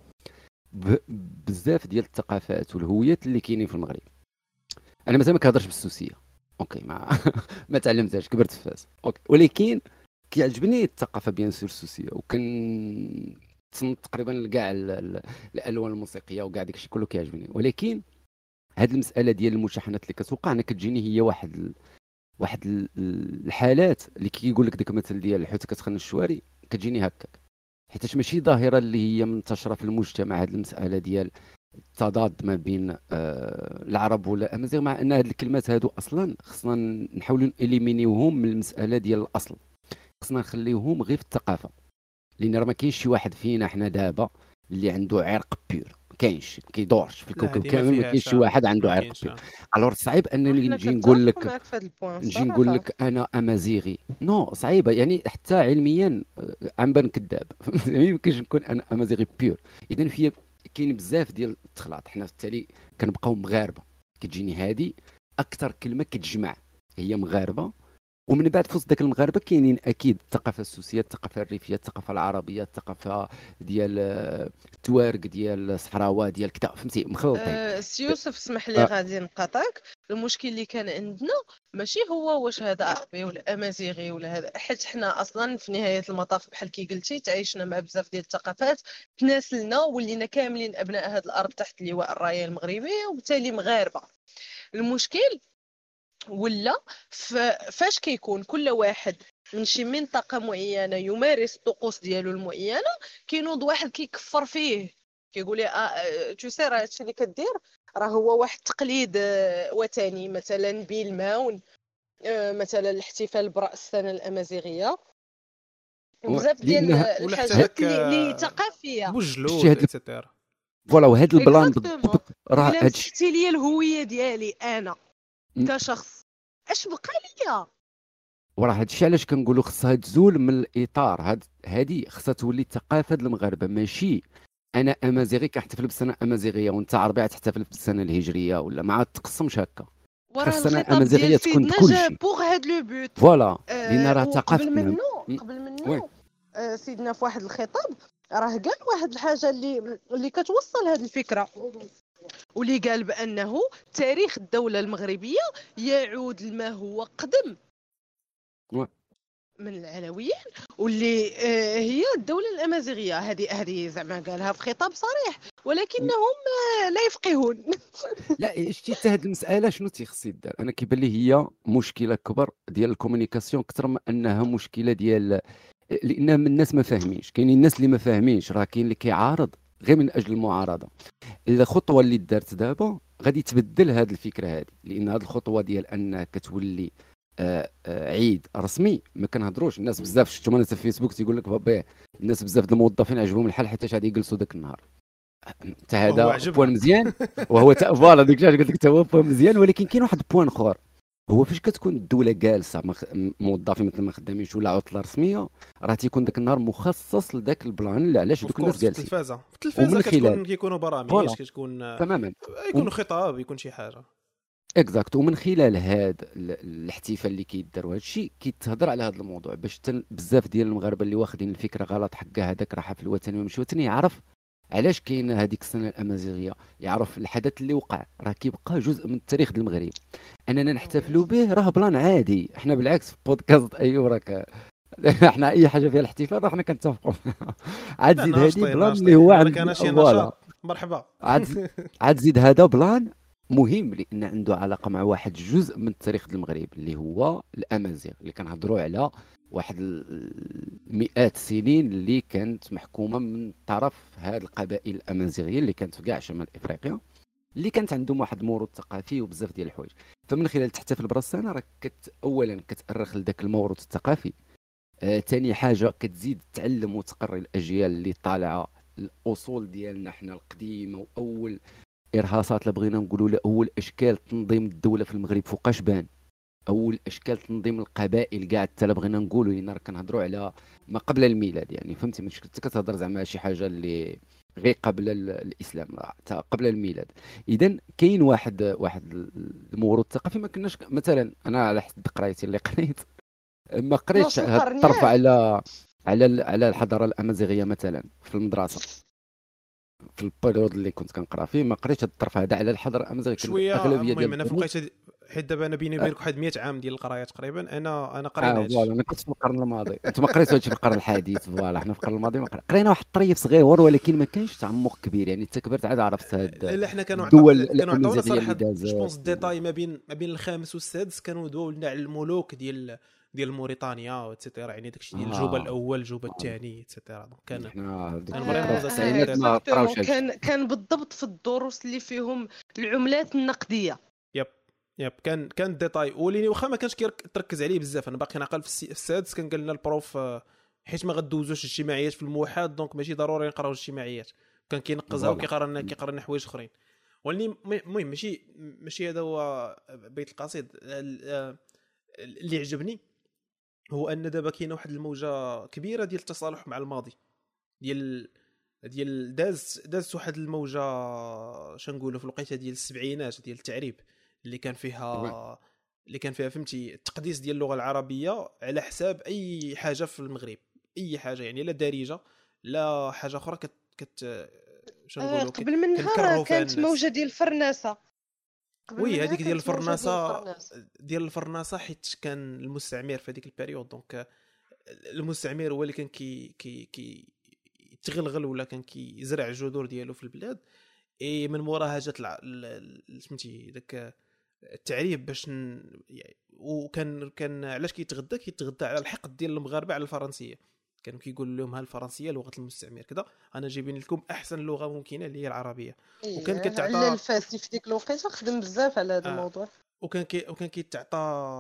بزاف ديال الثقافات والهويات اللي كاينين في المغرب. انا مثلا ما كنهضرش بالسوسيه، اوكي، ما ما تعلمتهاش، كبرت في فاس، اوكي، ولكن كيعجبني الثقافه بيان سور السوسيه، وكن تصنت تقريبا لكاع الالوان الموسيقيه وكاع داك الشيء كله كيعجبني. ولكن هذه المساله ديال المشاحنات اللي كتوقع انا كتجيني هي واحد ال... واحد ال- الحالات اللي كيقول لك داك المثل ديال الحوت كتخن الشواري، كتجيني هكاك، حيتاش ماشي ظاهره اللي هي منتشره في المجتمع. هذه المساله ديال التضاد ما بين آه العرب والامازيغ، مع ان هذه الكلمات هادو اصلا خصنا نحاولوا اليمينيوهم من المساله ديال الاصل، خصنا نخليوهم غير في الثقافه. لان راه ما كاينش شي واحد فينا حنا دابا اللي عنده عرق بيور، ما كاينش، ما كيدورش في الكوكب كامل، ما كاينش شي واحد عنده عرق بيور. الور صعيب انني نجي نقول لك نجي نقول لك انا امازيغي، نو صعيبه يعني، حتى علميا عم بان كذاب ما يمكنش نكون انا امازيغي بيور. اذا في كاين بزاف ديال التخلاط، حنا بالتالي كنبقاو مغاربه. كتجيني هذه اكثر كلمه كتجمع هي مغاربه، ومن بعد في وسط ذاك المغاربه كاينين اكيد الثقافه السوسيه، الثقافه الريفيه، الثقافه العربيه، الثقافه ديال التوارق، ديال الصحراوه، ديال كذا، فهمتي، مخلطين. أه سي يوسف اسمح لي غادي نقاطعك. المشكل اللي كان عندنا ماشي هو واش هذا عربي ولا امازيغي ولا هذا، حيت حنا اصلا في نهايه المطاف بحال كي قلتي تعايشنا مع بزاف ديال الثقافات، تناسلنا ولينا كاملين ابناء هذه الارض تحت لواء الرايه المغربيه وبالتالي مغاربه. المشكل ولا فاش كيكون كل واحد من شي منطقه معينه يمارس الطقوس ديالو المعينه، كينوض واحد كيكفر فيه، كيقول لي اه تو سي راه هادشي اللي كدير راه هو واحد التقليد آه وثني، مثلا بالماون، آه مثلا الاحتفال براس السنه الامازيغيه، وبزاف ديال الحاجات اللي ثقافيه بوجلود ايتترا. فوالا، وهذا البلان بالضبط راه هادشي مسكتي ليا الهويه ديالي انا كشخص، اش بقى ليا؟ وراه هادشي علاش كنقولوا خصها تزول من الاطار هاد، هادي خصها تولي ثقافه المغاربه، ماشي انا امازيغي كنحتفل بالسنه الامازيغيه وانت عربي تحتفل بالسنه الهجريه، ولا ما تقسمش هكا. خاص السنه الامازيغيه تكون كلشي بوغ هاد لو بوت. فوالا، لان راه ثقافتنا قبل منه قبل منه آه سيدنا في واحد الخطاب راه قال واحد الحاجه اللي اللي كتوصل هاد الفكره، واللي قال بانه تاريخ الدوله المغربيه يعود لما هو قدم من العلويين، واللي آه هي الدوله الامازيغيه. هذه هذه زعما قالها في خطاب صريح، ولكنهم آه لا يفقهون. لا شتي حتى هذه المساله شنو تيخص يدار؟ انا كيبان لي هي مشكله كبر ديال الكومونيكاسيون اكثر من انها مشكله ديال، لان الناس ما فاهمينش. كاينين الناس اللي ما فاهمينش، راه كاين اللي كيعارض غير من اجل المعارضه. الخطوه اللي دارت دابا غادي تبدل هذه الفكره هذه، لان هذه الخطوه ديال انها كتولي آه آه عيد رسمي. ما كنهضروش الناس بزاف، شفتوا انا في الفيسبوك تيقول لك بابا الناس بزاف د الموظفين عجبهم الحال حتى غادي يجلسوا ذاك النهار. حتى هذا بوان مزيان، وهو فوالا ديك الشيء قلت لك تا هو بوان مزيان. ولكن كاين واحد البوان اخر، هو فاش كتكون الدوله جالسه موظفين مثل ما خدامينش ولا عطله رسميه، راه تيكون ذاك النهار مخصص لذاك البلان اللي علاش دوك الناس جالسين. في التلفازه في التلفازه كتكون كيكونوا برامج، كتكون تماما يكونوا خطاب، يكون شي حاجه اكزاكت. ومن خلال هذا الاحتفال اللي كيدار وهذا الشيء كيتهضر على هذا الموضوع، باش بزاف ديال المغاربه اللي واخدين الفكره غلط حق هذاك راه حفل وطني ومش وطني، يعرف علاش كاين هذيك السنه الامازيغيه، يعرف الحدث اللي وقع، راه كيبقى جزء من التاريخ ديال المغرب. اننا نحتفلوا به راه بلان عادي. احنا بالعكس في بودكاست ايوب راك احنا اي حاجه فيها الاحتفال راه حنا كنتفقوا. عاد زيد هذه بلان اللي هو عندنا شي نشاط مرحبا. عاد عاد زيد هذا بلان مهم، لان عنده علاقه مع واحد جزء من التاريخ ديال المغرب اللي هو الامازيغ، اللي كنهضروا على واحد المئات السنين اللي كانت محكومه من طرف هذه القبائل الامازيغيه اللي كانت في كاع شمال افريقيا، اللي كانت عندهم واحد الموروث ثقافي وبزاف ديال الحوايج. فمن خلال تحتفل براس السنه راه كت اولا كتأرخ لذاك الموروث الثقافي، ثاني آه حاجه كتزيد تعلم وتقري الاجيال اللي طالعه الاصول ديالنا حنا القديمه، واول ارهاصات اللي بغينا نقولوا له اول اشكال تنظيم الدوله في المغرب فوقاش بان، اول اشكال تنظيم القبائل كاع حتى بغينا نقولوا، لان راه كنهضروا على ما قبل الميلاد يعني، فهمتي؟ ماشي كنت كتهضر زعما شي حاجه اللي غير قبل الاسلام حتى قبل الميلاد. اذا كاين واحد واحد الموروث الثقافي ما كناش مثلا. انا على حسب قرايتي اللي قريت ما قريتش هاد الطرف على على على الحضاره الامازيغيه مثلا في المدرسه في البيريود اللي كنت كنقرا فيه. ما قريتش هاد الطرف هذا على الحضاره الامازيغيه. شويه اغلبيه ديال انا فوقيت حيت دابا انا بيني وبينك واحد مية عام ديال القرايه تقريبا. انا انا قرينا هادشي. فوالا انا كنت في القرن الماضي، انت ما قريتش هادشي في القرن الحديث. فوالا حنا في القرن الماضي ما قرينا قرينا واحد الطريف صغير ولكن ما كانش تعمق كبير. يعني انت كبرت عاد عرفت هاد لا حنا كانوا الدول كانوا عطاونا الامازيغيه صراحه اللي جو بونس دازت. ديتاي ما بين ما بين الخامس والسادس كانوا دوا لنا على الملوك ديال ديال موريتانيا واتسيتيرا. يعني داكشي ديال الجوبه آه. الاول الجوبه الثاني اتسيتيرا. دونك كان حنا كان دوك فريمون في ذا التسعينات سيري. ما قراوش هادشي. كان كان بالضبط في الدروس اللي فيهم العملات النقديه. يب يب كان كان ديتاي وليني واخا ما كانش كيركز عليه بزاف. انا باقي نعقل في السي- السادس كان قال لنا البروف آه، حيت ما غدوزوش الاجتماعيات في الموحد دونك ماشي ضروري نقراو الاجتماعيات. كان كينقزها فوالا. وكيقرا لنا كيقرا لنا حوايج اخرين. ولكن المهم ماشي ماشي هذا هو بيت القصيد. ال- آه، اللي عجبني هو ان دابا كاينه واحد الموجه كبيره ديال التصالح مع الماضي ديال ديال داز داز واحد الموجه شنقولوا في الوقيته ديال السبعينات ديال التعريب اللي كان فيها اللي كان فيها فهمتي التقديس ديال اللغه العربيه على حساب اي حاجه في المغرب. اي حاجه يعني لا دارجه لا حاجه اخرى كت كت شنقولوا آه قبل منها راه كانت موجه ديال الفرناسه. وي هذيك ديال الفرناسه ديال الفرناسه حيت كان المستعمر في هذيك البيريود. دونك المستعمر هو اللي كان كي كي كي تغلغل ولا كان كيزرع الجذور ديالو في البلاد. اي من موراها جات سميتي داك التعريب باش ن... يعني وكان كان علاش كيتغدى كيتغدى على الحقد ديال المغاربه على الفرنسيه. كانوا كيقولوا لهم ها الفرنسيه لغه المستعمر كذا انا جايبين لكم احسن لغه ممكنه اللي هي العربيه. وكان كيتعطى على الفاسي في ديك الوقيته خدم بزاف على هذا آه. الموضوع. وكان كي وكان كيتعطى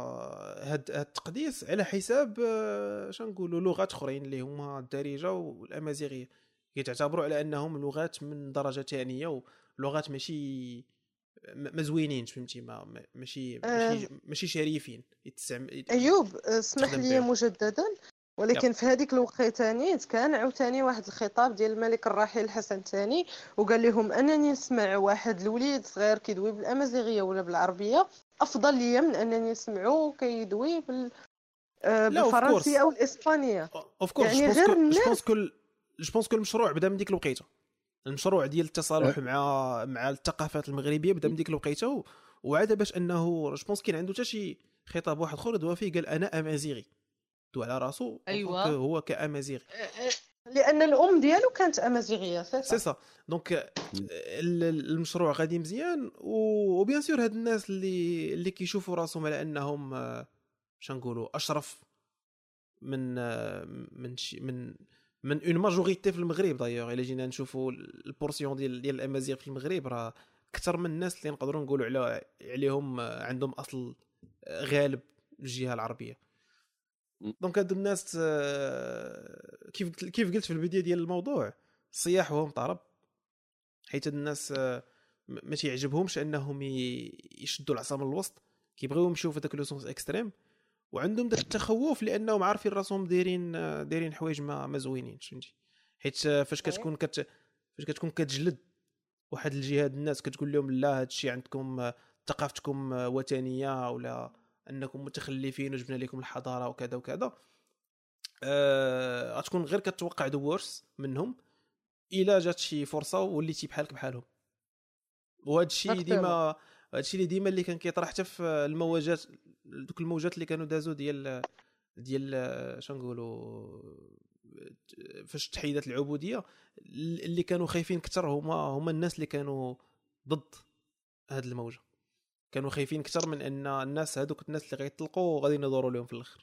هاد التقديس على حساب شنقولوا لغات اخرين اللي هما الدارجه والامازيغيه. كيتعتبروا على انهم لغات من درجه ثانيه ولغات ماشي مزوينين فهمتي ما ماشي ماشي ماشي شريفين يتسمى. ايوب اسمح لي مجددا ولكن يب. في هذيك الوقيته نيت كان عاوتاني واحد الخطاب ديال الملك الراحل الحسن الثاني وقال لهم انني نسمع واحد الوليد صغير كيدوي بالامازيغيه ولا بالعربيه افضل ليا من انني نسمعو كيدوي بال بالفرنسيه او الاسبانيه. يعني غير الناس كل جو بونس كو المشروع بدا من ديك الوقيته. المشروع ديال التصالح أه. مع مع الثقافات المغربيه بدا من ديك الوقيته. وعاد باش انه جو بونس كاين عنده حتى شي خطاب واحد اخر دوا فيه قال انا امازيغي دو على راسو. أيوة. هو كامازيغي لان الام ديالو كانت امازيغيه سي سا. دونك المشروع غادي مزيان وبيان سور هاد الناس اللي اللي كيشوفوا راسهم على انهم باش نقولوا اشرف من من من من اون ماجوريتي في المغرب. دايوغ الا جينا نشوفوا البورسيون ديال ديال الامازيغ في المغرب راه اكثر من الناس اللي نقدروا نقولوا على عليهم عندهم اصل غالب الجهه العربيه. دونك هادو الناس كيف كيف قلت في البدايه ديال الموضوع الصياح وهم طرب حيت الناس ما تيعجبهمش انهم يشدوا العصا من الوسط. كيبغيو يمشيو في داك لو سونس اكستريم وعندهم داك التخوف لانهم عارفين راسهم دايرين دايرين حوايج ما ما زوينينش فهمتي. حيت فاش كتكون كت فاش كتكون كتجلد واحد الجهه الناس كتقول لهم لا هادشي عندكم ثقافتكم وثنيه ولا انكم متخلفين وجبنا لكم الحضاره وكذا وكذا أه... غتكون غير كتوقع دورس منهم الا جات شي فرصه وليتي بحالك بحالهم. وهذا الشيء ديما هذا الشيء اللي ديما اللي كان كيطرح حتى في المواجهات دوك الموجات اللي كانوا دازوا ديال ديال شنقولوا فاش تحيدات العبوديه اللي كانوا خايفين اكثر هما هما الناس اللي كانوا ضد هذه الموجه. كانوا خايفين اكثر من ان الناس هذوك الناس اللي غيطلقوا غادي ينظروا لهم في الاخر.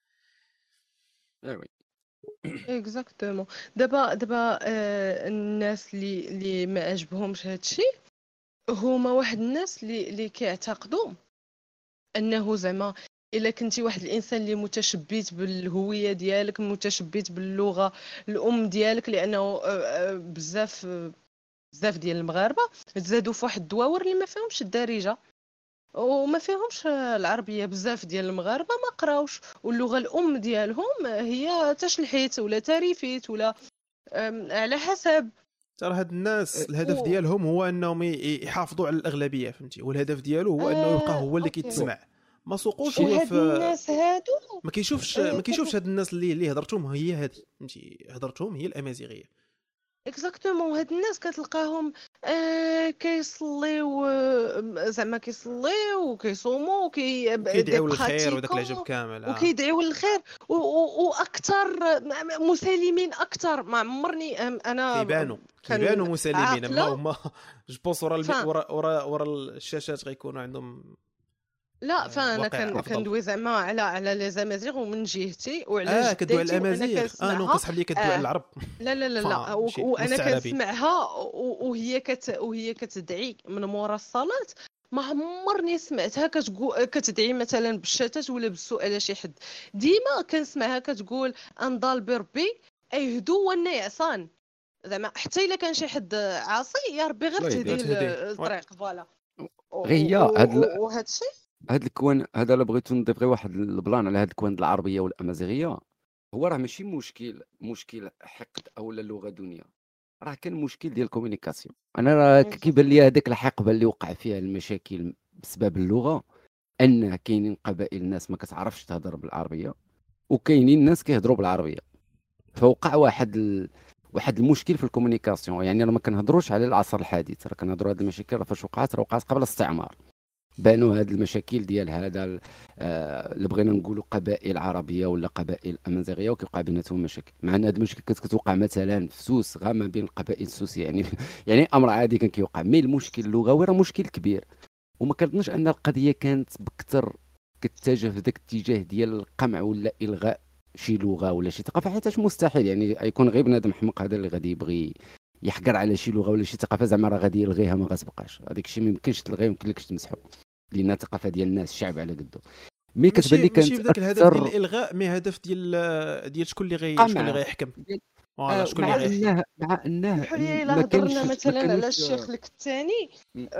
ايوه اكزاكتومون. دابا دابا آه الناس اللي اللي ما عجبهمش هذا الشيء هما واحد الناس اللي اللي كيعتقدوا انه زعما الا كنتي واحد الانسان اللي متشبث بالهويه ديالك متشبث باللغه الام ديالك لانه بزاف بزاف ديال المغاربه تزادوا في واحد الدواور اللي ما فيهمش الدارجه وما فيهمش العربيه. بزاف ديال المغاربه ما قراوش واللغه الام ديالهم هي تشلحيت ولا تاريفيت ولا على حسب ترى هاد الناس الهدف ديالهم هو انهم يحافظوا على الاغلبيه، فهمتي؟ والهدف ديالو هو انه يبقى هو اللي كيتسمع، ما سوقوش هو في الناس هادو ما كيشوفش ما كيشوفش هاد الناس اللي اللي هضرتهم هي هادي، فهمتي؟ هضرتهم هي الامازيغيه اكزاكتومون. هاد الناس كتلقاهم آه كيصليو زعما كيصليو وكيصوموا وكي كيدعيو للخير وداك العجب كامل آه. وكيدعيو للخير واكثر مسالمين اكثر. ما عمرني انا كيبانوا كيبانوا مسالمين، اما هما جبوس ورا الم... ورا ورا ورا الشاشات غيكونوا عندهم لا. فانا كان كندوي زعما على على لي زامازيغ ومن جهتي وعلى اه كدوي على الامازيغ. اه نو كنسحب لي كدوي على آه. العرب. لا لا لا لا وانا كنسمعها وهي كت وهي كتدعي من مورا الصلاه. ما عمرني سمعتها كتقول كتدعي مثلا بالشتات ولا بالسؤال شي حد. ديما كنسمعها كتقول انضال بربي ايهدو وانا يعصان. زعما حتى الا كان شي حد عاصي يا ربي غير تهديه الطريق. فوالا غير هاد وهذا الشيء هاد الكوان هذا. لا بغيتو نضيف غير واحد البلان على هاد الكوان العربيه والامازيغيه. هو راه ماشي مشكل مشكل حقد او اللغه دنيا، راه كان مشكل ديال الكومونيكاسيون. انا راه كيبان لي هذيك الحقبه اللي وقع فيها المشاكل بسبب اللغه، ان كاينين قبائل الناس ما كتعرفش تهضر بالعربيه وكاينين الناس كيهضروا بالعربيه، فوقع واحد ال... واحد المشكل في الكومونيكاسيون. يعني راه ما كنهضروش على العصر الحديث، راه كنهضروا هذه المشاكل راه فاش وقعت راه وقعت قبل الاستعمار. بانوا هذه المشاكل ديال هذا اللي آه بغينا نقولوا قبائل عربيه ولا قبائل امازيغيه وكيوقع بيناتهم مشاكل. مع ان هذه المشكل كتوقع مثلا في سوس غير ما بين القبائل السوس، يعني يعني امر عادي كان كيوقع. مي المشكل اللغوي راه مشكل كبير، وما كنظنش ان القضيه كانت بكثر كتتجه في ذاك الاتجاه ديال القمع ولا الغاء شي لغه ولا شي ثقافه، حيت مستحيل يعني يكون غير بنادم حمق هذا اللي غادي يبغي يحقر على شي لغه ولا شي ثقافه زعما راه غادي يلغيها ما غتبقاش. هذاك الشيء ما يمكنش تلغيه وما يمكنلكش تمسحو، لان الثقافه ديال الناس الشعب على قده. مي كتبان لي كانت ماشي بداك الهدف ديال الالغاء، مي هدف ديال ديال شكون اللي غي شكون اللي غيحكم. آه شكون اللي غيحكم مع انه ما هضرنا مثلا على الشيخ الكتاني،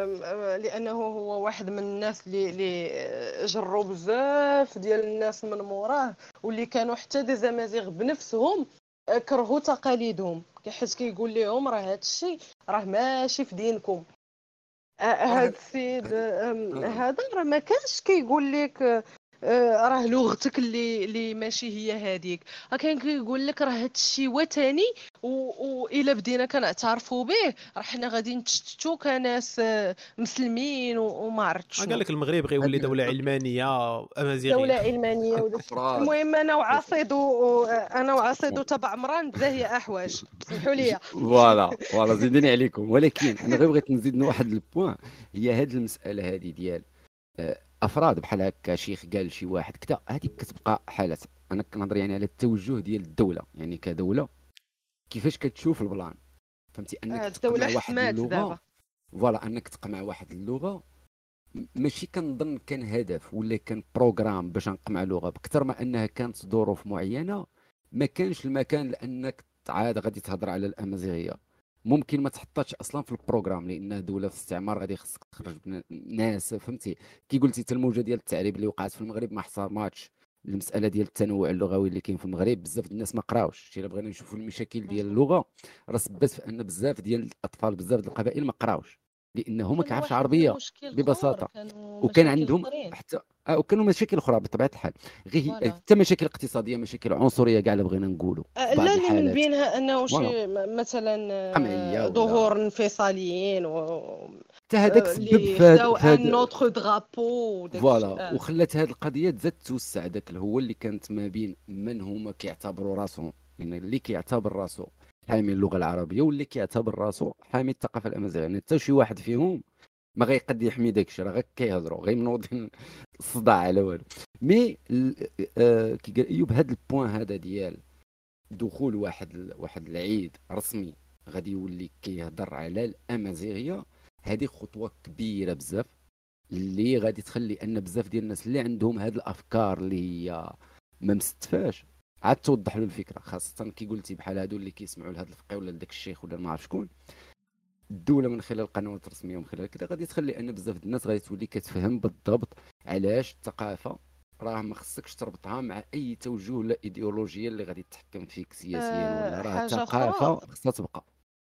لانه هو واحد من الناس اللي اللي جروا بزاف ديال الناس من موراه، واللي كانوا حتى دي زامازيغ بنفسهم كرهوا تقاليدهم، حيت كيقول لهم راه هذا الشيء راه ماشي في دينكم. هذا السيد هذا راه ما كانش كيقول لك راه لغتك اللي اللي ماشي هي هذيك، راه كان كيقول لك راه هذا الشيء وثني، والا بدينا كنعترفوا به راه حنا غادي نتشتتوا كناس مسلمين وما عرفتش. قال لك المغرب غيولي دوله علمانيه امازيغيه، دوله علمانيه. المهم انا وعصيد انا وعصيد تبع عمران زاهيه احواج، سمحوا لي. فوالا فوالا زيدني عليكم. ولكن انا غير بغيت نزيد واحد البوان، هي هذه المساله هذه ديال افراد بحال هكا شيخ قال شي واحد كذا، هذه كتبقى حالات. انا كنهضر يعني على التوجه ديال الدوله، يعني كدوله كيفاش كتشوف البلان، فهمتي؟ انك تقمع واحد اللغه. فوالا انك تقمع واحد اللغه ماشي كنظن كان هدف ولا كان بروغرام باش نقمع لغه، بكثر ما انها كانت ظروف معينه ما كانش المكان لانك عاد غادي تهضر على الامازيغيه. ممكن ما تحطاتش اصلا في البروغرام لانها دوله في الاستعمار، غادي خصك تخرج ناس، فهمتي؟ كي قلتي حتى الموجه ديال التعريب اللي وقعت في المغرب ما حصرماتش المساله ديال التنوع اللغوي اللي كاين في المغرب. بزاف الناس ما قراوش، الا بغينا نشوفوا المشاكل ديال اللغه راه سبات في ان بزاف ديال الاطفال بزاف ديال القبائل ما قراوش لانه ما كيعرفش عربيه ببساطه، وكان عندهم حتى آه وكانوا مشاكل اخرى بطبيعه الحال، غير حتى مشاكل اقتصاديه، مشاكل عنصريه كاع اللي بغينا نقولوا. لا اللي من بينها انه شي مثلا ظهور انفصاليين و حتى هذاك سبب في هذا نوتر درابو فوالا، وخلات هذه القضيه تزاد توسع. داك هو اللي كانت ما بين من هما كيعتبروا راسهم، يعني اللي كيعتبر راسو حامي اللغه العربيه واللي كيعتبر راسو حامي الثقافه الامازيغيه. يعني حتى شي واحد فيهم ما غيقد يحمي داكشي، راه غير كيهضروا غير منوضين الصداع على والو. مي آه كي قال ايوب هذا البوان هذا ديال دخول واحد واحد العيد رسمي غادي يولي كيهضر على الامازيغيه، هذه خطوه كبيره بزاف اللي غادي تخلي ان بزاف ديال الناس اللي عندهم هذه الافكار اللي هي ما مستفاش عاد توضح له الفكره، خاصه كي قلتي بحال هادو اللي كيسمعوا لهذا الفقيه ولا لذاك الشيخ ولا ما عرف شكون. الدوله من خلال القنوات الرسميه ومن خلال كذا غادي تخلي ان بزاف ديال الناس غادي تولي كتفهم بالضبط علاش الثقافه راه ما خصكش تربطها مع اي توجه ولا ايديولوجيه اللي غادي تحكم فيك سياسيا ولا راه الثقافه خصها تبقى.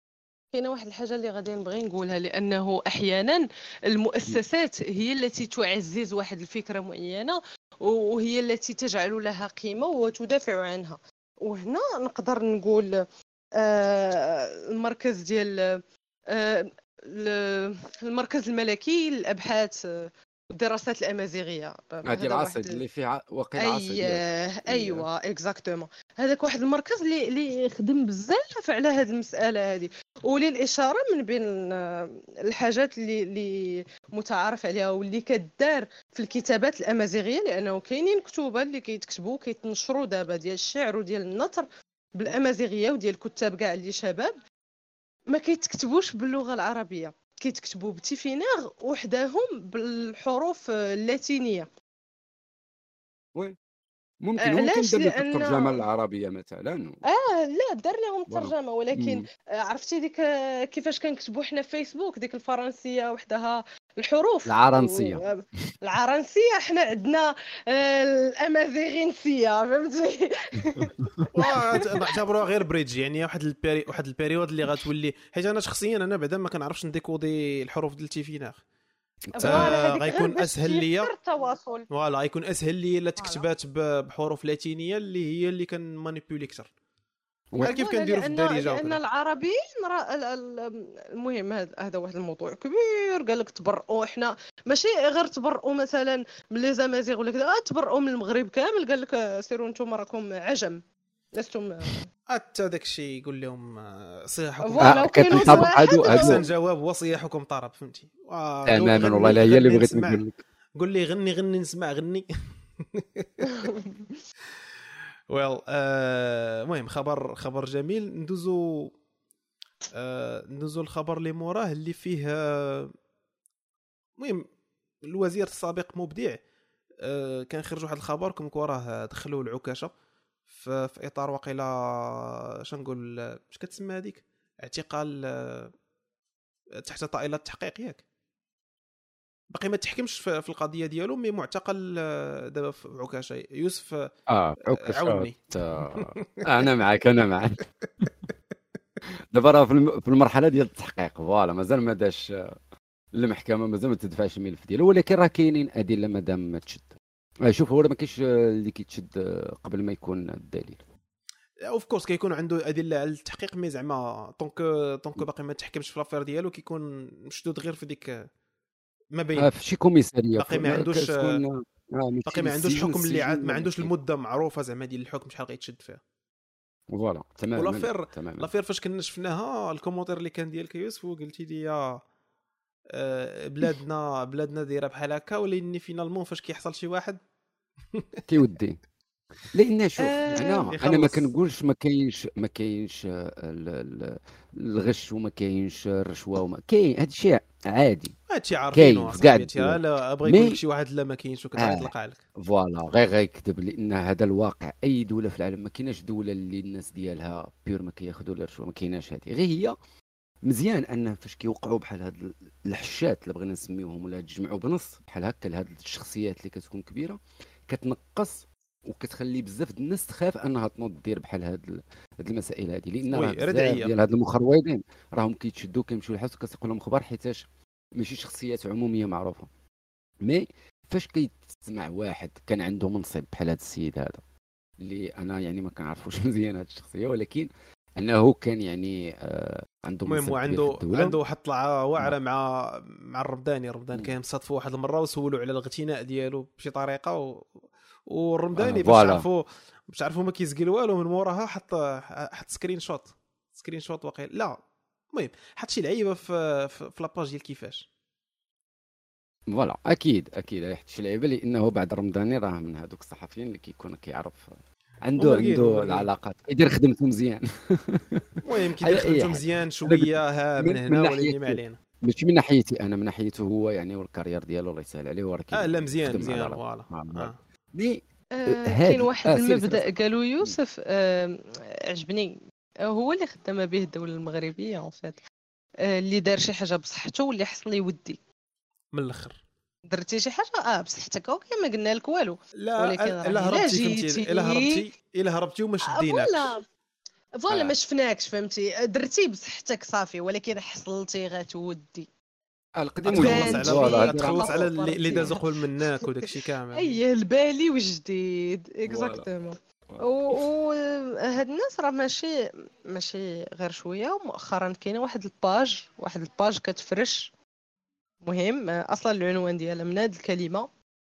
كاينه واحد الحاجه اللي غادي نبغي نقولها، لانه احيانا المؤسسات هي التي تعزز واحد الفكره معينه وهي التي تجعل لها قيمه وتدافع عنها. وهنا نقدر نقول آه المركز ديال آه المركز الملكي للابحاث والدراسات الامازيغيه، هذه العصيد اللي فيها وقيل عصيد. أي... ايوه اكزاكتومون. هذاك واحد المركز اللي اللي خدم بزاف على هذه المساله هذه، وللاشاره من بين الحاجات اللي اللي متعارف عليها واللي كدار في الكتابات الامازيغيه، لانه كاينين كتبه اللي كيتكتبوا كيتنشروا دابا ديال الشعر وديال النثر بالامازيغيه، وديال الكتاب كاع اللي شباب ما كيتكتبوش باللغه العربيه، كيتكتبوا بتيفيناغ وحداهم بالحروف اللاتينيه. وي ممكن ممكن ندير لك الترجمه العربيه مثلا. اه لا دار لهم الترجمه، ولكن مم. عرفتي ديك كيفاش كنكتبوا حنا في فيسبوك ديك الفرنسيه وحدها الحروف العرنسيه و... العرنسيه حنا عندنا الامازيغينسيه، فهمتي؟ نعتبروها غير بريدج، يعني واحد البيري واحد البيريود اللي غتولي، حيت انا شخصيا انا بعدا ما كنعرفش نديكودي الحروف ديال التيفيناغ، آه غيكون اسهل ليا التواصل. فوالا غيكون اسهل ليا الا تكتبات بحروف لاتينيه اللي هي اللي كان مانيبيولي اكثر، بحال كيف كنديروا في الدارجه. لان العربيين راه المهم هذا واحد الموضوع كبير. قال لك تبرؤوا، احنا ماشي غير تبرؤوا مثلا من لي زامازيغ ولا كذا، تبرؤوا من المغرب كامل. قال لك سيروا انتم راكم عجم لستم حتى داك الشيء يقول لهم صياحكم طرب. احسن جواب وصياحكم طرب، فهمتي؟ تماما والله لا هي اللي بغيت نقول لك. قول لي غني غني نسمع غني. ويل المهم خبر خبر جميل. ندوزو آه ندوزو الخبر اللي موراه اللي فيه المهم الوزير السابق مبدع آه كان خرج واحد الخبر كم كوراه دخلوا العكاشه في, في اطار وقيله شنو نقول اش كتسمى هذيك اعتقال آه تحت طائله التحقيق، ياك باقي ما تحكمش في القضيه ديالو، مي معتقل دابا في عكاشه. يوسف اه عاوني. انا معك انا معك. دابا راه في المرحله ديال التحقيق، فوالا مازال ما داش المحكمه، مازال ما تدفعش الملف ديالو، ولكن راه كاينين ادله مادام ما تشد. شوف هو ما كاينش اللي كيتشد قبل ما يكون الدليل. اوف كورس كيكون عنده ادله على التحقيق، مي زعما طونك طونك باقي ما تحكمش في لافير ديالو كيكون مشدود غير في ديك ما بين آه في شي كوميساريه باقي ما عندوش آه باقي ما عندوش حكم اللي عاد ما عندوش المده معروفه زعما ديال الحكم شحال غيتشد فيها. فوالا تماما. ولافير لافير فاش كنا شفناها الكومونتير اللي كان ديالك يوسف وقلتي لي آه بلادنا بلادنا دايره بحال هكا، ولاني فينالمون فاش كيحصل شي واحد كيودي. لان شوف انا انا ما كنقولش ما كاينش ما كاينش الغش وما كاينش الرشوه وما كاين، هذا الشيء عادي هادشي عارفينه صاحبيتي. لا بغى يقول لك شي واحد لا ما كاينش وكتطلق عليك فوالا غير غيكذب، لان هذا الواقع. اي دوله في العالم ما كايناش دوله اللي الناس ديالها بيور ما كياخذوا لا رشوه، ما كايناش. هذه غير هي مزيان ان فاش كيوقعوا بحال هاد الحشات اللي بغينا نسميوهم ولا تجمعوا بنص بحال هكا لهاد الشخصيات اللي كتكون كبيره، كتنقص وكتخلي بزاف د الناس تخاف انها تنوض دير بحال هاد هاد المسائل هذه، لان راه بزاف ديال هاد المخروضين راهم كيتشدوا كيمشيو للحبس وكيسيقوا لهم خبر حيتاش ماشي شخصيات عموميه معروفه. مي فاش كيتسمع واحد كان عنده منصب بحال هاد السيد هذا اللي انا يعني ما كنعرفوش مزيان هاد الشخصيه، ولكن انه كان يعني آه عنده منصب عنده عنده واحد طلعه واعره مع مع الرمداني. الرمداني كان مصادفوا واحد المره وسولوا على الاغتناء ديالو بشي طريقه و... والرمداني باش عرفوا باش عرفوا ما كيزقل والو من موراها حط حط سكرين شوت سكرين شوت واقيلا لا المهم حط شي لعيبه في في لاباج ديال كيفاش. فوالا اكيد اكيد حط شي لعيبه، لانه بعد رمضاني راه من هذوك الصحفيين اللي كيكون كيعرف عنده عنده العلاقات يدير خدمته مزيان. المهم كيدير خدمته مزيان شويه ها من هنا ولكن ما علينا. ماشي من ناحيتي انا، من ناحيته هو يعني والكارير ديالو الله يسهل عليه ولكن اه لا مزيان مزيان فوالا. مي كاين واحد آه المبدا قالوا يوسف آه عجبني، هو اللي خدام به الدوله المغربيه اون فيت، آه اللي دار شي حاجه بصحته واللي حصل يودي من الاخر. درتي شي حاجه اه بصحتك اوكي ما قلنا لك والو، ولكن الا هربتي فهمتي الا هربتي الا هربتي وما شديناكش فوالا ما شفناكش فهمتي درتي بصحتك صافي ولكن حصلتي غتودي القديم تخلص بان على شي تخلص على كبرتي. اللي اللي دازو قبل منك وداك الشيء كامل. اي البالي وجديد اكزاكتومون. وهاد الناس راه ماشي ماشي غير شويه. مؤخرا كاينه واحد الباج واحد الباج كتفرش مهم اصلا العنوان ديالها من هاد الكلمه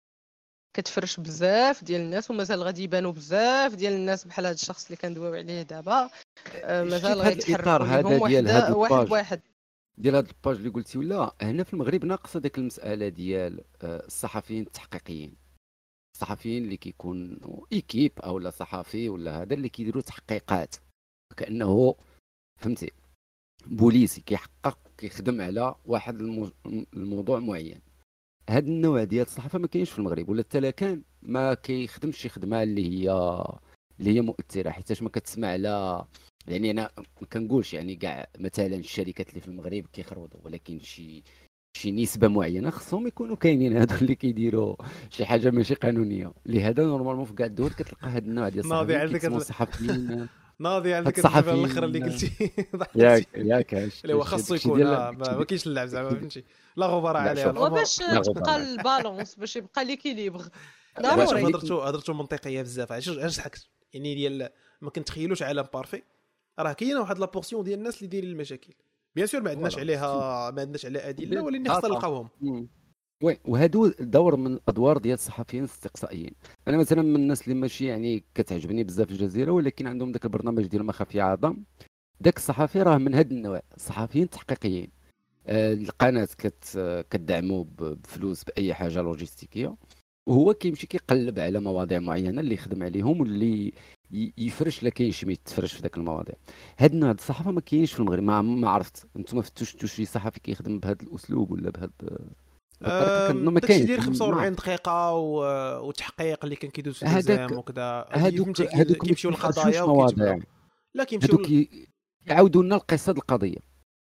كتفرش بزاف ديال الناس ومازال غادي يبانوا بزاف ديال الناس بحال هاد الشخص اللي كندويو عليه دابا. آه، مازال هاد الاطار غيتحركوا هذا لهم ديال واحد هاد واحد الباج واحد ديال هاد الباج اللي قلتي ولا هنا في المغرب ناقصه ديك المساله ديال آه، الصحفيين التحقيقيين. الصحفيين اللي كيكونوا ايكيب او لا صحفي ولا هذا اللي كيديروا تحقيقات كانه فهمتي بوليسي كيحقق كيخدم على واحد المو... الموضوع معين. هاد النوع ديال الصحافه ما كاينش في المغرب ولا حتى لا كان ما كيخدمش شي خدمه اللي هي اللي هي مؤثره حيتاش ما كتسمع على يعني انا ما كنقولش يعني كاع مثلا الشركات اللي في المغرب كيخربطوا ولكن شي شي نسبه معينه خصهم يكونوا كاينين هادو اللي كيديروا شي حاجه ماشي قانونيه. لهذا نورمالمون في كاع الدول كتلقى هاد النوع ديال ناضي الصحفيين عندك كيتسموا هاد- الصحفيين ناضي هاد عندك الجمله الصحفيين الاخرى اللي قلتي ياك ياك اللي هو خاصو يكون آه، ما ما كاينش اللعب زعما فهمتي لا غبار لا، عليها شوف. لا هو غبار. باش لا غبار تبقى عليك. البالونس باش يبقى ليكيليبر لا شوف ضروري. هضرتو هضرتو منطقيه بزاف علاش علاش ضحكت يعني ديال ما كنتخيلوش عالم بارفي. راه كاينه واحد لابورسيون ديال الناس اللي دايرين المشاكل بيان سور ما عندناش فوالا. عليها ما عندناش عليها ادله ولكن خاصنا خطأ. نلقاوهم. مم. وي وهادو دور من الادوار ديال الصحفيين الاستقصائيين. انا مثلا من الناس اللي ماشي يعني كتعجبني بزاف الجزيره ولكن عندهم داك البرنامج ديال مخافي عظام. داك الصحفي راه من هاد النوع الصحفيين التحقيقيين. آه القناه كت كتدعمو ب- بفلوس باي حاجه لوجيستيكيه وهو كيمشي كيقلب على مواضيع معينه اللي يخدم عليهم واللي ي- يفرش لا كاين شي ما يتفرش في داك المواضيع. هاد النوع ديال الصحافه ما كاينش في المغرب. ما ما عرفت انتم فتوش شفتوا شي صحفي كيخدم بهذا الاسلوب ولا بهذا الطريقه كنظن ما داكشي كاين. ديال خمسة وأربعين دقيقه و- وتحقيق اللي كان كيدوز في هذاك- الالزام وكذا هادوك فهمتي كي- هادوك كيمشيو ما كيفرشوش للقضايا مواضيع. وكيتبعوا لا كيمشيو هادوك ي- يعاودوا لنا القصه د القضيه.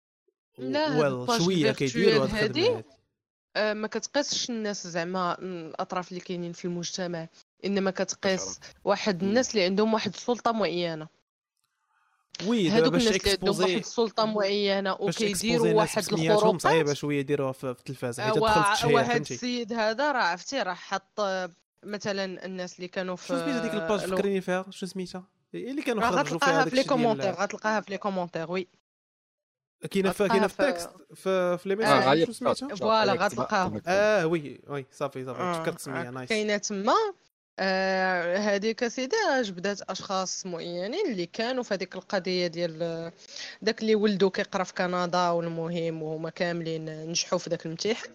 لا، هاد ويل الباج شويه الفيرتويال كيديروا هاد هادي الخدمه هادي. آه، ما كتقيسش الناس زعما م، الاطراف اللي كاينين في المجتمع انما كتقيس واحد الناس اللي عندهم واحد السلطه معينه. وي دابا هادوك باش الناس اللي عندهم واحد اكسبوزي السلطه معينه باش وكيديروا اكسبوزي واحد الناس سمياتهم الخروقات. صعيبه شويه يديروها في في التلفازه حيت و- تدخل في التشهير وهاد فهمتي. السيد هذا راه عرفتي راه حط آه، مثلا الناس اللي كانوا في شنو سميتها ديك الباج لو- فكريني فيها شنو سميتها هي اللي كانوا راه خرجوا غتلقاها فيها في داك لي الشيء كومونتير ديال غتلقاها في لي كومونتير وي كاينه في كاينه في غتلقاها التكست في في لي آه، ميساج غايب شنو سميتها فوالا غتلقاها. اه وي وي صافي صافي آه، تفكرت سميها نايس. كاينه تما آه، هذيك سيدي جبدات اشخاص معينين اللي كانوا في هذيك القضيه ديال داك اللي ولدوا كيقرا في كندا والمهم وهما كاملين نجحوا في داك الامتحان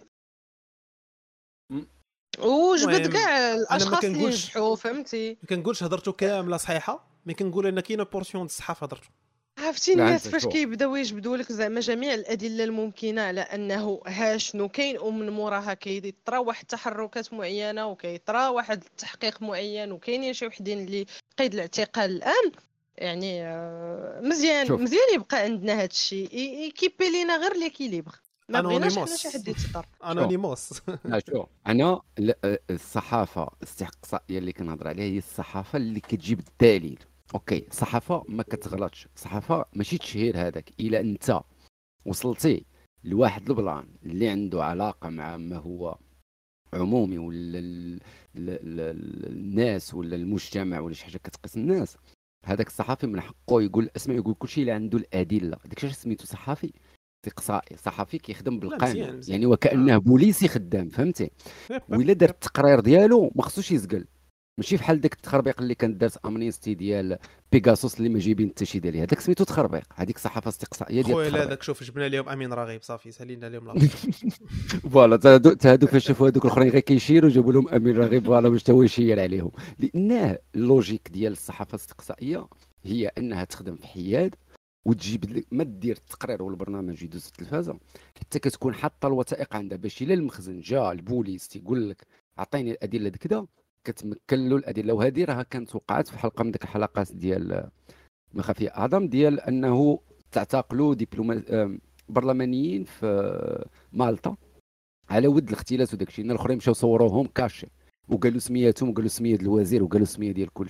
مم. وجبد المهم، كاع الاشخاص اللي كنقولش- نجحوا فهمتي. ما كنقولش هضرتو كامله صحيحه مي كنقول ان كاينه بورسيون د الصحافه هضرتو. عرفتي لا، الناس أنت فاش شوف. كيبداو يجبدوا لك زعما جميع الادله الممكنه على انه ها شنو كاين ومن موراها كيطرا واحد التحركات معينه وكيطرا واحد التحقيق معين وكاينين شي وحدين اللي قيد الاعتقال الان. يعني آه، مزيان شوف. مزيان يبقى عندنا هذا الشيء يكيبي لينا غير ليكيليبر ما بغيناش حنا أنونيموس. شي حد يتصدر. انونيموس. لا شوف انا ال- الصحافه الاستقصائيه اللي كنهضر عليها هي الصحافه اللي كتجيب الدليل. اوكي الصحافه ما كتغلطش. الصحافه ماشي تشهير هذاك. الا انت وصلتي لواحد البلان اللي عنده علاقه مع ما هو عمومي ولا ال- ال- ال- الناس ولا المجتمع ولا شي حاجه كتقيس الناس هذاك الصحافي من حقه يقول الاسماء يقول كلشي اللي عنده الادله. داكشي سميتو صحافي استقصائي. صحفي كيخدم بالقانون مزيان، مزيان. يعني وكانه بوليسي خدام فهمتي. وإلا دار التقرير ديالو ما خصوش يزقل. ماشي بحال داك التخربيق اللي كانت دارت امنيستي ديال بيغاسوس اللي ما جايبين حتى شي دليل. هذاك سميتو تخربيق. هذيك صحافه استقصائيه ديال خويا لا التخربيق. داك شوف جبنا لهم امين رغيب صافي سالينا لهم لا. فوالا تا هادو تا هادو فاش شافوا هذوك الاخرين غير كيشيروا جابوا لهم امين رغيب فوالا باش تا هو يشير عليهم. لان اللوجيك ديال الصحافه الاستقصائيه هي انها تخدم في حياد وتجيب لك ما دير التقرير والبرنامج يدوز في التلفازه حتى كتكون حاطه الوثائق عندها باش الا المخزن جا البوليس تيقول لك عطيني الادله كذا كتمكن له الادله. وهذه راه كانت وقعت في حلقه من ديك الحلقات ديال مخافي اعظم ديال انه تعتقلوا دبلوما آم، برلمانيين في مالطا على ود الاختلاس وداك الشيء. الاخرين مشاو صوروهم كاشي وقالوا سمياتهم وقالوا سميه الوزير وقالوا سميه ديال كلشي.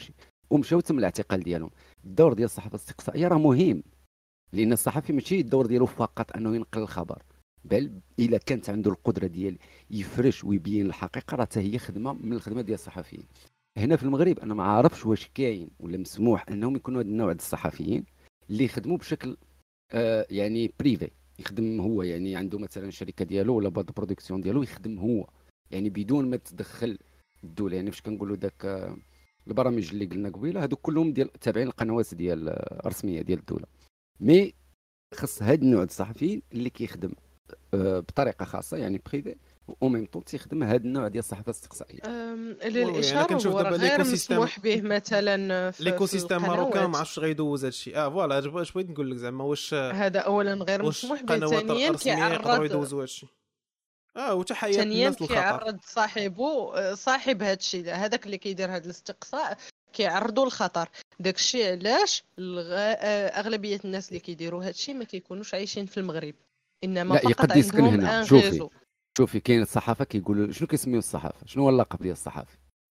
ومشاو تم الاعتقال ديالهم. الدور ديال الصحافه الاستقصائيه راه مهم، لان الصحفي ماشي الدور ديالو فقط انه ينقل الخبر، بل الا كانت عنده القدره ديال يفرش ويبين الحقيقه راه حتى هي خدمه من الخدمه ديال الصحفيين. هنا في المغرب انا ما عارفش واش كاين ولا مسموح انهم يكونوا هذا النوع ديال الصحفيين اللي يخدموا بشكل آه يعني بريفي، يخدم هو يعني عنده مثلا شركه ديالو ولا بعض البرودكسيون ديالو يخدم هو يعني بدون ما تدخل الدوله. يعني فاش كنقولوا داك آه البرامج اللي قلنا قبيله هذوك كلهم ديال تابعين القنوات ديال الرسميه ديال الدوله. مي خص هاد النوع ديال الصحفيين اللي كيخدم آه بطريقه خاصه يعني بريفي، او ميم طون تيخدم هذا النوع ديال الصحافه الاستقصائيه. للاشاره هو غير مسموح به مثلا في ليكو سيستيم ماروكان ما عرفتش غيدوز هذا الشيء. اه فوالا اش بغيت نقول لك زعما واش هذا اولا غير مسموح به، ثانيا كيعرض يدوزوا هذا الشيء اه وتحيات الناس للخطر. كيعرض صاحبه صاحب هذا الشيء هذاك اللي كيدير هذا الاستقصاء كيعرضوا الخطر. داك الشيء علاش اغلبيه الناس اللي كيديروا هذا الشيء ما كيكونوش عايشين في المغرب، انما لا فقط يسكن عندهم هنا. ان شوفي غيزو. شوفي كاين الصحافه كيقولوا شنو كيسميو الصحافه، شنو هو اللقب ديال الصحافي؟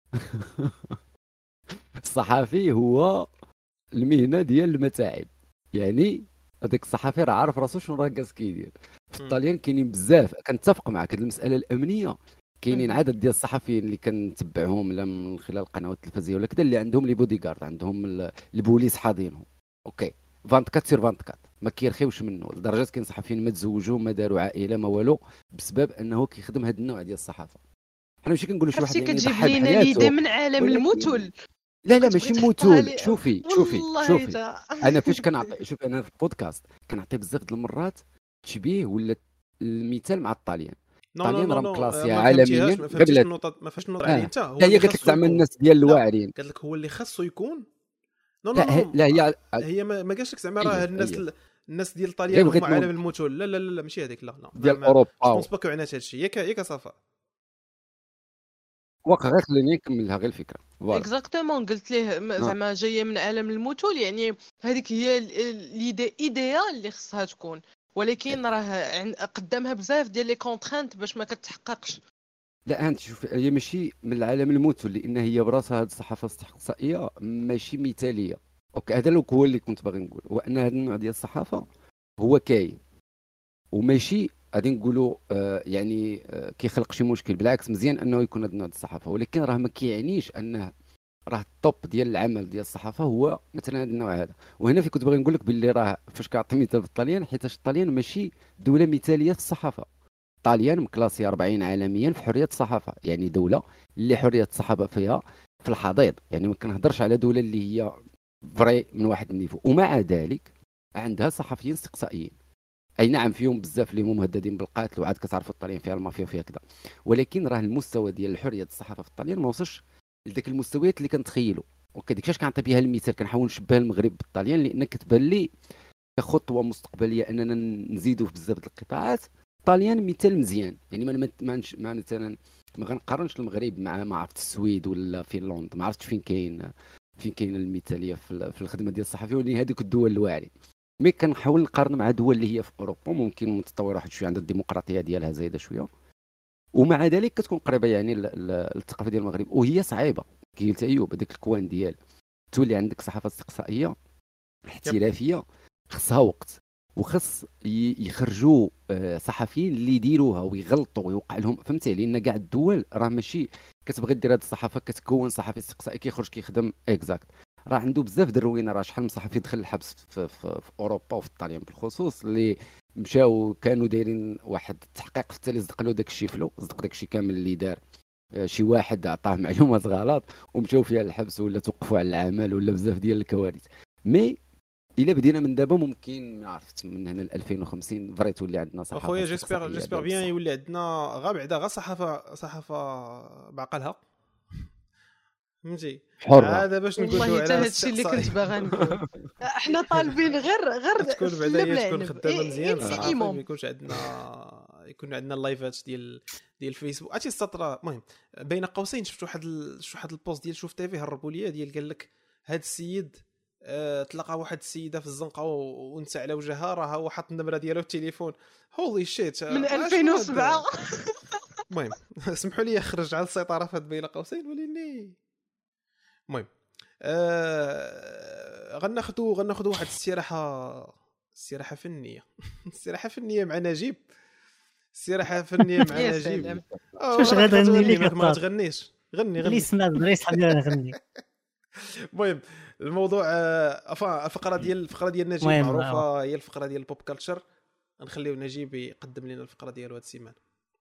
الصحافي هو المهنه ديال المتاعب، يعني هذاك الصحافي راه عارف راسو شنو راه جالس كيدير. في الطاليان كاينين بزاف، كنتفق معك هذه المساله الامنيه. كاينين عدد ديال الصحفيين اللي كنتبعهم لا من خلال القنوات التلفزيونيه ولا كذا اللي عندهم لي بودي غارد، عندهم البوليس حاضينهم اوكي أربعة وعشرين سير أربعة وعشرين ما كيرخيوش منه، لدرجه كاين صحفيين ما تزوجوا ما داروا عائله ما والو بسبب انه كيخدم هذا النوع ديال الصحافه. حنا ماشي كنقولوا شي واحد يعني كتجيب لينا ليدي من عالم المثل. لا لا ماشي موتول. شوفي شوفي شوفي تا. انا فاش كنعطي شوف انا في البودكاست كنعطي بزاف د المرات تشبيه ولا المثال مع الطاليان. الطاليان راه مكلاسيه عالميا قبل النقطه ما فاش نوض عليه انت هو هي قالت لك زعما الناس ديال الواعرين قالت لك هو اللي خاصو يكون نو لا, نو لا هي هي ما قالش لك زعما راه الناس الناس ديال الطاليان هما عالم المثل. لا لا لا ماشي هذيك. لا لا ديال اوروبا بونس با كعنات هذا الشيء ياك ياك صافا واقع. غير خليني نكملها غير الفكره. اكزاكتومون قلت ليه زعما جايه من عالم المثل، يعني هذيك هي ليدي ايديا اللي خصها تكون، ولكن راه قدامها بزاف ديال لي كونترانت باش ما كتحققش. لا انت شوف هي ماشي من العالم المثل لان هي براسها هذه الصحافه الاستقصائيه ماشي مثاليه اوكي. هذا لو هو اللي كنت باغي نقول، هو ان هذا النوع ديال الصحافه هو كاين وماشي غادي نقولوا آه يعني آه كيخلق شي مشكل، بالعكس مزيان انه يكون هذا النوع ديال الصحافه، ولكن راه ما كيعنيش انه راه الطوب ديال العمل ديال الصحافه هو مثلا هذا النوع هذا. وهنا في كنت باغي نقول لك باللي راه فاش كنعطي مثال بالطاليان حيت الطاليان ماشي دوله مثاليه في الصحافه. الطاليان مكلاسي أربعين عالميا في حريه الصحافه، يعني دوله اللي حريه الصحافه فيها في الحضيض، يعني ما كنهضرش على دوله اللي هي فري من واحد النيفو. ومع ذلك عندها صحفيين استقصائيين، اي نعم فيهم بزاف اللي مهددين بالقتل وعاد كتعرفوا الطاليان فيها المافيا فيها كذا، ولكن راه المستوى ديال حريه الصحافه في الطاليان ما وصلش لذاك المستويات اللي كنتخيلوا اوكي. ديك علاش كنعطي بها المثال، كنحاول نشبه المغرب بالطاليان لان كتبان لي كخطوه مستقبليه اننا نزيدوا في بزاف د القطاعات. الطاليان مثال مزيان، يعني ما ما مثلا ما غنقارنش المغرب مع ما عرفت السويد ولا فنلندا، ما عرفتش فين كاين فين كاين المثاليه في الخدمه ديال الصحفي، ولكن هذوك الدول الواعرين. مي كنحاول نقارن مع دول اللي هي في اوروبا ممكن متطوره واحد شويه، عندها الديمقراطيه ديالها زايده شويه، ومع ذلك كتكون قريبه يعني للثقافه ديال المغرب. وهي صعيبه كي قلت ايوب هذاك الكوان ديال تولي عندك صحافه استقصائيه احترافيه خصها وقت، وخص يخرجوا صحفيين اللي يديروها ويغلطوا ويوقع لهم فهمتي، لان كاع الدول راه ماشي كتبغي دير هذه الصحافه كتكون صحفي استقصائي كيخرج كيخدم اكزاكت. راه عنده بزاف د الروينه، راه شحال من صحفي دخل الحبس في, في, في اوروبا وفي الطاليان بالخصوص اللي مشاو كانوا دايرين واحد التحقيق في التالي صدق له داك الشيء فلو صدق داك الشيء كامل اللي دار شي واحد عطاه معلومات غلط ومشاو فيها الحبس ولا توقفوا على العمل ولا بزاف ديال الكوارث. مي الا بدينا من دابا ممكن ما عرفت من هنا ل ألفين وخمسين فري تولي عندنا صحافه. اخويا جيسبر جيسبر بيان يولي عندنا غير بعدا غير صحافه صحافه بعقلها فهمتي. هذا باش نقولوا على هذا الشيء اللي كنت باغا نقول. احنا طالبين غير غير تكون بعدا هي تكون خدامه مزيان الصحافه، ما يكونش عندنا يكون عندنا اللايفات ديال ديال الفيسبوك. عرفتي السطر المهم بين قوسين شفت واحد شفت واحد البوست ديال شوف تيفي هربوا ليا ديال قال لك هذا السيد أه تلقى واحد السيده في الزنقه ونسى على وجهها راه هو حط النمره ديالو في التليفون. هولي شيت من ألفين وسبعة. المهم اسمحوا لي اخرج على السيطره في بين قوسين وليني. المهم آه غناخذوا غناخذوا واحد الاستراحه استراحه فنيه استراحه فنيه مع نجيب استراحه فنيه مع نجيب. واش غتغني لك؟ ما تغنيش، غني غني اللي سمع دريس حبيبي نغني. المهم الموضوع افا الفقره ديال الفقره ديال نجيب معروفه، هي الفقره ديال البوب كلتشر. غنخليو نجيب يقدم لنا الفقره ديالو هاد السيمانه.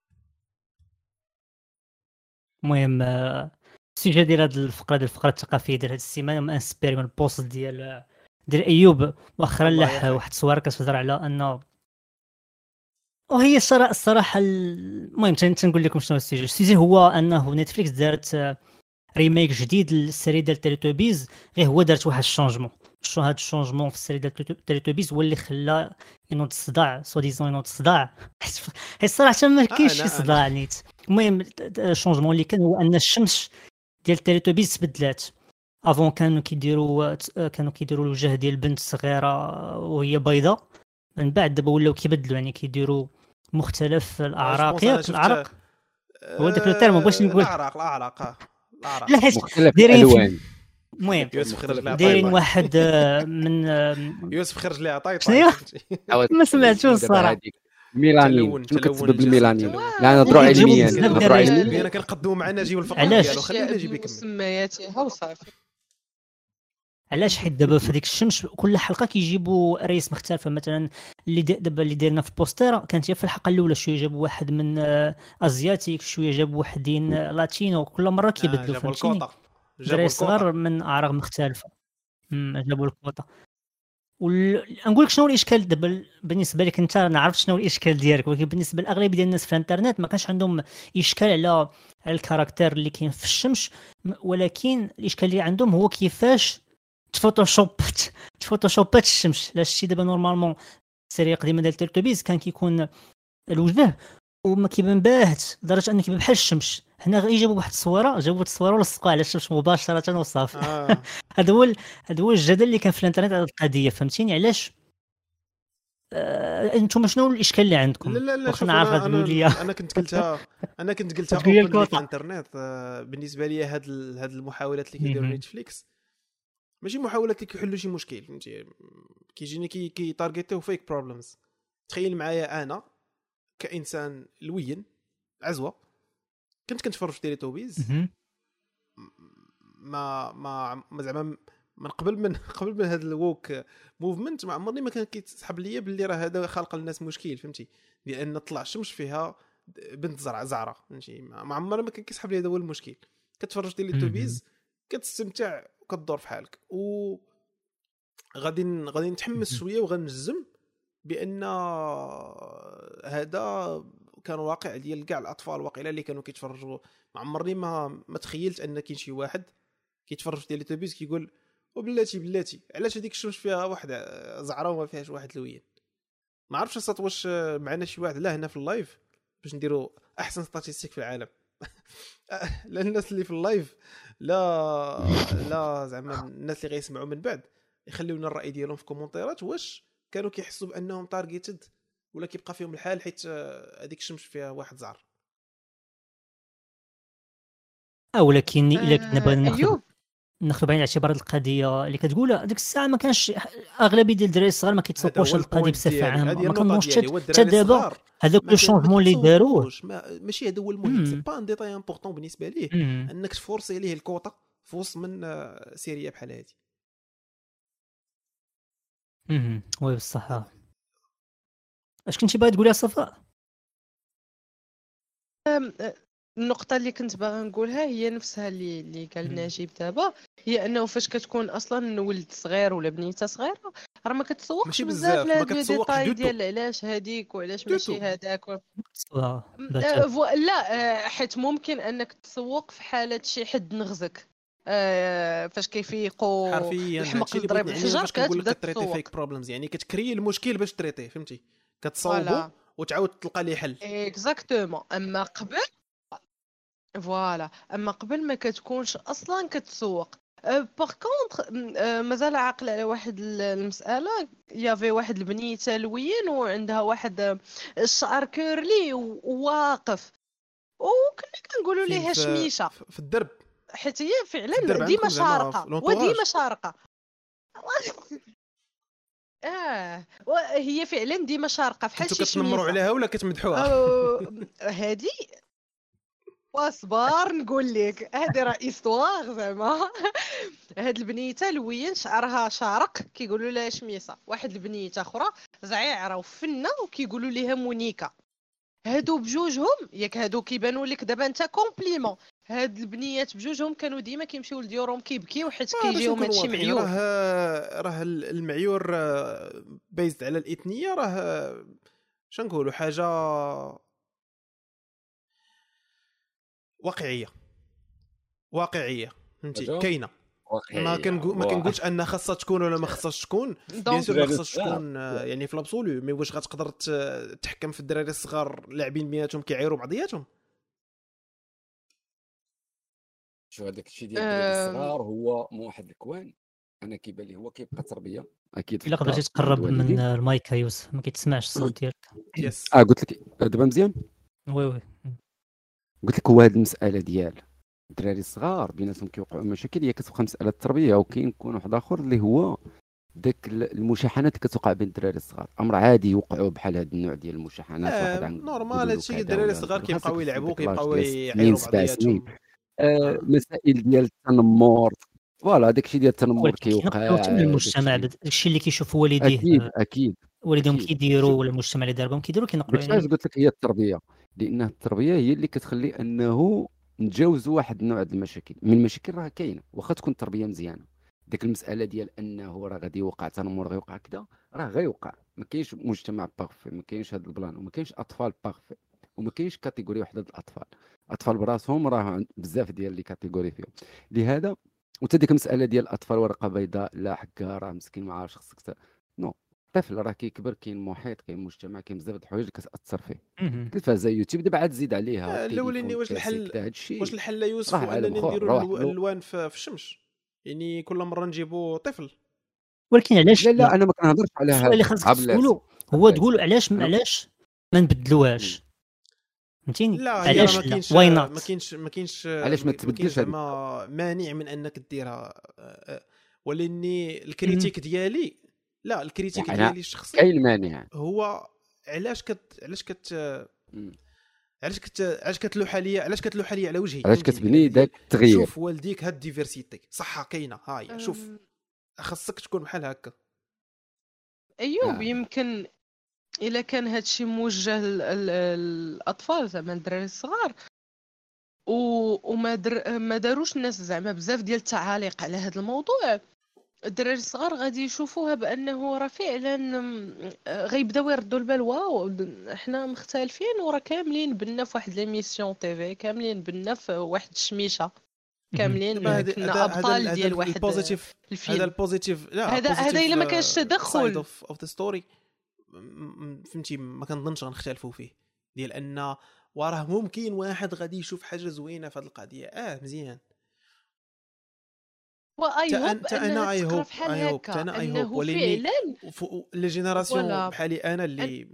المهم السوجي ديال هاد الفقره ديال الفقره الثقافيه ديال هاد السيمانه مانسبيري من البوست ديال ديال ايوب مؤخرا لاح واحد الصوره كتهضر على انه وهي الصراحه الصراحه المهم تنقول لكم شنو السوجي. السوجي هو انه نتفليكس دارت ريميك جديد للسيري ديال تيليتوبيز، غير هو دارت واحد الشونجمون. شو هاد الشونجمون في السيري ديال تيليتوبيز هو اللي خلى ينوض الصداع، سو ديزون ينوض الصداع. هي الصراحه ما كاينش شي صداع نيت. المهم الشونجمون اللي كان هو ان الشمس ديال تيليتوبيز تبدلات. افون كانوا كيديروا كانوا كيديروا الوجه ديال البنت صغيره وهي بيضاء، من بعد دابا ولاو كيبدلوا يعني كيديروا مختلف الاعراق. ياك العرق هو داك الترم باش نقول الاعراق الاعراق لا حيت مختلف الالوان. المهم يوسف خرج لها دايرين واحد من يوسف خرج لها طايطه. ما سمعتوش الصراحه. ميلانين شنو كتسبب الميلانين؟ لا نهضروا علميا نهضروا علميا. انا كنقدموا مع نجيب الفقره ديالو، خلينا نجيب يكمل مسمياتها وصافي. علاش؟ حيت دابا في ديك الشمس كل حلقه كيجيبوا رئيس مختلفه. مثلا اللي دابا اللي دايرنا في بوستيرا كانت هي في الحلقه الاولى شويه جابوا واحد من ازياتيك، شويه جابوا وحدين لاتينو، كل مره كيبدلوا. فهمتيني؟ جابوا صغار من اعراق مختلفه. امم جابوا الكوطه. ونقول لك شنو الاشكال دابا بالنسبه لك انت. انا عرفت شنو الاشكال ديالك، ولكن بالنسبه لاغلبيه ديال الناس في الانترنت ما كانش عندهم اشكال على على الكاركتير اللي كاين في الشمس، ولكن الاشكال اللي عندهم هو كيفاش تفوتوشوبت تفوتوشوبات الشمس. لا شتي دابا نورمالمون السيريه القديمه ديال تيليتوبيز كان كيكون الوجه وما كيبان باهت لدرجه انه كيبان بحال الشمس. هنا غير جابوا واحد الصوره جابوا التصويره ولصقوا على الشمس مباشره وصافي. هذا هو هذا هو الجدل اللي كان في الانترنت على القضيه. فهمتيني علاش؟ آه، انتم شنو الاشكال اللي عندكم؟ لا لا لا شوف انا انا, أنا كنت قلتها انا كنت قلتها في الانترنت. آه، بالنسبه لي هاد هاد المحاولات اللي كيديروا نتفليكس ماشي محاولات اللي كيحلوا شي مشكل. فهمتي؟ كيجيني كي كي تارجيتيو فيك بروبلمز. تخيل معايا انا كانسان لوين عزوه كنت كنتفرج في تيليتوبيز ما ما زعما من قبل من قبل من هذا الووك موفمنت ما عمرني ما كان كيتسحب ليا باللي راه هذا خالق للناس مشكل. فهمتي؟ لان طلع الشمس فيها بنت زرع زعره. فهمتي؟ ما عمرنا ما كان كيسحب لي هذا هو المشكل. كتفرج تيليتوبيز كتستمتع وكتدور في حالك. و غادي غادي نتحمس شويه وغنجزم بان هذا كان واقع ديال كاع الاطفال واقيلا اللي كانوا كيتفرجوا. ما عمرني ما ما تخيلت ان كاين شي واحد كيتفرج في تيليتوبيز كيقول وبلاتي بلاتي علاش هذيك الشمس فيها واحد زعره وما فيهاش واحد لوين. ما عرفتش صات واش معنا شي واحد لا هنا في اللايف باش نديروا احسن ستاتستيك في العالم. لا الناس اللي في اللايف لا لا زعما الناس اللي غيسمعوا من بعد يخليونا الراي ديالهم في كومونتيرات واش كانوا كيحسوا بانهم تارجيتد ولا كيبقى فيهم الحال حيت هذيك الشمس فيها واحد زعر. او ولكن الا كنا بغينا ناخذ ناخذ بعين الاعتبار القضيه اللي كتقول ديك الساعه ما كانش اغلبيه ديال الدراري الصغار ما كيتسوقوش القضيه بصفه عامه. ما كنظنش حتى دابا هذاك لو شونجمون اللي داروه ماشي هذا هو المهم. سي با ان ديتاي امبورطون بالنسبه ليه انك تفورسي ليه الكوطه في وسط من سيريه بحال هذه. امم وي بصح اش كنتي باغي تقولي يا صفاء؟ النقطة اللي كنت باغا نقولها هي نفسها اللي اللي قال نجيب دابا، هي انه فاش كتكون اصلا ولد صغير ولا بنيته صغيره راه ما كتسوقش بزاف لا ديتاي ديال علاش هذيك وعلاش ماشي هذاك و... لا حيت ممكن انك تسوق في حاله شي حد نغزك آه فاش كيفيقوا الحمق يضرب الحجر كتبدا تريتي فيك بروبلمز. يعني كتكري المشكل باش تريتيه. فهمتي؟ كتصاوبو وتعاود تلقى ليه حل. اكزاكتومون. اما قبل فوالا اما قبل ما كتكونش اصلا كتسوق. أه باغ كونطخ أه مازال عاقل على واحد المساله. يافي واحد البنيته لوين وعندها واحد الشعر كيرلي وواقف وكنا كنقولوا ليها شميشه في الدرب. حيت هي فعلا ديما شارقه وديما شارقه اه هي فعلا ديما شارقه فحال شي شميسه كتنمروا عليها ولا كتمدحوها هادي واصبر نقول لك هذه راه ايستوار زعما هاد البنيته لوين شعرها شارق كيقولوا لها شميسه واحد البنيته اخرى زعيعره وفنه وكيقولوا ليها مونيكا هادو بجوجهم ياك هادو كيبانوا لك دابا انت كومبليمون هاد البنيات بجوجهم كانوا ديما كيمشيو لديورهم كيبكيو حيت كيجيهم هادشي معيور راه راه المعيور بيزد على الاثنيه راه شنقولوا حاجه واقعيه واقعيه فهمتي كاينه ما كنقول ما كنقولش ان خاصها تكون ولا ما خاصهاش تكون بيان سور خاصها تكون يعني في لابسولو مي واش غتقدر تحكم في الدراري الصغار لاعبين بيناتهم كيعيروا بعضياتهم شو هذاك الشيء ديال الدراري الصغار هو مو واحد الكوان انا كيبان لي هو كيبقى تربيه اكيد الا قدرتي تقرب من المايك يوسف ما كيتسمعش الصوت ديالك يس اه قلت لك دابا مزيان وي وي قلت لك هو هذه المساله ديال الدراري الصغار بيناتهم كيوقعوا مشاكل هي كتبقى مساله التربيه وكاين يكون واحد اخر اللي هو داك المشاحنات اللي كتوقع بين الدراري الصغار امر عادي يوقعوا بحال هذا النوع ديال المشاحنات آه واحد عن نورمال هادشي الدراري الصغار كيبقاو يلعبوا كيبقاو يعيروا بعضياتهم آه مسائل ديال التنمر فوالا داك الشيء ديال التنمر كيوقع في المجتمع داكشي اللي كيشوف والديه اكيد اكيد والديهم كيديروا ولا المجتمع اللي دارهم كيديروا كينقلوا يعني قلت لك هي التربيه لان التربيه هي اللي كتخلي انه نتجاوزوا واحد النوع ديال المشاكل من المشاكل راه كاينه واخا تكون التربيه مزيانه ديك المساله ديال انه راه غادي يوقع تنمر غيوقع كذا راه غيوقع ما كاينش مجتمع بارفي ما كاينش هذا البلان وما كاينش اطفال بارفي وما كاينش كاتيجوري وحده د الاطفال الاطفال براسهم راه بزاف ديال لي كاتيجوري فيهم لهذا وتا ديك المساله ديال الاطفال ورقه بيضاء لا حكا راه مسكين ما عارفش خصك نو الطفل راه كيكبر كاين محيط كاين مجتمع كاين بزاف د الحوايج اللي كتاثر فيه التلفازه يوتيوب دابا عاد زيد عليها الاولاني واش الحل واش الحل يوسف اننا نديروا الالوان في الشمس يعني كل مره نجيبوا طفل ولكن علاش لا لا انا ما كنهضرش على هذا اللي خاصك تقولوا هو تقول علاش علاش ما نبدلوهاش فهمتيني لا علاش ما كاينش ما كاينش ما كاينش علاش ما تبدلش ما مانع من انك ديرها ولاني الكريتيك ديالي لا الكريتيك يعني ديالي الشخصي كاين مانع هو علاش كت علاش كت علاش كت علاش كتلوح عليا علاش كتلوح عليا على وجهي علاش كتبني داك التغيير شوف والديك هاد الديفيرسيتي صح كاينه ها هي شوف خاصك تكون بحال هكا ايوب آه. يمكن الا كان هادشي موجه للاطفال زعما الدراري الصغار و... وما در... ما داروش الناس زعما بزاف ديال التعاليق على هذا الموضوع الدراري الصغار غادي يشوفوها بانه راه فعلا غيبداو يردوا البال واو احنا مختلفين وراه كاملين بنا في واحد ليميسيون تي في كاملين بنا في واحد الشميشه كاملين كنا ابطال ديال واحد البوزيتيف هذا البوزيتيف لا هذا هذا الا ما كانش تدخل اوف ذا ستوري فهمتي ما كنظنش غنختلفوا فيه ديال ان وراه ممكن واحد غادي يشوف حاجه زوينه في هذه القضيه اه مزيان واي هوب انا اي هوب اي هوب انا اي هوب ولكن لي جينيراسيون بحالي انا اللي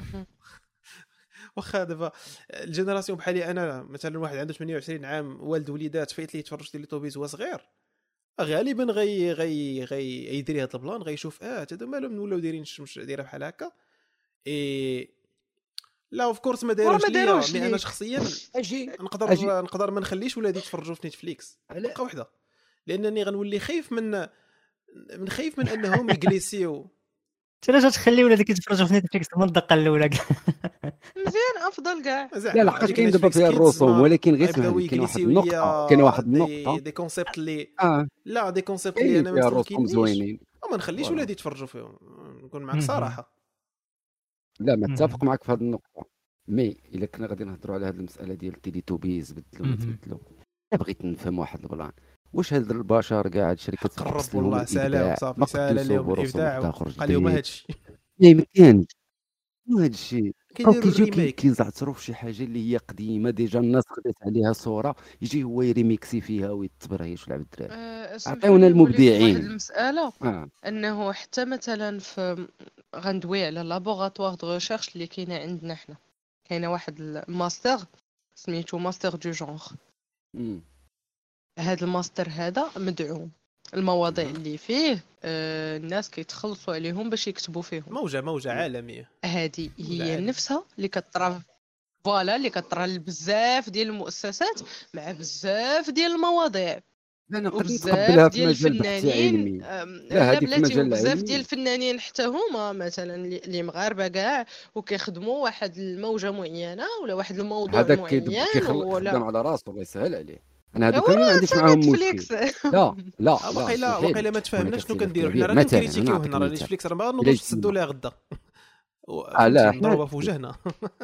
واخا دابا الجينيراسيون بحالي انا مثلا واحد عنده ثمانية وعشرين عام والد وليدات فايت ليه يتفرج لي توبيز وهو صغير غالبا غي غي غي يدير هذا البلان غيشوف اه هادو مالهم ولاو دايرين الشمس دايره بحال هكا اي لا اوف كورس ما دايروش ليا انا شخصيا اجي نقدر أجي. نقدر ما نخليش ولادي يتفرجوا في نتفليكس بقى وحده لانني غنولي خايف من من خايف من انهم يجلسيو علاش تخلي ولادك يتفرجوا في نتفليكس من الدقه الاولى مزيان افضل كاع لا لا كاين دابا فيها الرسوم ولكن غير كاين واحد النقطه كاين واحد النقطه دي كونسيبت اللي آه. لا دي كونسيبت اللي انا ما مفهمكينش وما نخليش ولادي يتفرجوا فيهم نكون معك صراحه لا ما اتفق معك في هذه النقطه مي الا كنا غادي نهضروا على هذه المساله ديال التيليتوبيز بدلوا ما تبدلوا بغيت نفهم واحد البلان واش هاد البشر كاع هاد الشركات قرب والله سلام صافي سالا لهم الابداع قال لهم هادشي ما كاينش هادشي كيجيو كيزعتروا في شي حاجه اللي هي قديمه ديجا الناس خدات عليها صوره يجي هو يريميكسي فيها ويتبرهيش ويلعب الدراري عطيونا المبدعين المساله آه. انه حتى مثلا في غندوي على لابوغاتوار دو ريشيرش اللي كاينه عندنا حنا كاينه واحد الماستر سميتو ماستر دو جونغ هذا الماستر هذا مدعوم، المواضيع اللي فيه آه الناس كيتخلصوا عليهم باش يكتبوا فيهم. موجه موجه عالميه. هذه هي عالمية. نفسها اللي كطرا فوالا اللي كطرا بزاف ديال المؤسسات مع بزاف ديال المواضيع. لا نقدر وبزاف نتقبلها في ديال مجال بحثي الفنانين علمي. آم، لا لا هذه في بلاتي مجال وبزاف علمي. ديال الفنانين حتى هما مثلا اللي اللي مغاربه كاع وكيخدموا واحد الموجه معينه ولا واحد الموضوع هذاك كيدب- معين كيخل ولا خدام على راسه الله يسهل عليه. انا هادو إيوا كاملين ما عنديش معاهم نتفليكس. مشكل. لا لا آه، لا واقيلا مستحيل. واقيلا ما تفاهمناش شنو هناك كنديروا اختلاف حنا راه كبير. مثلاً، كنكريتيكيو أنا هنا نعطيك راه مثال. نتفليكس راه ما إلا نوضوش جيت نسدوا هنا. ليها غدا آه لا فهمتي حنا نضربها في وجهنا.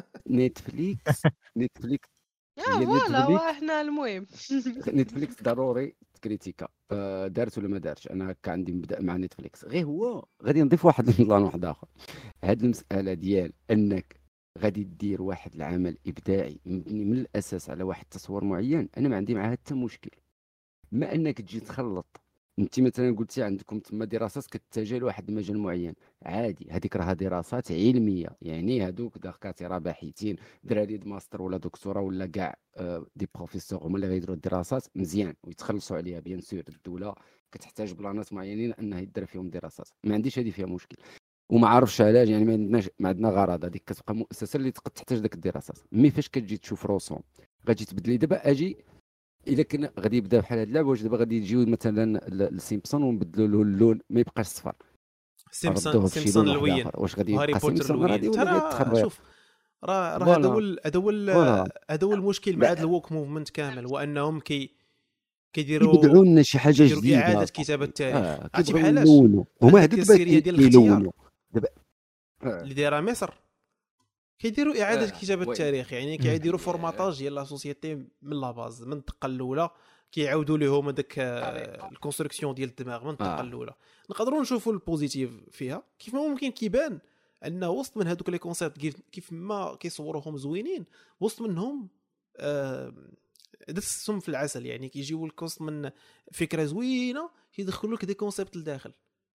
نتفليكس نتفليكس يا هي فوالا نتفليكس واحنا المهم نتفليكس ضروري تكريتيكا. آه، دارت ولا ما دارتش، انا هكا عندي مبدا مع نتفليكس. غير هو غادي نضيف واحد البلان واحد اخر. هاد المساله ديال انك غادي دير واحد العمل ابداعي مبني من الاساس على واحد التصور معين، انا ما عندي معاه حتى مشكل. ما انك تجي تخلط، انت مثلا قلتي عندكم تما دراسات كتتجه لواحد المجال معين، عادي هذيك راها دراسات علميه، يعني هذوك دكاتره باحثين دراري ماستر ولا دكتوراه ولا كاع آه، دي بروفيسور هما اللي غيديروا الدراسات مزيان ويتخلصوا عليها. بيان سور الدوله كتحتاج بلانات معينين انها يدير فيهم دراسات، ما عنديش هذه فيها مشكل. وما عارفش علاش، يعني ما عندناش ما عندنا غرض، هذيك كتبقى مؤسسه اللي تقد تحتاج ديك الدراسات. مي فاش كتجي تشوف روسوم غادي تبدلي. دابا اجي الا كان غادي يبدا بحال هاد اللعبه، واش دابا غادي يجيو مثلا السيمبسون ونبدلوا له اللون ما يبقاش صفر، سيمسون ردوه في شي سيمسون لون واحد الوين اخر، واش غادي وهاري يبقى بوتر سيمبسون؟ غادي الوين يولي غير ترى تخربيق. شوف راه راه هذا هو ال- هذا هو ال- فوالا هذا هو المشكل مع هذا لا الووك موفمنت كامل، هو انهم كي كيديروا يبدعوا لنا شي حاجه كيديروا جديده. اعاده كتابه التاريخ. اه عرفتي كيبغيو بحالاش يلونوا هما عندك هادو دابا السيريه كي- ديال الاختيار كيلونوا دابا. آه. اللي دايره مصر كيديروا اعاده آه. كتابه وي. التاريخ، يعني مم. كيديروا فورماتاج ديال لا سوسيتي من لا باز من الدقه الاولى، كيعاودوا لهم هذاك آه، الكونستركسيون ديال الدماغ من الدقه آه. الاولى. نقدروا نشوفوا البوزيتيف فيها كيف ما ممكن كيبان ان وسط من هذوك لي كونسيبت كيف كيف ما كيصوروهم زوينين، وسط منهم آه دس السم في العسل، يعني كيجيو الكوست من فكره زوينه كيدخلوا لك دي كونسيبت لداخل.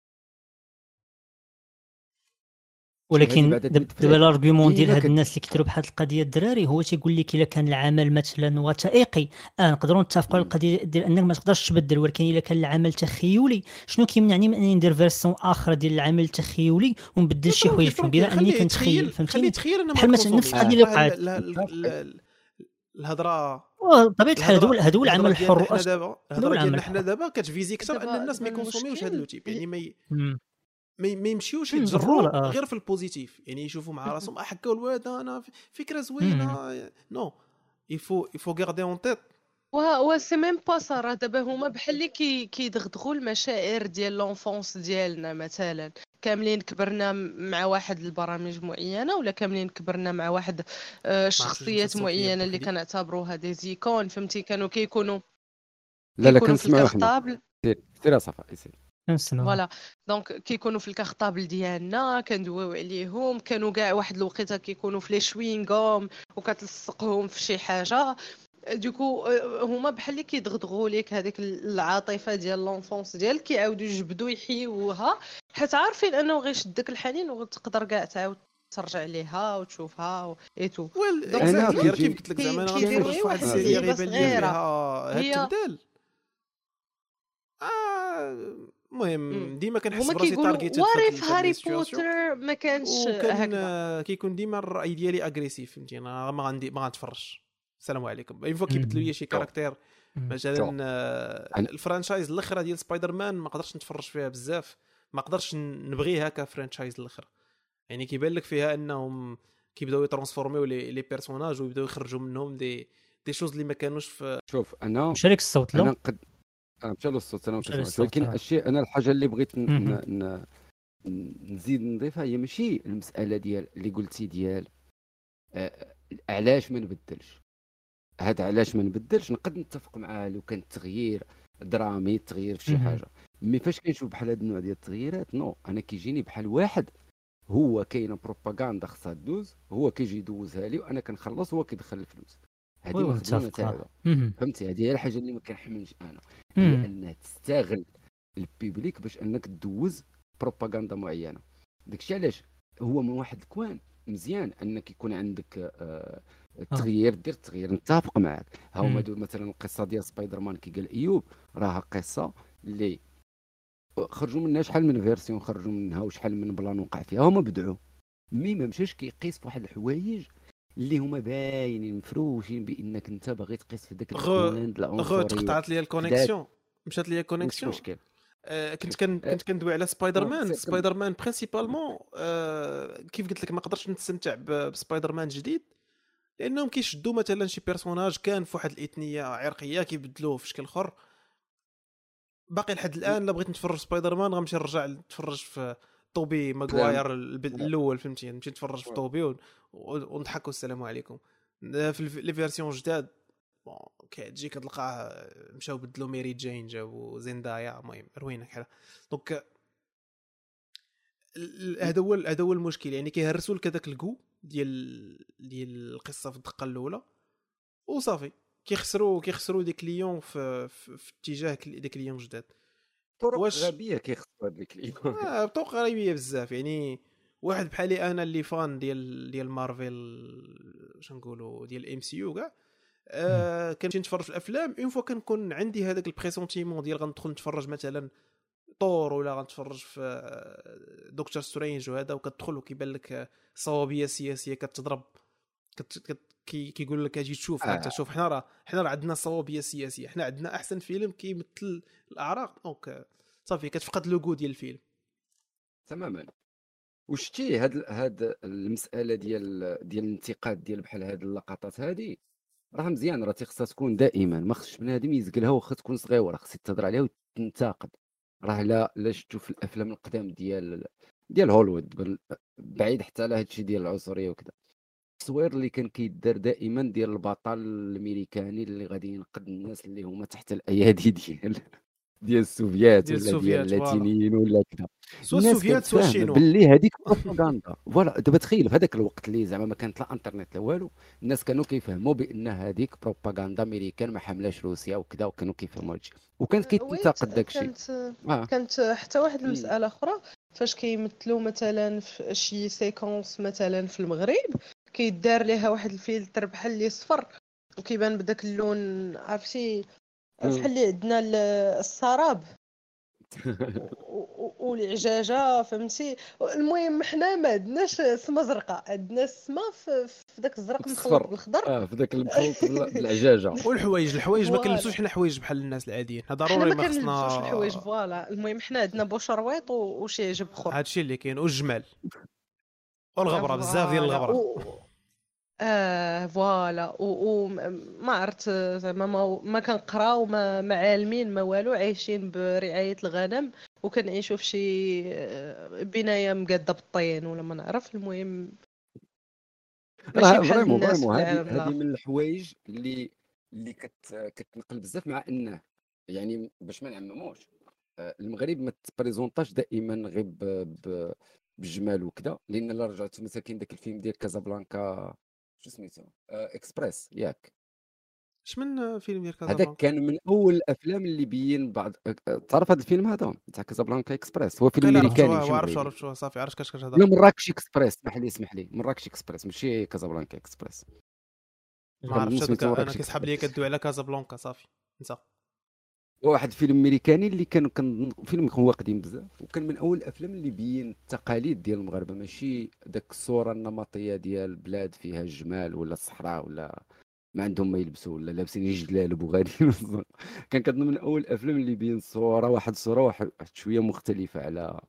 ولكن بعد دابا نتفليكس الارغيومون ديال ديما هاد كت- الناس اللي كيديروا بحال القضيه الدراري هو تيقول لك الا كان العمل مثلا وثائقي اه نقدروا نتفقوا على مم. القضيه ديال انك ما تقدرش تبدل، ولكن الا كان العمل تخيلي شنو كيمنعني من اني ندير فيرسون اخرى ديال العمل التخيلي ونبدل شي حوايج فيهم بلا اني خليه كنتخيل، يتخيل، خليه فهمتيني؟ يتخيل انه بحال مثلا نفس القضيه اللي وقعت الهضره بطبيعه الحال هذا هو هذا هو العمل الحر حنا واش- دابا هذا هو الهضره العمل ديالنا حنا الحر. دابا كتفيزي اكثر ان دابا الناس ما دابا يكونسوميوش هذا المشكل لو تيب، يعني ما ي- مم. ما ما يمشيوش مم، يتجروا فوالا، آه. غير في البوزيتيف، يعني يشوفوا مع راسهم اه حكاو الواد انا فكره زوينه نو يفو يفو غاردي اون تيت. و و سي ميم با سا راه دابا هما بحال اللي كي كيدغدغوا المشاعر ديال لونفونس ديالنا، مثلا كاملين كبرنا مع واحد البرامج معينه ولا كاملين كبرنا مع واحد آه، شخصيات معينه اللي كنعتبروها دي زيكون، فهمتي؟ كانوا كيكونوا لا لا كيكونوا في كنسمعوا حنا. الكارطابل سير سير يا صفا سير. كنسمعوا. فوالا دونك كيكونوا في الكارطابل ديالنا كندويو عليهم، كانوا كاع واحد الوقيته كيكونوا في لي شوينغوم وكتلصقهم في شي حاجه. دوكو آه، هما بحال اللي كيدغدغوا لك هذيك العاطفه ديال لونفونس ديالك، كيعاودوا يجبدوا يحيوها حيت عارفين انه غيشدك الحنين وتقدر كاع تعاود ترجع ليها وتشوفها و ايتو. ويل دونك أنا اكزاكتلي كيجي- كيف قلت لك زعما انا كي- كيديروا غنتفرج في واحد واحد السيريه الزيبة غيبان لي صغيرة. فيها هاد هي- التبدال. آه، المهم مم. ديما كنحس هما براسي كيقولوا تارجيتد واريف هاري بوتر ما كانش وكان هكذا. آه، كيكون ديما الراي ديالي اغريسيف، فهمتي؟ انا ما غندي ما غنتفرجش. السلام عليكم. اين فوا كيبدلوا لي شي كاركتير مم. مثلا آه، أنا- الفرانشايز الاخرى ديال سبايدر مان ما قدرتش نتفرج فيها بزاف، ما قدرتش نبغيها كفرانشايز الاخرى، يعني كيبان لك فيها انهم كيبداو يترانسفورميو لي لي بيرسوناج ويبداو يخرجوا منهم دي دي شوز اللي ما كانوش في. شوف انا مشارك الصوت انا لا قد انا مشى له الصوت انا مشى له كنسمع، الصوت، ولكن آه. الشيء انا الحاجه اللي بغيت ن... مهم. ن... ن... نزيد نضيفها هي ماشي المساله ديال اللي قلتي ديال آه، علاش ما نبدلش. هذا علاش ما نبدلش نقد نتفق معاه لو كان التغيير درامي، التغيير في شي مهم. حاجه. مي فاش كنشوف بحال هاد النوع ديال التغييرات نو، انا كيجيني بحال واحد هو كاينه بروباغندا خصها دوز، هو كيجي يدوزها لي وانا كنخلص هو كيدخل الفلوس. هذه وي، ما خدمه متفق. تاعو، مهم. فهمتي؟ هذه هي الحاجه اللي ما كنحملش انا، هي مم. انها تستغل البيبليك باش انك تدوز بروباغندا معينه. داكشي علاش هو من واحد الكوان مزيان انك يكون عندك آه التغيير دير التغيير نتفق معك. ها هما مثلا القصه ديال سبايدر مان كي قال ايوب راها قصه اللي خرجوا منها شحال من فيرسيون، خرجوا منها وشحال من بلان وقع فيها، هما بدعوا مي ما مشاش كيقيس فواحد الحوايج اللي هما باينين مفروشين بانك انت باغي تقيس في داك الكوند العنصريه. تقطعت لي الكونيكسيون، مشات لي الكونيكسيون. مشكل. آه كنت كان كنت كندوي على سبايدر مان. سبايدر مان برينسيبالمون آه كيف قلت لك ما قدرتش نستمتع بسبايدر مان جديد لانهم كيشدوا مثلا شي بيرسوناج كان في واحد الاثنيه عرقيه كيبدلوه في شكل اخر. باقي لحد الان لا بغيت نتفرج سبايدر مان غنمشي نرجع نتفرج في توبي ماغواير الاول، فهمتي؟ نمشي نتفرج في توبي ونضحك والسلام عليكم. في لي فيرسيون جداد بون كتجي كتلقاه مشاو بدلوا ميري جين جابوا زيندايا، المهم روينه كحال دونك. هذا هو هذا هو المشكل، يعني كيهرسوا لك هذاك الكو ديال ديال القصه في الدقه الاولى وصافي كيخسروا كيخسروا دي كليون في في, في اتجاه دي كليون جداد. طرق واش... غبيه كيخسروا هاد الكليون اه طرق غبيه بزاف. يعني واحد بحالي انا اللي فان ديال ديال مارفل واش نقولوا ديال ام سي يو كاع آه كنمشي نتفرج في الافلام اون فوا كنكون عندي هذاك البريسونتيمون ديال غندخل نتفرج مثلا طور ولا غنتفرج في دكتور سترينج وهذا، وكتدخل وكيبان لك صوابيه سياسيه كتضرب كت... كي كيقول لك اجي تشوف آه. انت شوف حنا راه حنا راه عندنا صوابيه سياسيه، حنا عندنا احسن فيلم كيمثل الاعراق. دونك صافي كتفقد لوغو ديال الفيلم تماما. وشتي هاد هاد المساله ديال ديال الانتقاد ديال بحال هاد اللقطات هادي راه مزيان، راه تيخصها تكون دائما، ما خصش بنادم يزقلها واخا تكون صغيره، خصك تهضر عليها وتنتقد. راه لا لا شفتوا في الافلام القدام ديال ديال هوليوود بعيد حتى على هادشي ديال العنصريه وكذا، التصوير اللي كان كيدار دائما ديال البطل الامريكاني اللي غادي ينقذ الناس اللي هما تحت الايادي ديال ديال السوفيات ولا ديال اللاتينيين ولا كذا، سوا السوفيات سوا الشينوا، باللي هذيك بروباغندا. فوالا دابا تخيل في هذاك الوقت اللي زعما ما كانت لا انترنت لا والو، الناس كانوا كيفهموا بان هذيك بروباغندا امريكان ما حملاش روسيا وكذا، وكانوا كيفهموا هادشي وكانت كيتنتقد داكشي. كانت آه. كانت حتى واحد المساله اخرى فاش كيمثلوا مثلا في شي سيكونس مثلا في المغرب كيدار ليها واحد الفلتر بحال اللي صفر وكيبان بداك اللون، عرفتي بحال اللي عندنا السراب والعجاجه، فهمتي؟ المهم حنا ما عندناش سما زرقاء، عندنا السما في, في داك الزرق مخلط بالخضر، اه في داك المخلط بالعجاجه. والحوايج الحوايج ما كنلبسوش حنا حوايج بحال الناس العاديين، هذا ضروري ما خصنا ما كنلبسوش الحوايج. فوالا المهم حنا عندنا بوشرويط وشي عجب اخر، هادشي اللي كاين، والجمال والغبره، بزاف ديال الغبره و... اه فوالا وما عرفت زعما ما, ما كنقراو ما, ما عالمين ما والو، عايشين برعايه الغنم وكنعيشوا في شي بنايه مقاده بالطين ولا ما نعرف. المهم ماشي بحال الناس. هذه من الحوايج اللي اللي كت كتنقل بزاف، مع انه يعني باش ما نعمموش المغرب ما تبريزونطاش دائما غير بالجمال وكذا، لان الا رجعت مثلا كاين داك الفيلم ديال كازابلانكا شو سميتو آه اكسبريس ياك، اش من فيلم ديال كازابلانكا هذاك كان من اول الافلام اللي بين بعض. تعرف هذا الفيلم هذا تاع كازابلانكا اكسبريس؟ هو فيلم امريكاني ماشي عارف عارف شو صافي عرفت كاش كتهضر. لا مراكش اكسبريس، اسمح لي اسمح لي مراكش اكسبريس ماشي كازابلانكا اكسبريس. ما عرفتش انا كيسحب لي كدوي على كازابلانكا صافي انسى. واحد فيلم امريكاني اللي كان كان فيلم هو قديم بزاف، وكان من اول الافلام اللي بين التقاليد ديال المغاربه، ماشي داك الصوره النمطيه ديال بلاد فيها الجمال ولا الصحراء ولا ما عندهم ما يلبسوا ولا لابسين جلالب وغاديين. كان كنظن من اول الافلام اللي بين صوره واحد الصوره واحد شويه مختلفه على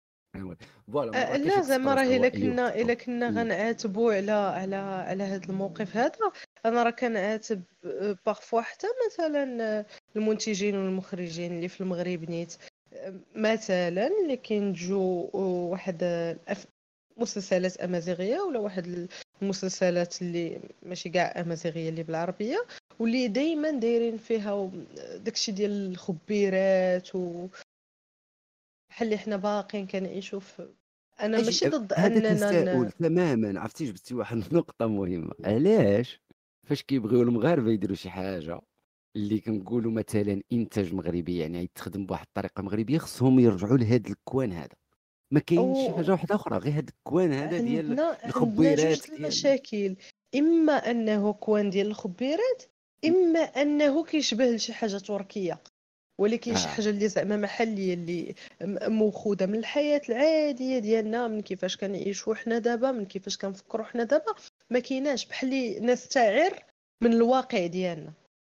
فوالا. لا زعما راه الا كنا الا كنا غنعاتبوا على على على هذا الموقف هذا، انا راه كنعاتب باغفوا حتى مثلا المنتجين والمخرجين اللي في المغرب نيت مثلا اللي كينتجوا واحد مسلسلات امازيغيه ولا واحد المسلسلات اللي ماشي كاع امازيغيه اللي بالعربيه، واللي دائما دايرين فيها داكشي ديال الخبيرات و بحال اللي حنا باقيين كنعيشوا في. انا ماشي ضد اننا ن... تماما. عرفتي جبتي واحد النقطه مهمه، علاش فاش كيبغيو المغاربه يديروا شي حاجه اللي كنقولوا مثلا انتاج مغربي يعني يتخدم بواحد الطريقه مغربيه، خصهم يرجعوا لهذا الكوان هذا. ما كاينش شي حاجه واحده اخرى غير هذا الكوان هذا ديال الخبيرات. عندنا جوج المشاكل، اما انه كوان ديال الخبيرات اما انه كيشبه لشي حاجه تركيه، ولكن شي آه. حاجه اللي زعما محليه اللي مأخوذه من الحياه العاديه ديالنا، من كيفاش كنعيشوا حنا دابا، من كيفاش كنفكروا حنا دابا، ما كايناش بحال نستعير من الواقع ديالنا.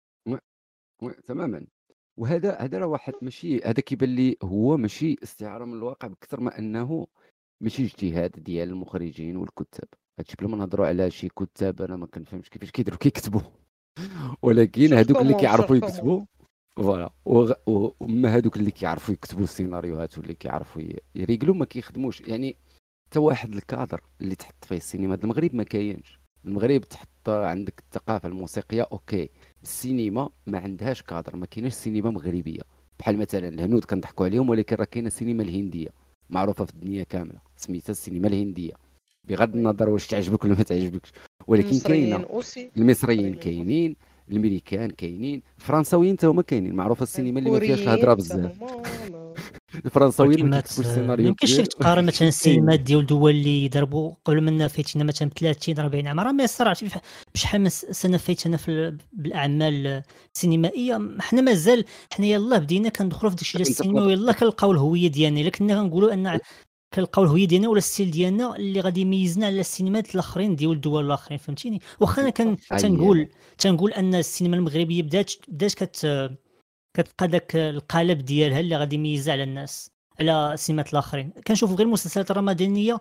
تماما. وهذا هذا راه واحد ماشي، هذا كيبان لي هو ماشي استعاره من الواقع بكثر ما انه ماشي اجتهاد ديال المخرجين والكتاب. هادشي بلا ما نهضروا على شي كتاب انا ما كنفهمش كيفاش كيديروا كيكتبوا ولكن هادوك اللي كيعرفوا يكتبوا فوالا، وما هادوك اللي كيعرفوا يكتبوا السيناريوهات واللي كيعرفوا يريقلوا ما كيخدموش. يعني حتى واحد الكادر اللي تحط فيه السينما د المغرب ما كاينش. المغرب تحط عندك الثقافه الموسيقيه اوكي، السينما ما عندهاش كادر، ما كايناش سينما مغربيه. بحال مثلا الهنود كنضحكوا عليهم، ولكن راه كاينه السينما الهنديه معروفه في الدنيا كامله سميتها السينما الهنديه، بغض النظر واش تعجبك ولا ما تعجبكش، ولكن كاينه. المصريين كاينين، الامريكان كاينين، الفرنساويين حتى هما كاينين، معروفه السينما اللي ما فيهاش الهضره بزاف. الفرنساويين ما كيكتبوش السيناريو. يمكنش تقارن مثلا السينما ديال دول اللي ضربوا قبل منا فايتنا مثلا ثلاثين أربعين عام، راه ما يصرعش بشحال من سنه فايتنا في بالاعمال السينمائيه. حنا مازال حنا يلاه بدينا كندخلوا في داكشي ديال السينما ويلاه كنلقاو الهويه ديالنا. الا كنا كنقولوا ان كنلقاو الهويه ديالنا ولا الستيل ديالنا اللي غادي يميزنا على السينمات الاخرين ديال الدول الاخرين، فهمتيني. واخا انا كان تنقول تنقول ان السينما المغربيه بدات بدات كت كتبقى داك القالب ديالها اللي غادي يميزها على الناس على السينمات الاخرين. كنشوف غير المسلسلات الرمضانيه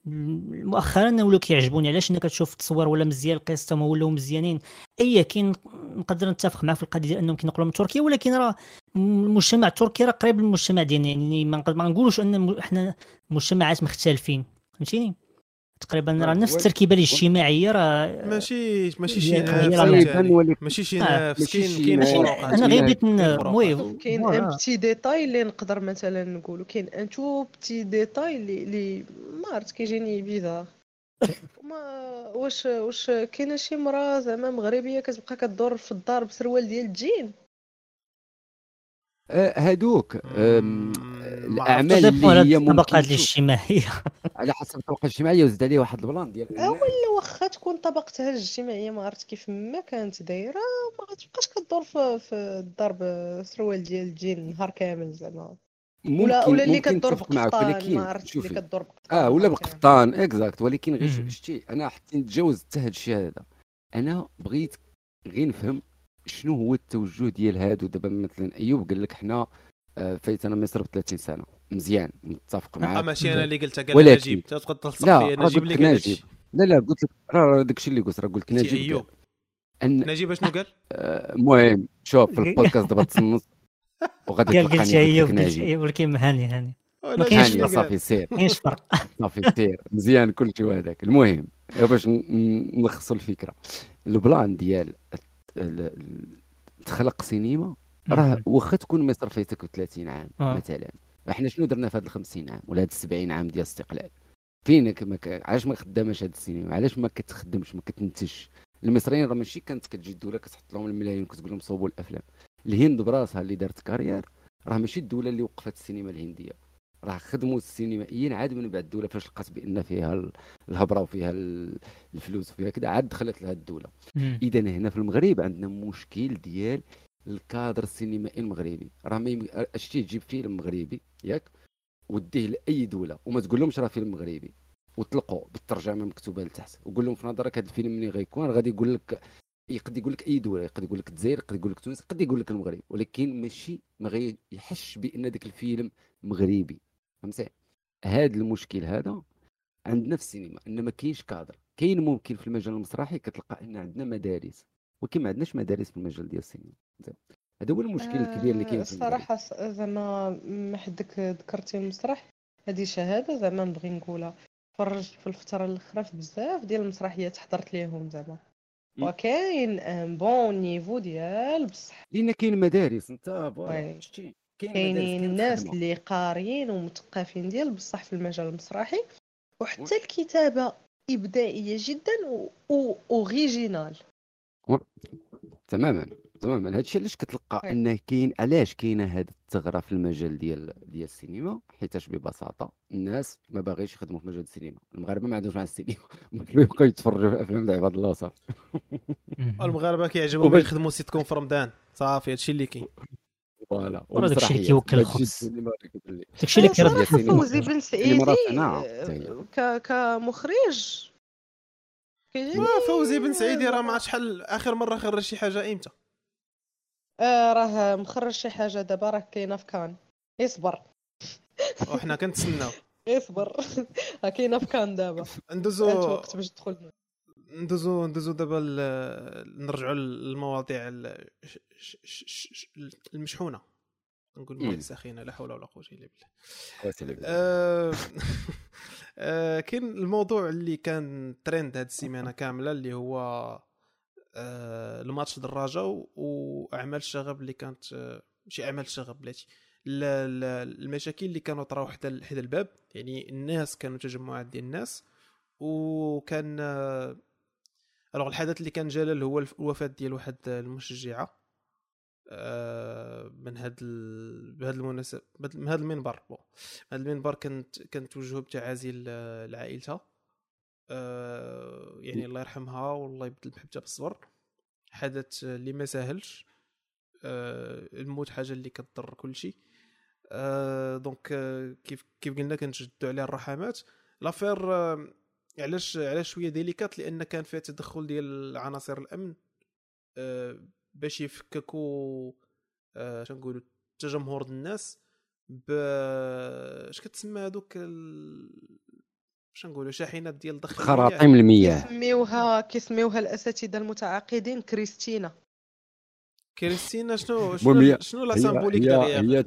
مؤخرا ولاو كيعجبوني، علاش؟ انك كتشوف التصوير ولا مزيان، القصه ما ولاو مزيانين. اي كاين نقدر نتفق معك في القضيه ديال انهم كينقلوا من تركيا، ولكن راه المجتمع التركي راه قريب للمجتمع ديالنا. يعني ما نقولوش ان احنا مجتمعات مختلفين، فهمتيني. تقريبا راه نفس التركيبه الاجتماعيه راه ماشي ماشي شي نافس ماشي شي نافس. كاين كاين فروقات. انا غير بغيت المهم كاين ان بتي ديتاي اللي نقدر مثلا نقولوا، كاين ان تو بتي ديتاي اللي اللي ما عرفت كيجيني بيزار. ما واش واش كاينه شي مراه زعما مغربيه كتبقى كدور في الدار بسروال ديال الجين؟ هادوك الاعمال اللي هي الطبقات الاجتماعيه على حسب الطبقه الاجتماعيه، وزاد عليه واحد البلان ديال ولا واخا تكون طبقتها الاجتماعيه ما عرفت كيف ما كانت دايره، ما غتبقاش كدور في, في الدار بسروال ديال الجين نهار كامل زعما. ولا ولا اللي كدور بقطان، ما عرفت اللي كدور بقطان اه ولا بقطان اكزاكت. ولكن غير شتي انا حتى نتجاوز حتى هذا الشيء هذا. انا بغيت غير نفهم شنو هو التوجه ديال هادو. دابا مثلا ايوب قال لك حنا فايتنا مصر ب ثلاثين سنه، مزيان متفق معاك. ماشي انا اللي قلتها، قال نجيب تقدر تلصق فيا نجيب اللي قال هادشي. لا لا قلت لك راه داكشي اللي قلت، راه قلت نجيب ايوب ان نجيب شنو قال. المهم شوف في البودكاست دابا تصنص وغادي تلقاني قلت ايوب قلت ايوب ولكن هاني هاني ما كاينش صافي سير كاينش فرق صافي سير مزيان كل شيء هذاك. المهم باش نلخصوا الفكره، البلان ديال تخلق سينما راه واخا تكون مصر فايتك ثلاثين عام آه. مثلا احنا شنو درنا في هاد الخمسين عام ولا هاد السبعين عام ديال الاستقلال؟ فينك ما ك... علاش ما خداماش هاد السينما؟ علاش ما كتخدمش ما كتنتجش؟ المصريين راه ماشي كانت كتجي الدوله كتحط لهم الملايين وكتقول لهم صوبوا الافلام. الهند براسها اللي دارت كارير راه ماشي الدوله اللي وقفت السينما الهنديه، راه خدموا السينمائيين عاد من بعد الدوله فاش لقات بان فيها الهبره وفيها الفلوس وفيها كذا عاد دخلت لها الدوله. اذا هنا في المغرب عندنا مشكل ديال الكادر السينمائي المغربي. راه ما يم... شتي تجيب فيلم مغربي ياك وديه لاي دوله وما تقول لهمش راه فيلم مغربي وطلقوا بالترجمه مكتوبه لتحت وقول لهم في نظرك هذا الفيلم ملي غيكون غادي يقول لك، يقد يقول لك اي دوله، يقد يقول لك الجزائر، يقد يقول لك تونس، يقد يقول لك المغرب، ولكن ماشي ما غيحش بان ذاك الفيلم مغربي. فهمتي؟ هذا المشكل هذا عندنا في السينما ان ما كاينش كادر. كاين ممكن في المجال المسرحي كتلقى ان عندنا مدارس ولكن ما عندناش مدارس في المجال ديال السينما. هذا هو المشكل الكبير اللي كاين في الصراحه. زعما ما حدك ذكرتي المسرح، هذه شهاده زعما نبغي نقولها. فرجت في الفتره الاخيره في بزاف ديال المسرحيات حضرت ليهم زعما، وكاين ان بون نيفو ديال بصح لان كاين مدارس. انت شتي كاينين الناس اللي قاريين ومثقفين ديال بصح في المجال المسرحي، وحتى الكتابه ابداعيه جدا واوريجينال تماما. تماما. هادشي علاش كتلقى ان كاين علاش كاينه هاد الثغره في المجال ديال ديال السينما، حيتاش ببساطه الناس ما باغيش يخدموا في مجال السينما. المغاربه ما عندهمش مع السينما يبقاو يتفرجوا في افلام د عباد الله صافي. المغاربه كيعجبهم يخدموا سيت كون في رمضان صافي، هادشي اللي كاين. فوالا وراه داكشي اللي كيوكل الخبز، داكشي اللي كيرد فوزي بن سعيدي ك كمخرج. فوزي بن سعيدي راه ما شحال اخر مره خرج شي حاجه امتى؟ آه راه مخرج شي حاجه دابا راه كاينه في كان. يصبر وحنا كنتسناو. يصبر راه كاينه في كان دابا. ندوزو وقت باش تدخل. ندوزو ندوزو دابا نرجعوا للمواضيع المشحونه، نقول المواضيع الساخنه، لا حول ولا قوه الا بالله. آه آه كاين الموضوع اللي كان ترند هاد السيمانه كامله اللي هو آه الماتش دراجه واعمال الشغب اللي كانت آه ماشي اعمال الشغب بلاتي المشاكل اللي كانوا طراو حدا حدا الباب. يعني الناس كانوا تجمعات ديال الناس، وكان آه الوغ الحدث اللي كان جلل هو الوفاه ديال واحد المشجعه آه من هاد ال... بهذا المناسبه من هذا المنبر. بون هذا المنبر كانت كانت توجهه بتعازي لعائلتها، آه يعني الله يرحمها والله يبدل محبتها بالصبر. حدث اللي ما ساهلش، آه الموت حاجه اللي كتضر كل شيء. آه دونك آه كيف كيف قلنا كنشدوا عليه الرحمات. لافير آه علاش علاش شويه ديليكات، لان كان فيها تدخل ديال عناصر الامن آه باش يفككوا آه شنقولوا تجمهور الناس ب اش كتسمى هذوك ال... شنقولوا شاحنات ديال ضخ خراطيم المياه، كيسميوها كيسميوها الاساتذه المتعاقدين كريستينا. كريستينا شنو شنو شنو لا سامبوليك ديالها؟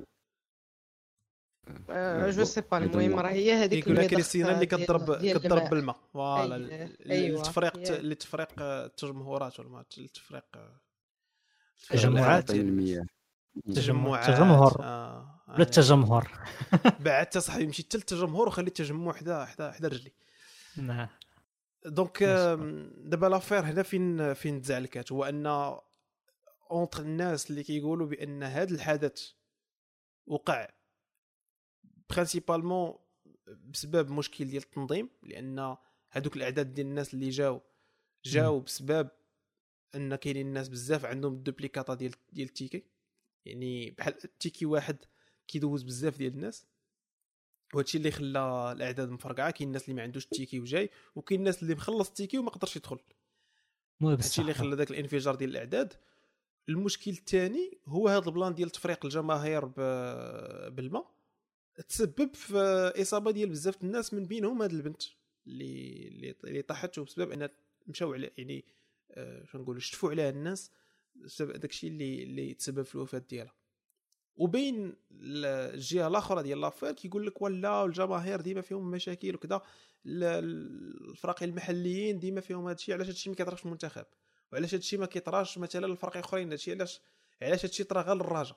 أه جو سي با. المهم راه هي هذيك اللي كريستينا اللي كضرب كضرب بالماء. فوالا التفريق لتفريق التجمهورات ولا التفريق تجمعات المياه تجمعات تجمهر آه. لا التجمهر بعد صاحبي مشيت حتى التجمهر وخليت التجمع حدا حدا حدا رجلي. نعم. دونك دابا لافير هنا فين فين تزعلكات هو ان اونتر الناس اللي كيقولوا بان هذا الحدث وقع برينسيبالمون بسبب مشكل ديال التنظيم، لان هذوك الاعداد ديال الناس اللي جاو جاو بسبب ان كاينين الناس بزاف عندهم دوبليكاطا ديال ديال التيكي. يعني بحال التيكي واحد كيدوز بزاف ديال الناس، وهادشي اللي خلى الاعداد مفرقعه. كاين الناس اللي ما عندوش التيكي وجاي، وكاين الناس اللي مخلص التيكي وما قدرش يدخل. هادشي اللي خلى داك الانفجار ديال الاعداد. المشكل الثاني هو هذا البلان ديال تفريق الجماهير بالماء، تسبب في اصابه ديال بزاف الناس، من بينهم هذه البنت اللي اللي طاحت بسبب ان مشاو على يعني آه شنو نقولوا شتفوا عليها الناس بسبب داكشي اللي اللي تسبب في الوفاه ديالها. وبين الجهه الاخرى ديال لافير كيقول لك ولا الجماهير ديما فيهم مشاكل وكذا، الفرق المحليين ديما فيهم هادشي. علاش هادشي ما كيطراش في المنتخب؟ وعلاش هادشي ما كيطراش مثلا الفرق اخرين؟ هادشي علاش علاش هادشي طرا غير للرجاء؟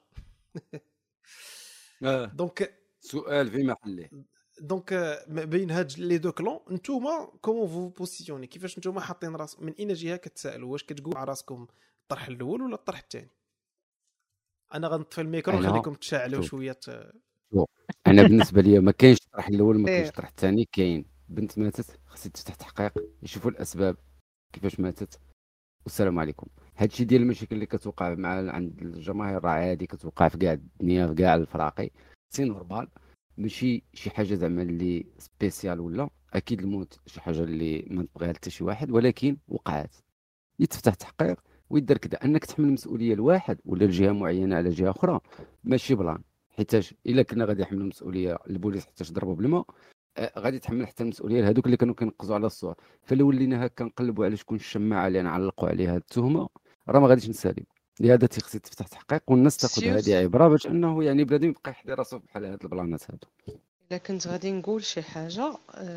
دونك سؤال في محله. دونك بين هاد لي دو كلون نتوما كومون فو بوزيسيوني؟ كيفاش نتوما حاطين راس من اين جهه كتسالوا؟ واش كتقول مع راسكم الطرح الاول ولا الطرح الثاني؟ انا غنطفي الميكرو ونخليكم تشاعلوا شويه. انا بالنسبه لي ما كاينش الطرح الاول ما كاينش الطرح الثاني. كاين بنت ماتت، خصها تفتح تحقيق يشوفوا الاسباب كيفاش ماتت والسلام عليكم. هادشي ديال المشاكل اللي كتوقع مع عند الجماهير راه عادي، كتوقع في كاع الدنيا في كاع الفراقي، سي نورمال، ماشي شي حاجه زعما اللي سبيسيال. ولا اكيد الموت شي حاجه اللي ما تبغيها حتى شي واحد، ولكن وقعات يتفتح تحقيق ويدار كذا. انك تحمل مسؤوليه لواحد ولا لجهه معينه على جهه اخرى ماشي بلان، حيتاش الا كنا غادي نحملوا المسؤوليه للبوليس حتى ضربوا بالماء، آه غادي تحمل حتى المسؤوليه لهذوك اللي كانوا كينقزوا على الصور. فلو ولينا هكا نقلبوا على شكون الشماعه اللي نعلقوا عليها التهمه راه ما غاديش نساليو. لهذا تيخص تفتح تحقيق والناس تاخذ هذه عبره باش انه يعني بنادم يبقى يحضر راسو بحال هاد البلانات هادو. الا كنت غادي نقول شي حاجه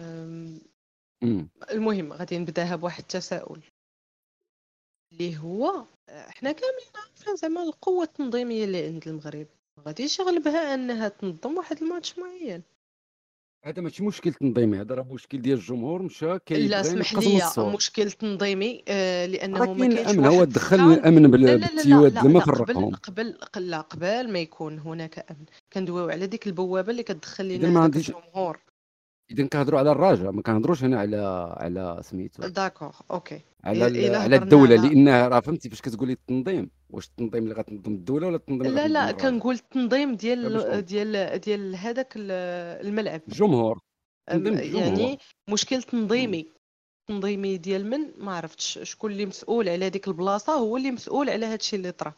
المهم غادي نبداها بواحد التساؤل اللي هو احنا كاملين عارفين زعما القوه التنظيميه اللي عند المغرب، غاديش يغلبها انها تنظم واحد الماتش معين. هذا ماشي مشكل تنظيمي، هذا راه مشكل ديال الجمهور مشى لا كيبغي اسمح ينقص من لي، الصوت. مشكل تنظيمي آه، راه لانه ما كاين كاينش الامن، هو واحد دخل سكان. الامن لا بال- لا لا لا بالتيواد لا لما لا قبل فرقهم. قبل لا قبل ما يكون هناك امن كندويو على ديك البوابه اللي كتدخل اذا لنا ما هذاك عندي الجمهور. اذا كنهضروا على الرجاء، ما كنهضروش هنا على على سميتو داكوغ اوكي. على ال- الا على هضرنا الدوله، على، لان راه فهمتي فاش كتقولي التنظيم، واش التنظيم اللي غتنظم الدوله ولا التنظيم اللي لا غتنظم لا الرجاء؟ كنقول التنظيم باش ديال نوضح. ديال ديال هذاك ال- الملعب. الجمهور، أم- تنظيم الجمهور. يعني مشكل مم. تنظيمي تنظيمي ديال من ما عرفتش شكون اللي مسؤول على ديك البلاصه، هو اللي مسؤول على هذا الشيء اللي طرا.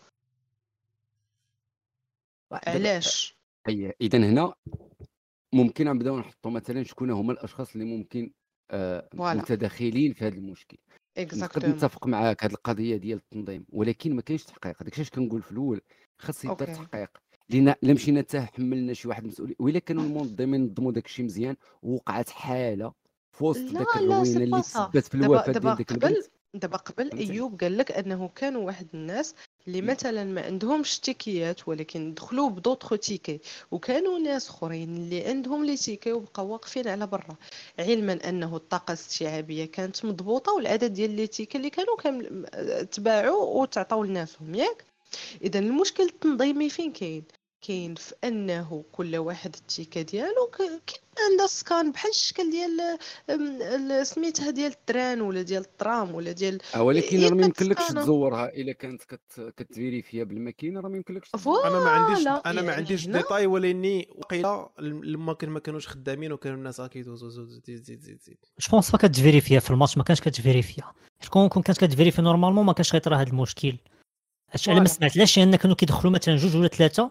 دابا علاش؟ هي اذا هنا ممكن نبداو نحطوا مثلا شكون هما الاشخاص اللي ممكن آه فوالا متداخلين في هذا المشكل. نقدر اكزاكتومون. نتفق معاك هذه القضيه ديال التنظيم، ولكن ما كاينش تحقيق. داكشي اش كنقول في الاول، خاص يدار اوكي تحقيق. لان الا مشينا حتى حملنا شي واحد مسؤول، وإلا كانوا المنظمين نظموا داكشي مزيان ووقعت حاله في وسط لا داك لا سي الروينه با اللي سا. تسبت في دابا الوفاه دابا ديال ديك البنت، قبل دابا قبل فهمتني؟ ايوب قال لك انه كانوا واحد الناس اللي مم. مثلا ما عندهمش تيكيات ولكن دخلوا بدوطخ تيكي، وكانوا ناس اخرين اللي عندهم لي تيكي وبقاو واقفين على برا، علما انه الطاقه الاستيعابيه كانت مضبوطه والعدد ديال لي تيكي اللي كانوا كامل تباعوا وتعطاو لناسهم ياك. اذا المشكل التنظيمي فين كاين؟ كاين في انه كل واحد التيكه ديالو ك- كاين عندها سكان بحال الشكل ديال أم، ال- سميتها ديال التران ولا ديال الترام ولا ديال اه ولكن هي راه ما يمكنلكش كتسكانه. تزورها الا كانت كت... كتفيريفيا بالماكينه، راه ما يمكنلكش تزورها. انا ما عنديش فوالا انا ما يعني عنديش هنا ديتاي، ولاني وقيلا لما كان ما كانوش خدامين وكانوا الناس كيدوزوا زوز زيد زيد زيد زيد. جو بونس با كتفيريفيا في الماتش، ما كانش كتفيريفيا. شكون كون كانت كتفيريفيا نورمالمون ما كانش غيطرا هذا المشكل. هادشي على ما فوالا سمعت، علاش؟ لان كانوا كيدخلوا مثلا جوج ولا ثلاثه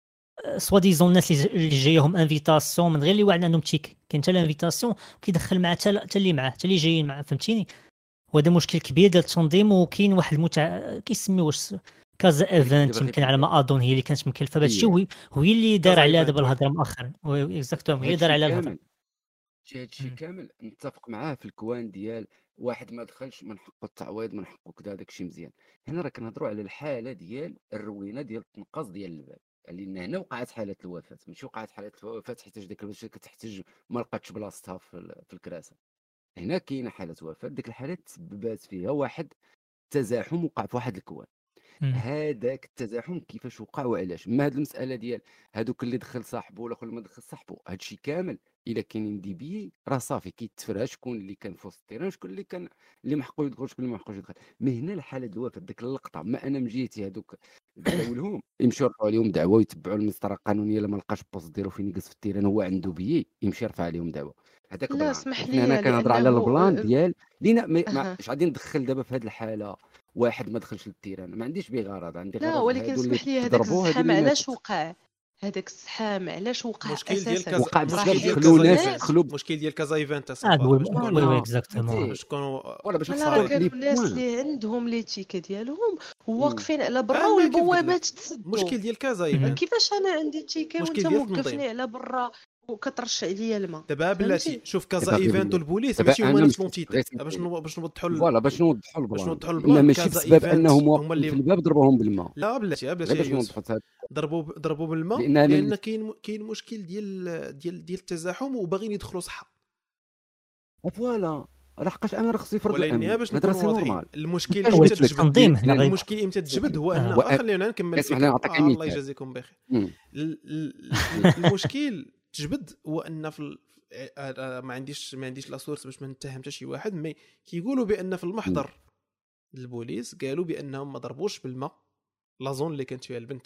سوا ديزون الناس اللي اللي جايهم انفيتاسيون من غير اللي واعد عندهم تيك، كاين حتى الانفيتاسيون كيدخل معاه حتى اللي معاه حتى اللي جايين معاه، فهمتيني؟ وهذا مشكل كبير ديال التنظيم. وكاين واحد المتع كيسميوه واش كازا ولكن ايفنت دابا يمكن على غير ما اظن، هي اللي كانت مكلفه بهذا الشيء، هي وهي هي اللي دار كازا عليها ايفنت دابا وي. الهضره مؤخرا. اكزاكتومون هي اللي دار هادشي عليها الهضره. كامل هادشي هادشي مم. كامل نتفق معاه في الكوان ديال واحد ما دخلش من حقه التعويض، من حقه كذا، داكشي مزيان. هنا راه كنهضروا على الحاله ديال الروينه ديال التنقاص ديال الباب، لان هنا وقعت حاله الوفاه، ماشي وقعت حاله الوفاه حيت ديك الوفاه كتحتاج ما لقاتش بلاصتها في ال- في الكراسه. هنا كاينه حاله وفاه، ديك الحاله تسببات فيها واحد تزاحم وقع في واحد الكوان. مم. هذاك التزاحم كيفاش وقع وعلاش؟ ما هاد المساله ديال هادوك اللي دخل صاحبه ولا اللي ما دخل صاحبه، هادشي كامل الا كاينين دي بي راه صافي كيتفرى شكون اللي كان في وسط التيران، شكون اللي كان اللي ما حقو يدخل، شكون اللي ما حقوش يدخل. مي هنا الحاله ديال الوفاه ديك اللقطه، ما انا من جهتي هادوك داولهم يمشيو يرفعوا عليهم دعوه ويتبعوا المسطره القانونيه. لما لقاش البوست ديالو فين يجلس في التيران هو عنده بيي، يمشي يرفع عليهم دعوه. هذاك لا بلان. اسمح وحنا هنا لي كنهضر على لانه البلان ديال لينا ما ما- أها. اش غادي ندخل دابا في هذه الحاله واحد ما دخلش للتيران، ما عنديش به غرض، عندي لا غرض ولكن هادو اللي اسمح لي هذاك تضربوا، هذه الزحام اللي علاش ماتت. وقع؟ هذاك الزحام علاش وقع المشكل ديال اساسا؟ كازا وقع راه بسبب المشكل ديال دخلوا كازا ناس ايفنت دخلوا المشكل ديال كازا ايفنت اه صافا وي باش وي نكونوا وي فوالا اكزاكتومون. فهمتي، باش نكونوا ولا باش فوالا نحطوا راه لي كانوا الناس بوان. اللي عندهم لي تيكا ديالهم مم. واقفين على برا انا كيف قلت والبوابات لك تسدوا. المشكل ديال كازا مم. ايفنت كيفاش انا عندي تيكا مشكل وانت ديال التنظيم. موقفني على برا وكترش عليا الماء؟ دابا بلاتي فهمتي؟ شوف كازا دابا غير ايفنت بالله، والبوليس دابا ماشي هما انا نفس مشيت لونتيتي، بغيت باش نقول نو... باش نوضحوا ال... فوالا باش نوضحوا باش البلان، نوضحوا لان البلان. ماشي كازا بسبب ايفنت انهم هما واقفين اللي في الباب ضربوهم بالماء. لا بلاتي غير بلاتي باش يوسف نوضحوا هذا، ضربوا ضربوا بالماء لان انا لان اللي كاين كاين مشكل ديال ديال ديال التزاحم وباغيين يدخلوا صحه. فوالا لحقاش انا راه خصني يفرض ولكن الامن، باش هذا راه نكونوا سي واضحين نورمال. المشكل كيفاش هو امتى قلت لك تجبد التنظيم هنا غير المشكل امتى تجبد هو ان و- آه خلينا نكمل كاسمح الفكره. لي نعطيك آه الله مثال. يجازيكم بخير. مم. ال- ال- ال- المشكل تجبد هو ان في ال- آه، آه، ما عنديش ما عنديش لا سورس باش ما نتهم حتى شي واحد، مي كيقولوا بان في المحضر البوليس قالوا بانهم ما ضربوش بالماء لا زون اللي كانت فيها البنت،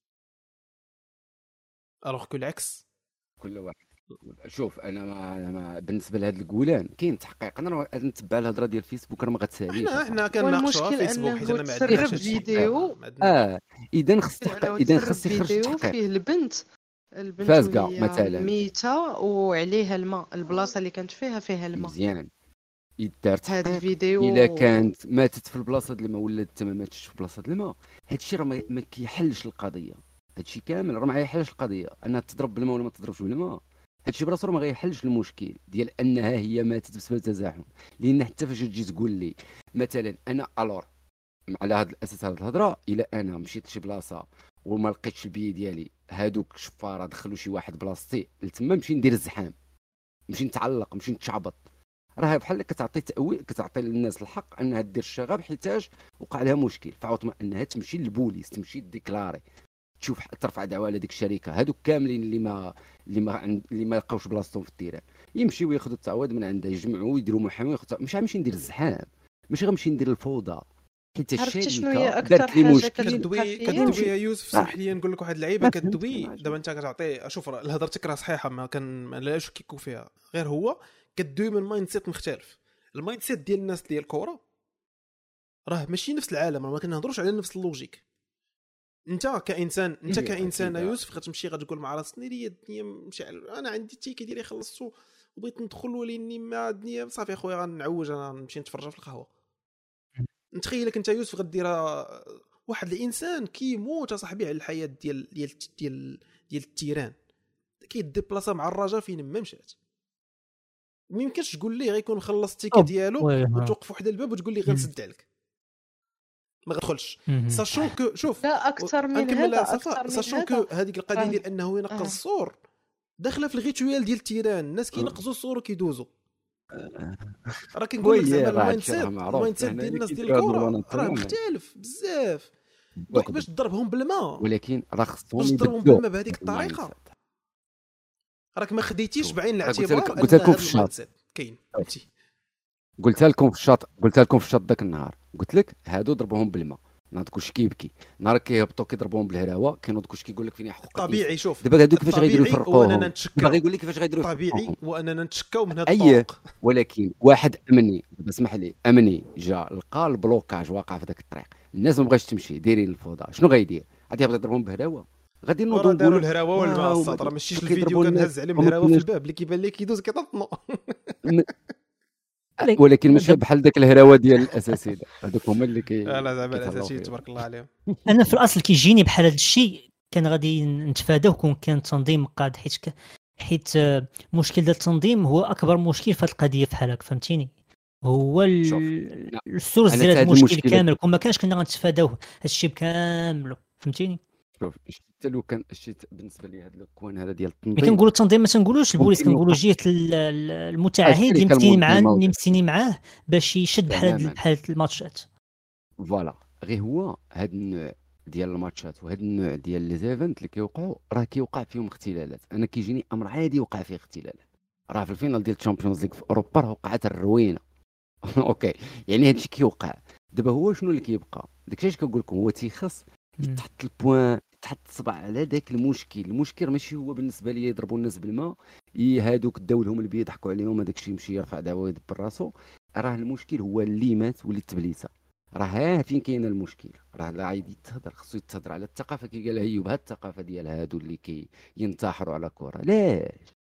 الوغ كو العكس. كل واحد شوف انا ما, أنا ما بالنسبه لهاد القولان كاين تحقيق. انا راه نتبع الهضره ديال الفيسبوك، راه ما غتساليش احنا احنا أصاحبي. كنناقشوها والمشكل في فيسبوك حيت انه انا ما عنديش تسرب حتى شي فيديو ما عندناش. اه اذا خص انه تحقيق، اذا تسرب خص يخرج فيديو التحقيق. فيه البنت البنت فازقه وهي مثلا ميتة وعليها الماء، البلاصة اللي كانت فيها فيها الماء. مزيان يدار هاد تحقيق. الفيديو الا كانت ماتت في البلاصه ديال الماء ولا حتى ما ماتش في بلاصه الماء، هادشي راه ما ما كيحلش القضيه. هادشي كامل راه ما يحلش القضيه، انها تضرب بالماء ولا ما تضربش بالماء. هادشي براسو راه ما غيحلش المشكل ديال انها هي ماتت بسبب التزاحم. لان حتى فاش تجي تقول لي مثلا انا الور على هذا الاساس هذه الهضره، الا انا مشيت لشي بلاصه وما لقيتش البي ديالي، هادوك شفاره دخلوا شي واحد بلاصتي لتما نمشي ندير الزحام، نمشي نتعلق نمشي نتشعبط. راه بحال كتعطي تاويل كتعطي للناس الحق انها دير الشغب حيتاج وقع لها مشكل، فعوض ما انها تمشي للبوليس تمشي ديكلاري تشوف ترفع دعوه على ديك الشركه. هادوك كاملين اللي ما اللي ما عند اللي ما لقاوش بلاصتهم في التيران يمشيو ياخذوا التعويض من عندها، يجمعوا ويديروا محامي وياخذوا. مش غنمشي ندير الزحام، ماشي غنمشي ندير الفوضى، حيت الشركه دارت لي مشكل. كدوي كدوي يا يوسف سمح لي نقول لك واحد اللعيبه كدوي دابا انت كتعطي. شوف هضرتك راه صحيحه ما كان ما لاش كيكو فيها، غير هو كدوي من مايند سيت مختلف. المايند سيت ديال الناس ديال الكره راه ماشي نفس العالم، راه ما كنهضروش على نفس اللوجيك. انت كانسان انت كانسان يوسف غتمشي غتقول مع راسك لي الدنيا مشعل، انا عندي التيكي ديالي خلصتو وبغيت ندخل ولكني ما الدنيا صافي اخويا غنعوج انا نمشي نتفرج في القهوه. نتخيلك انت يوسف غديرها واحد الانسان كيموت اصاحبي على الحياه ديال ديال ديال ديال التيران، كيديبلاصا مع الرجاء فين ما مشات. ما يمكنش تقول ليه غيكون خلص التيكي ديالو وتوقف وحده الباب وتقول لي غنسد عليك ما غتدخلش. ساشون كو شوف لا اكثر من هذا اكثر من ساشون كو هذيك القضيه ديال انه ينقص الصور داخله في الغيتويال ديال التيران. الناس كينقصوا الصور وكيدوزوا. راه كنقول لك زعما المايند سيت المايند سيت ديال الناس ديال الكره راه مختلف بزاف. دوك باش تضربهم بالماء، ولكن راه خصهم باش تضربهم بالماء بهذيك الطريقه راك ما خديتيش بعين الاعتبار. قلت لكم في الشاط كاين قلت لكم في الشاط قلت لكم في الشاط ذاك النهار قلت لك هادو ضربوهم بالماء، ناض كلشي كيبكي. نهار كيهبطوا كيضربوهم بالهراوه كينوض كلشي كيقول لك فين حقوق طبيعي. شوف دابا هادو كيفاش غيديروا يفرقوهم؟ باغي يقول لك كيفاش غيديروا طبيعي واننا نتشكاو من هذا الطرق. ولكن واحد امني دابا اسمح لي امني جا لقى البلوكاج واقع في ذاك الطريق، الناس ما بغاش تمشي دايرين الفوضى، شنو غيدير؟ غادي يبدا يضربهم بهراوه؟ غادي نوضوا نقولوا الهراوه والماء السطر ماشيش الفيديو كنهز عليهم الهراوه في الباب اللي كيبان لك يدوز كيطنوا. ولكن ماشي بحال داك الهراوه ديال الاساسي هذوك هما اللي كي لا زعما الاساسي تبارك الله عليهم. انا في الاصل كيجيني بحال هذا الشيء كان غادي نتفاداوه كون كان التنظيم مقاد، حيت ك... حيت مشكل ديال التنظيم هو اكبر مشكل في هذه القضيه بحال هكا فهمتيني. هو ال... السورس ديال هذا المشكل كامل كون ما كانش كنا غنتفاداوه هذا الشيء كامل فهمتيني. شوف حتى لو كان الشيء بالنسبه لي هذا الكوان هذا ديال التنظيم ملي كنقولوا التنظيم ما تنقولوش البوليس، كنقولوا جهه المتعهد اللي متكين معاه اللي متسيني معاه باش يشد بحال بحال الماتشات. فوالا غير هو هذا النوع ديال الماتشات وهذا النوع ديال لي زيفنت اللي كيوقعوا راه كيوقع فيهم اختلالات. انا كيجيني امر عادي وقع فيه اختلالات. راه في الفينال ديال الشامبيونز ليغ في اوروبا راه وقعت الروينه. اوكي يعني هادشي كيوقع دابا. هو شنو اللي كيبقى داكشي اش كنقول لكم هو تيخص تحط البوان تحط الصبع على ذاك المشكل. المشكل ماشي هو بالنسبه لي يضربوا الناس بالماء هادوك داو لهم البيد يضحكوا عليهم هذاك الشيء يمشي يرفع دعوه يدبر راسو. راه المشكل هو اللي مات واللي تبليسه. راه ها فين كاين المشكل. راه لا عيد يتهضر خصو يتهضر على الثقافه كي قال ايوب. هاد الثقافه ديال هادو اللي كي ينتحروا على كره علاش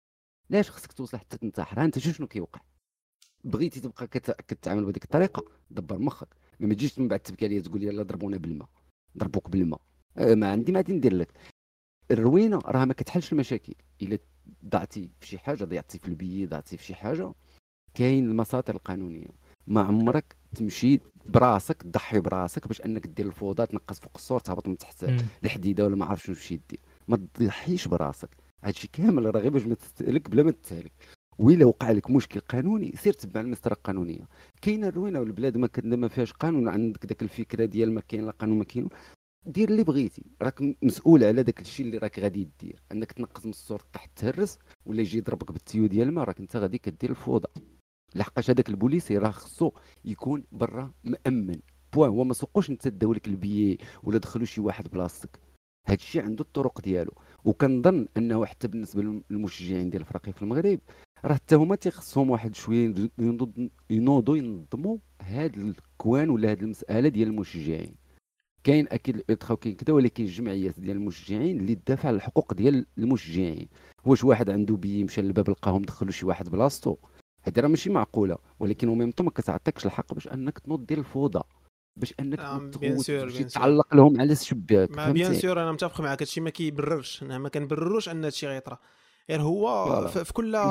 علاش خصك توصل حتى تنتحر؟ انت شوف شنو كيوقع. بغيتي تبقى كتعامل بهذيك الطريقه دبر مخك. ما تجيش من بعد تبكي عليا تقول لي يلا ضربونا بالماء ضربوك بالماء. أه ما عندي ما غادي ندير لك. الروينه راه ما كتحلش المشاكل. الا ضعتي في شي حاجه ضيعتي في البي ضعتي في شي حاجه كاين المساطر القانونيه. ما عمرك تمشي براسك تضحي براسك باش انك دير الفوضى تنقص فوق السور تهبط من تحت الحديده ولا ما عرف شنو تمشي دير. ما تضحيش براسك. هادشي كامل راه غير باش ما تستهلك بلا ما تستهلك. وإلا وقع لك مشكل قانوني سير تبع المسطره القانونيه. كاينه الروينه والبلاد ما كان ما فيهاش قانون عندك داك الفكره ديال ما كاين لا قانون ما كاين. دير اللي بغيتي راك مسؤول على داك الشيء اللي راك غادي دير. انك تنقص من السور تحت تهرس ولا يجي يضربك بالتيو ديال الماء راك انت غادي كدير الفوضى. لحقاش هذاك البوليسي راه خصو يكون برا مأمن بوان. هو ما سوقوش انت داو لك البيي ولا دخلوا شي واحد بلاصتك. هذا الشيء عنده الطرق ديالو. وكنظن انه حتى بالنسبه للمشجعين ديال الفريق في المغرب راه حتى هما تيخصهم واحد شويه ينوضوا ينظموا هاد الكوان ولا هاد المساله ديال المشجعين. كاين اكيد الالتخاء كاين كذا ولكن الجمعيات ديال المشجعين اللي تدافع على الحقوق ديال المشجعين. واش واحد عنده بي مشى للباب لقاهم دخلوا شي واحد بلاصتو هذه راه ماشي معقوله. ولكن وميم طون ما كتعطيكش الحق باش انك تنوض دير الفوضى باش انك تمشي تعلق لهم على الشباك. ما بيان سور انا متفق معك. هادشي ما كيبررش انا ما كنبرروش ان هادشي غيطرا. غير هو في, في كل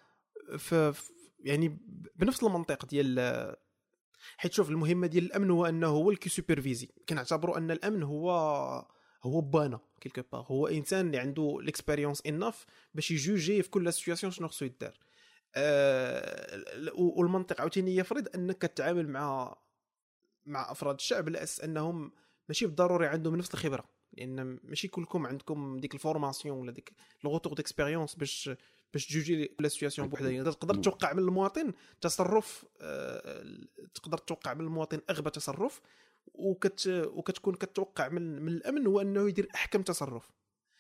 في يعني بنفس المنطق ديال حيت شوف المهمه ديال الامن هو انه هو اللي كيسوبرفيزي. كنعتبروا ان الامن هو هو بانا كيلكو با هو انسان اللي عنده ليكسبيريونس انف باش يجوجي في كل سيتوياسيون شنو خصو يدار. آه والمنطق عاوتاني يفرض انك تتعامل مع مع افراد الشعب على اساس انهم ماشي بالضروري عندهم نفس الخبره، لان ماشي كلكم عندكم ديك الفورماسيون ولا ديك الغوتور ديكسبيريونس باش باش تجوجي لا سيتوياسيون بوحدها. تقدر توقع من المواطن تصرف آه تقدر توقع من المواطن اغبى تصرف، وكت وكتكون كتوقع من من الامن هو انه يدير احكم تصرف.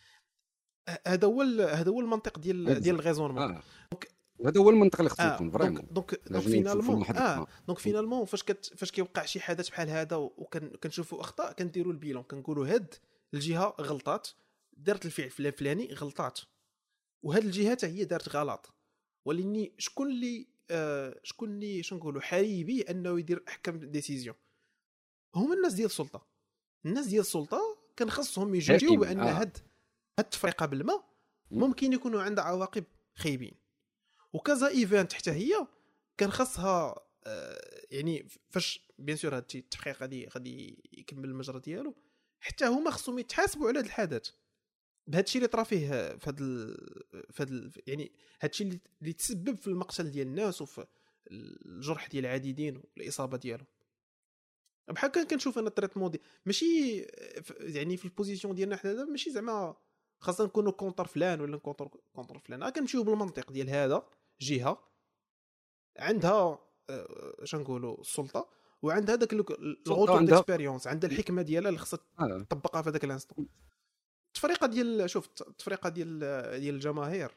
هذا هو هذا هو المنطق ديال ديال الغيزونمون. آه. هذا هو المنطق اللي خصو آه. يكون فريمون. دونك دونك فينالمون اه دونك فينالمون فاش كت فاش كيوقع شي حدث بحال هذا وكنشوفوا اخطاء كنديروا البيلون، كنقولوا هاد الجهه غلطات، دارت الفعل الفلاني غلطات، وهاد الجهه حتى هي دارت غلط، ولكن شكون اللي آه شكون اللي شنقولوا حريبي انه يدير احكم ديسيزيون؟ هما الناس ديال السلطه. الناس ديال السلطه كان خصهم يجوجوا بان آه. هاد هاد التفرقه بالماء ممكن يكونوا عندها عواقب خايبين. وكذا ايفنت حتى هي كان خصها آه يعني فاش بيان سور هاد التحقيق غادي غادي يكمل المجرى ديالو، حتى هما خصهم يتحاسبوا على هذا الحدث بهذا الشيء اللي طرا فيه في هذا في هذا يعني هذا الشيء اللي تسبب في المقتل ديال الناس وفي الجرح ديال العديدين والاصابه ديالهم. بحال كان كنشوف انا التريتمون دي ماشي يعني في البوزيسيون ديالنا حنا ماشي زعما خاصنا نكونوا كونتر فلان ولا كونتر كونتر فلان، اه كنمشيو بالمنطق ديال هذا جهه عندها اش نقولوا السلطه وعندها داك الغوتور ديكسبيريونس، عندها الحكمه ديالها اللي خصها تطبقها في هذاك الانستون. التفريقه ديال شوف التفريقه ديال ديال الجماهير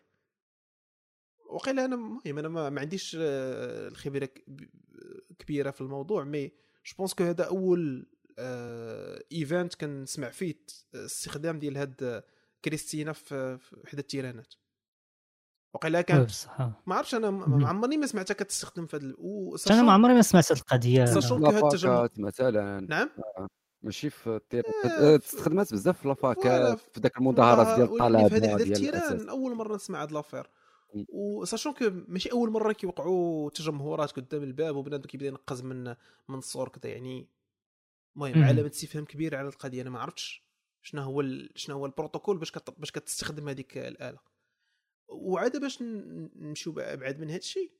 وقيلا انا المهم انا ما, ما عنديش الخبره كبيره في الموضوع، مي جو بونس كو هذا اول ايفنت كنسمع فيه استخدام ديال هاد كريستينا في حدا التيرانات. وقيلا كانت ما عرفتش انا ما عمرني ما سمعتها كتستخدم في هذا و... انا ما عمري ما سمعت هذه القضيه لافاكات مثلا. نعم آه. ماشي في التيران تستخدمات بزاف في لافاكات في داك المظاهرات ديال الطلبه ديال التيران. اول مره نسمع هاد لافير وساشون كو ماشي اول مره كيوقعوا تجمهرات قدام الباب وبنادم كيبدا ينقز من من الصور كذا يعني. المهم علامه استفهام كبيره على القضيه. انا ما عرفتش شنو هو ال... شنو هو البروتوكول باش كت... باش كتستخدم هذيك الاله. وعاده باش نمشيو ابعد من هذا الشيء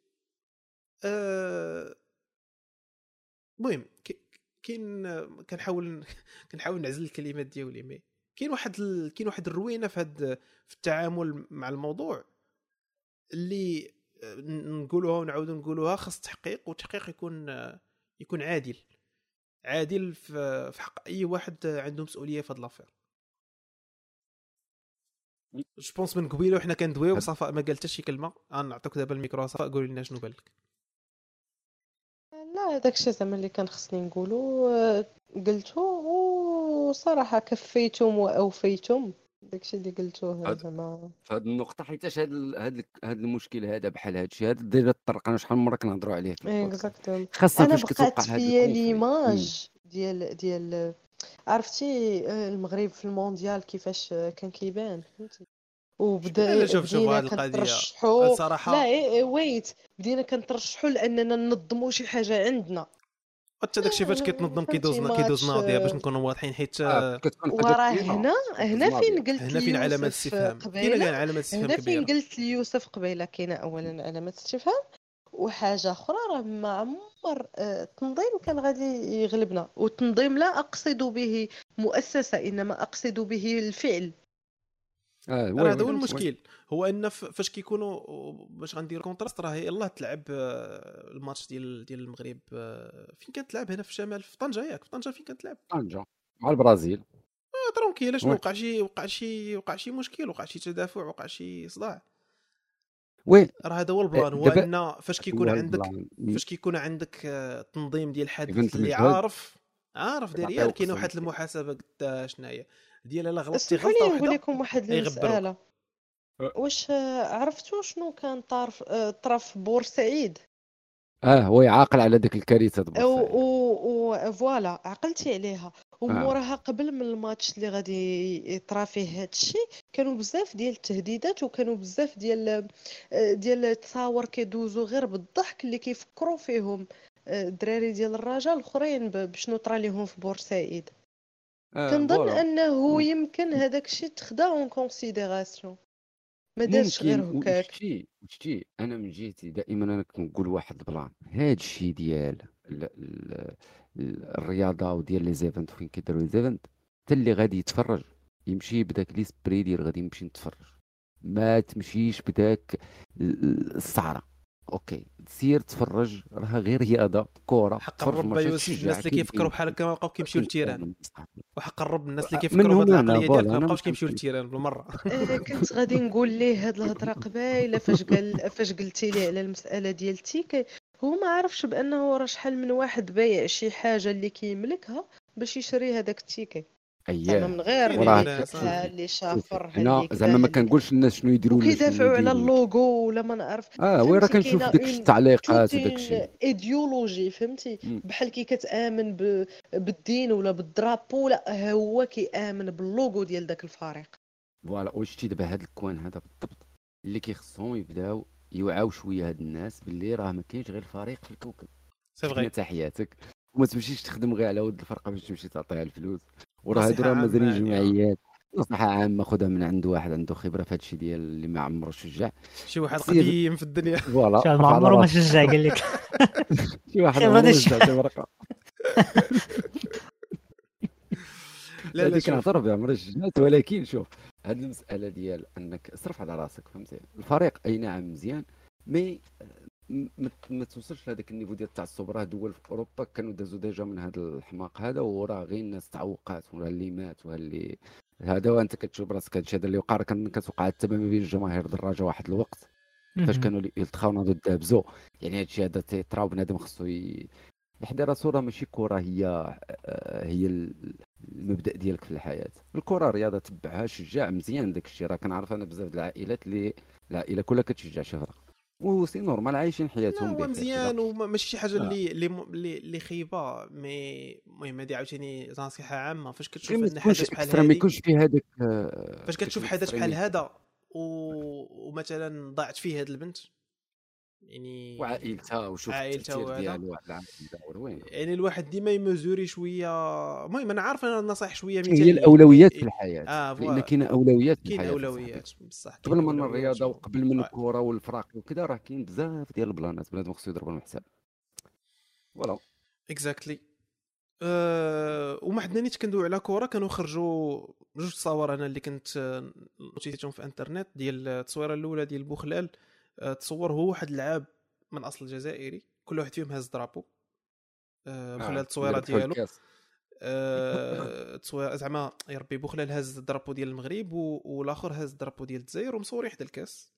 المهم أه... كاين كنحاول كنحاول نعزل الكلمات ديالي مي كاين واحد ال... كاين واحد الروينه في هذا في التعامل مع الموضوع اللي نقولوها ونعاودوا نقولوها. خاص تحقيق والتحقيق يكون يكون عادل عادل في حق اي واحد عنده مسؤوليه في هذا لافير. جو بونس من قبيله وحنا كندويو صفاء ما قال حتى شي كلمه. غنعطيك دابا الميكرو صفاء قولي لنا شنو بالك. لا هذاك الشيء زعما اللي كان خصني نقولوا قلتو وصراحه كفيتم واوفيتم داكشي اللي قلتوه زعما في هذه النقطه حيتاش هذا هذا هذا المشكل هذا بحال هذا الشيء هذا ديال الطرقانه شحال من مره كنهضروا عليه اكزاكتوم. خاصه انا فاش كتوقع بقات هذا فيا ليماج ديال ديال عرفتي المغرب في المونديال كيفاش كان كيبان فهمتي. وبدا بدينا كنترشحوا صراحه لا إيه ويت بدينا كنترشحوا لاننا ننظموا شي حاجه عندنا. حتى داكشي فاش كيتنظم كيدوزنا كيدوز ناضيه باش نكونوا واضحين حيت آه وراه هنا هنا فين قلت هنا فين علامات الاستفهام كاينه كاين علامات استفهام كبيره. هنا فين قلت ليوسف قبيله كاينه اولا علامات استفهام وحاجه اخرى راه ما عمر التنظيم كان غادي يغلبنا. والتنظيم لا اقصد به مؤسسه انما اقصد به الفعل. اه هذا هو المشكل هو ان فاش كيكونوا باش غندير كونتراست راه يلاه تلعب الماتش ديال ديال المغرب فين كتلعب هنا في الشمال في طنجه ياك في طنجه فين كتلعب طنجه مع البرازيل. اه ترونكيل شنو وقع شي وقع شي وقع شي مشكل وقع شي تدافع وقع شي صداع. وي راه هذا هو البلان. هو ان فاش كيكون عندك فاش كيكون عندك تنظيم ديال حدث اللي عارف عارف ديال كاين واحد المحاسبه قد شناهي ديال الا غلطتي غلطه وحده. نقول لكم واحد المساله واش عرفتوا شنو كان طرف طرف بورسعيد؟ اه وي عاقل على ديك الكارثه بورسعيد و فوالا عقلتي عليها. وموراها قبل من الماتش اللي غادي يطرا فيه هذا الشيء كانوا بزاف ديال التهديدات وكانوا بزاف ديال ديال التصاور كيدوزوا غير بالضحك اللي كيفكروا فيهم الدراري ديال الرجال الاخرين بشنو طرا لهم في بورسعيد. آه كنظن انه يمكن هذاك الشيء تخدا اون كونسيديراسيون. ما دارش غير ممكن هكاك. وشتي وشتي انا من جهتي دائما انا كنقول واحد البلان، هاد الشيء ديال ال- ال- ال- الرياضه وديال لي زيفنت فين كيديروا لي زيفنت، حتى اللي غادي يتفرج يمشي بداك لي سبري ديال غادي يمشي نتفرج، ما تمشيش بداك ال- السعره. اوكي سير تفرج، راها غير رياضه كوره، حق تفرج الرب الماتشات يوسف، تشجع الناس اللي كاين كيفكروا كاين بحال هكا ما بقاو كيمشيو للتيران. وحق الرب الناس اللي من كيفكروا بهذه هنا انا العقليه ديالك فوالا ما انا بقاوش ما كيمشيو كنفهمش. للتيران بالمره. انا كنت غادي نقول ليه هاد الهضره قبايله فاش قال فاش قلتي لي على المساله ديال التيكي، هو ما عرفش بانه راه شحال من واحد بايع شي حاجه اللي كيملكها باش يشري هذاك التيكي، زعما اييه من غير كاينين اللي وراه الناس شوفي لكها آه. اللي شوفي شافرها انا اللي زعما ما كذا اللي كنقولش للناس شنو يديروا ولا شنو ما وكيدافعوا على يديروش. اللوغو ولا ما نعرف. اه وي راه فهمتي كنشوف كاينه داك اون التعليقات توت وداك اون الشيء. ايديولوجي، فهمتي مم. بحال كي كتامن ب... بالدين ولا بالدرابو، لا هو كيامن باللوغو ديال داك الفريق. فوالا وشتي دابا هاد الكوان هذا بالضبط اللي كيخصهم يبداو يوعاو شويه هاد الناس باللي راه ما كاينش غير فريق في الكوكب. سي تكنا فغي. تحياتك وما تمشيش تخدم غير على ود الفرقه باش تمشي تعطيها الفلوس، وراه هادو نصيحه راه عامه مازالين يعني آه. جمعيات. نصيحه عامه خذها من عند واحد عنده خبره في هادشي ديال اللي ما عمرو شجع. شي واحد سير قديم في الدنيا. فوالا شحال خاف ما على عمرو ما راسك. شجع قال لك شي واحد خير عمرو هذا ما الشيء. شجع شي فرقه. لا لا هذيك شوف نعترف بعمر الشجاعات، ولكن شوف هاد المساله ديال انك اصرف على راسك، فهمتي الفريق اي نعم مزيان مي م- ما ما توصلش لهذاك النيفو ديال التعصب. راه دول في اوروبا كانوا دازوا ديجا من هذا الحماق هذا، وراه غير الناس تعوقات ولا اللي مات ولا اللي هذا. وانت كتشوف براسك هادشي هذا اللي وقع راه كان كتوقع حتى ما بين الجماهير دراجه واحد الوقت فاش كانوا اللي يلتقاو ضد دابزو. يعني هادشي هذا تيطرا بنادم خصو ي- يحضر راسو. راه ماشي كره هي آه، هي ال- المبدا ديالك في الحياه. الكره رياضه تبعها شجاع مزيان داك الشيء. راه كنعرف انا بزاف د العائلات اللي العائله كلها كتشجع شي فرق وسي نورمال عايشين لا حياتهم هو بخير كذا. مزيان وماشي شي حاجه آه. اللي اللي اللي اللي خيبه. مي المهم هذه عاوتاني نصيحه عامه فاش غير كتشوف ما ان تكونش حدث بحال اكسترا، ما هذه. يكونش فيه هذاك آه، فاش كتشوف داك حدث بحال الاكستريميزم. هذا و... ومثلا ضاعت فيه هاد البنت يعني وعائلتها وشوف عائلتها التاثير وهذا، ديالو على العائله وين. يعني الواحد ديما يمزوري شويه. المهم انا عارف انا النصائح شويه هي مثاليه الاولويات في مي... الحياه، اه لان فوالا كاين اولويات في كاين الحياه أصاحبي. اولويات بصح قبل كاين من اولويات الرياضه و... وقبل من آه. الكره والفراق وكذا راه كاين بزاف ديال البلانات بنادم خصو يضرب لهم حساب. فوالا اكزاكتلي. أه وما حدنا نيت كندوي على كره. كانوا خرجوا جوج تصاور انا اللي كنت آه، نوتيتهم في انترنت ديال التصويره الاولى ديال بوخلال. أه تصور هو واحد اللاعب من اصل جزائري، كل واحد فيهم هاز درابو. أه بوخلال التصويره ديالو أه تصوير زعما يا ربي بوخلال هاز درابو ديال المغرب و... والاخر هاز درابو ديال الجزائر ومصوري حدا الكاس.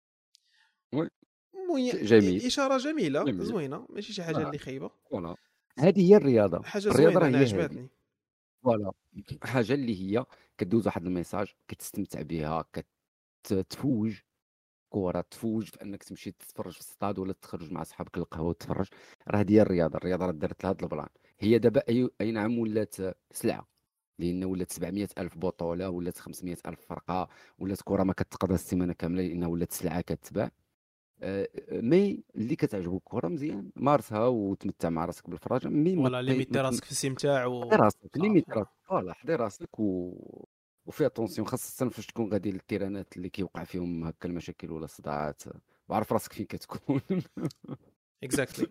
وي مي... جميل اشاره جميله جميل. زوينه ماشي شي حاجه آه. اللي خيبه. فوالا هذه هي الرياضه. حاجه الرياضه زوينه راه انا هي هذه. عجبتني. فوالا حاجه اللي هي كدوز واحد الميساج كتستمتع بها، كتفوج كره، تفوج في انك تمشي تتفرج في الستاد ولا تخرج مع صحابك للقهوه وتتفرج. راه هذه هي الرياضه. الرياضه راه دارت لهذا البلان. هي دابا اي اي نعم ولات سلعه، لان ولات سبعمية الف بطوله، ولات خمسمية الف فرقه، ولات كره ما كتقضى السيمانه كامله لانها ولات سلعه كتباع. أه مي اللي كتعجبو الكره مزيان مارسها وتمتع مع راسك بالفراجه. مي ما ولا ليميتي ما راسك في الاستمتاع و حضي راسك ليميت صافي. راسك. فوالا حضي راسك و وفي اتونسيون خاصه فاش تكون غادي للتيرانات اللي كيوقع فيهم هكا المشاكل ولا الصداعات، وعرف راسك فين كتكون. اكزاكتلي.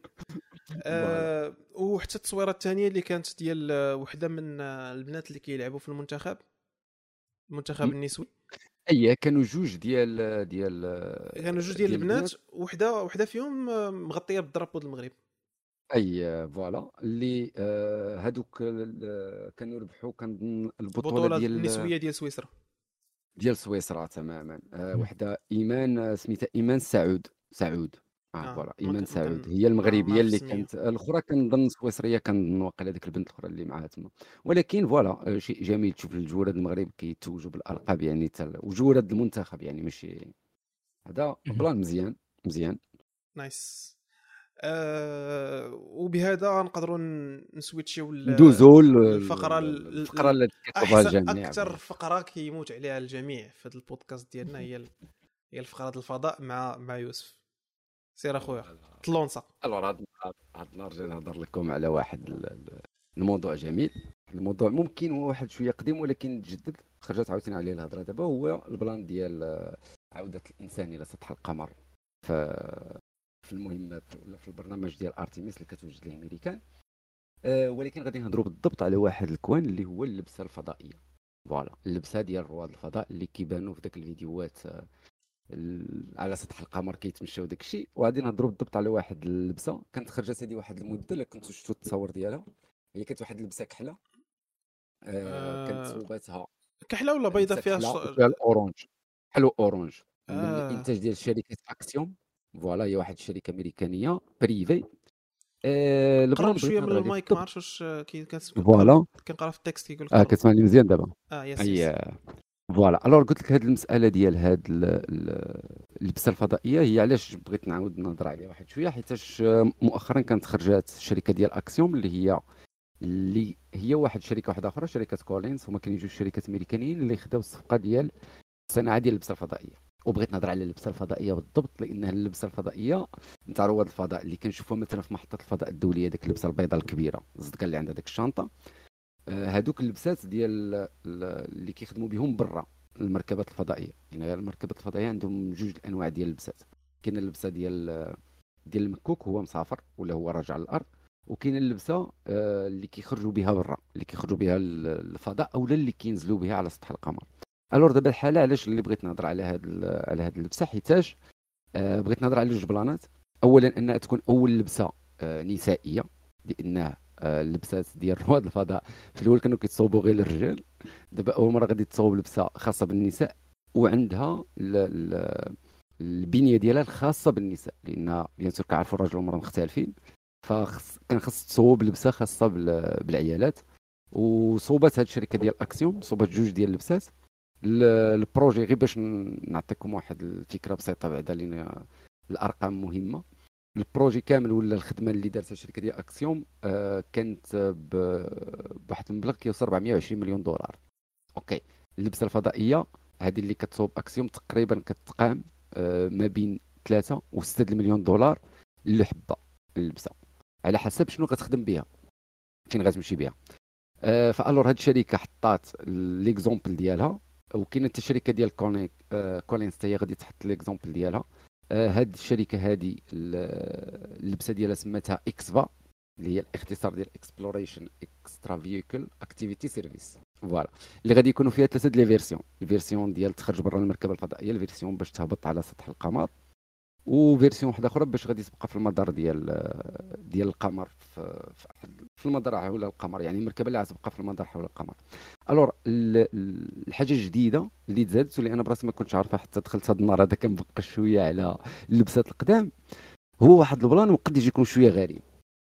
أه وحتى التصويره الثانيه اللي كانت ديال آه، وحده من آه، البنات اللي كيلعبوا في المنتخب المنتخب م. النسوي. اي كانوا جوج ديال ديال كانوا جوج ديال البنات، وحده وحده فيهم آه، مغطيه بالدرابو ديال المغرب. اي فوالا اللي آه، هادوك ال- كانوا ربحوا كنظن البطوله البطوله ديال النسويه ديال سويسرا. ديال سويسرا تماما. آه، م. وحده ايمان آه، سميتها ايمان سعود سعود اه اه فوالا ما ايمان كن- ما سعود كن- هي ما المغربيه ما عرف اللي سميه. كانت. الاخرى كنظن سويسريه، كنظن واقيلا ديك البنت الاخرى اللي معاها تما. ولكن فوالا آه، شيء جميل تشوف الجوارد المغرب كيتوجوا بالالقاب يعني تل... وجوارد المنتخب يعني ماشي هذا م. بلان مزيان مزيان. نايس. أه وبهذا نقدروا نسويتشيو ندوزو الفقره الفقره اللي كيطلبها احسن الجميع. اكثر فقره كيموت عليها الجميع في هذا البودكاست ديالنا هي ال... هي الفقره ديال الفضاء مع مع يوسف. سير اخويا طلونصه. الوغ هاد هاد النهار جاي نهضر لكم على واحد الموضوع جميل. الموضوع ممكن هو واحد شويه قديم ولكن تجدد، خرجت عاوتاني عليه الهضره دابا. هو البلان ديال عوده الانسان الى سطح القمر ف في المهمات ولا في البرنامج ديال ارتيميس اللي كتوجد الامريكان. أه ولكن غادي نهضروا بالضبط على واحد الكوان اللي هو اللبسه الفضائيه. فوالا اللبسه ديال رواد الفضاء اللي كيبانوا في داك الفيديوهات على سطح القمر كيتمشاو داك الشيء. وغادي نهضروا بالضبط على واحد اللبسه كانت خرجت هذه واحد المده الا كنتو شفتوا التصاور ديالها. هي كانت واحد اللبسه كحله آه كانت صوباتها كحله ولا بيضه فيها فيها الاورانج حلو اورانج آه. من الانتاج ديال شركه اكسيوم. فوالا هي واحد الشركه امريكانيه بريفي. آه قرب شويه من المايك ما عرفتش واش كنسمع. فوالا كنقرا في التكست كيقول اه كتسمعني مزيان دابا. اه يس يس فوالا. الوغ قلت لك هذه المساله ديال هاد اللبسه الفضائيه هي علاش بغيت نعاود نهضر عليها واحد شويه، حيتاش مؤخرا كانت خرجات الشركه ديال اكسيوم اللي هي اللي هي واحد شركه واحده اخرى شركه كولينز. هما كاين جوج شركات امريكانيين اللي خداو الصفقه ديال الصناعه ديال اللبسه الفضائيه. وبغيت نهضر على اللبسه الفضائيه بالضبط لانها اللبسه الفضائيه نتاع رواد الفضاء اللي كنشوفوها مثلا في محطه الفضاء الدوليه، ديك اللبسه البيضاء الكبيره الزدقه اللي عندها ديك الشنطه. هادوك اللبسات ديال اللي كيخدموا بهم برا المركبات الفضائيه. يعني المركبات الفضائيه عندهم جوج الانواع ديال اللبسات. كاين اللبسه ديال ديال المكوك هو مسافر ولا هو راجع للارض، وكاين اللبسه اللي كيخرجوا بها برا اللي كيخرجوا بها للفضاء اولا اللي كينزلوا بها على سطح القمر. الور دابا الحاله علاش اللي بغيت نهضر على هاد على هاد اللبسه حيتاش آه بغيت نهضر على جوج بلانات. اولا انها تكون اول لبسه آه نسائيه، لانها آه اللبسات ديال رواد الفضاء في الاول كانوا كيتصوبوا غير للرجال. دابا اول مره غادي تصوب لبسه خاصه بالنساء وعندها البنيه ديالها الخاصه بالنساء، لان بيان سور كنعرفوا الراجل والمراه مختلفين، فخص كان خاص تصوب لبسه خاصه بالعيالات. وصوبات هذه الشركه ديال اكسيوم صوبات جوج ديال اللبسات. البروجي غير باش نعطيكم واحد الفكره بسيطه بعدا لان الارقام مهمه. البروجي كامل ولا الخدمه اللي دارتها الشركه ديال اكسيوم آه كانت بواحد المبلغ كيوصل أربعمائة وعشرين مليون دولار. اوكي اللبسه الفضائيه هذه اللي كتصوب اكسيوم تقريبا كتقام آه ما بين ثلاثة وستة مليون دولار للحبه اللبسه على حسب شنو كتخدم بها فين غتمشي بها. آه فالور هذه الشركه حطات ليكزومبل ديالها، وكاينه حتى الشركه ديال كولينز آه كولينز حتى هي غادي تحط ليكزومبل ديالها. هذه آه الشركه هذه اللبسه ديالها سماتها اكسفا اللي هي الاختصار ديال اكسبلوريشن اكسترا فييكل اكتيفيتي سيرفيس. فوالا اللي غادي يكونوا فيها ثلاثه ديال الفيرسيون. الفيرسيون ديال تخرج برا المركبه الفضائيه، الفيرسيون باش تهبط على سطح القمر، وفيرسيون واحده اخرى باش غادي تبقى في المدار ديال ديال القمر في في المدار حول القمر، يعني المركبه اللي غتبقى في المدار حول القمر. الور الحاجه الجديده اللي تزادت واللي انا براسي ما كنتش عارفها حتى دخلت هذا النهار هذا كنبقى شويه على اللبسات القدام، هو واحد البلان وقد يجي يكون شويه غريب.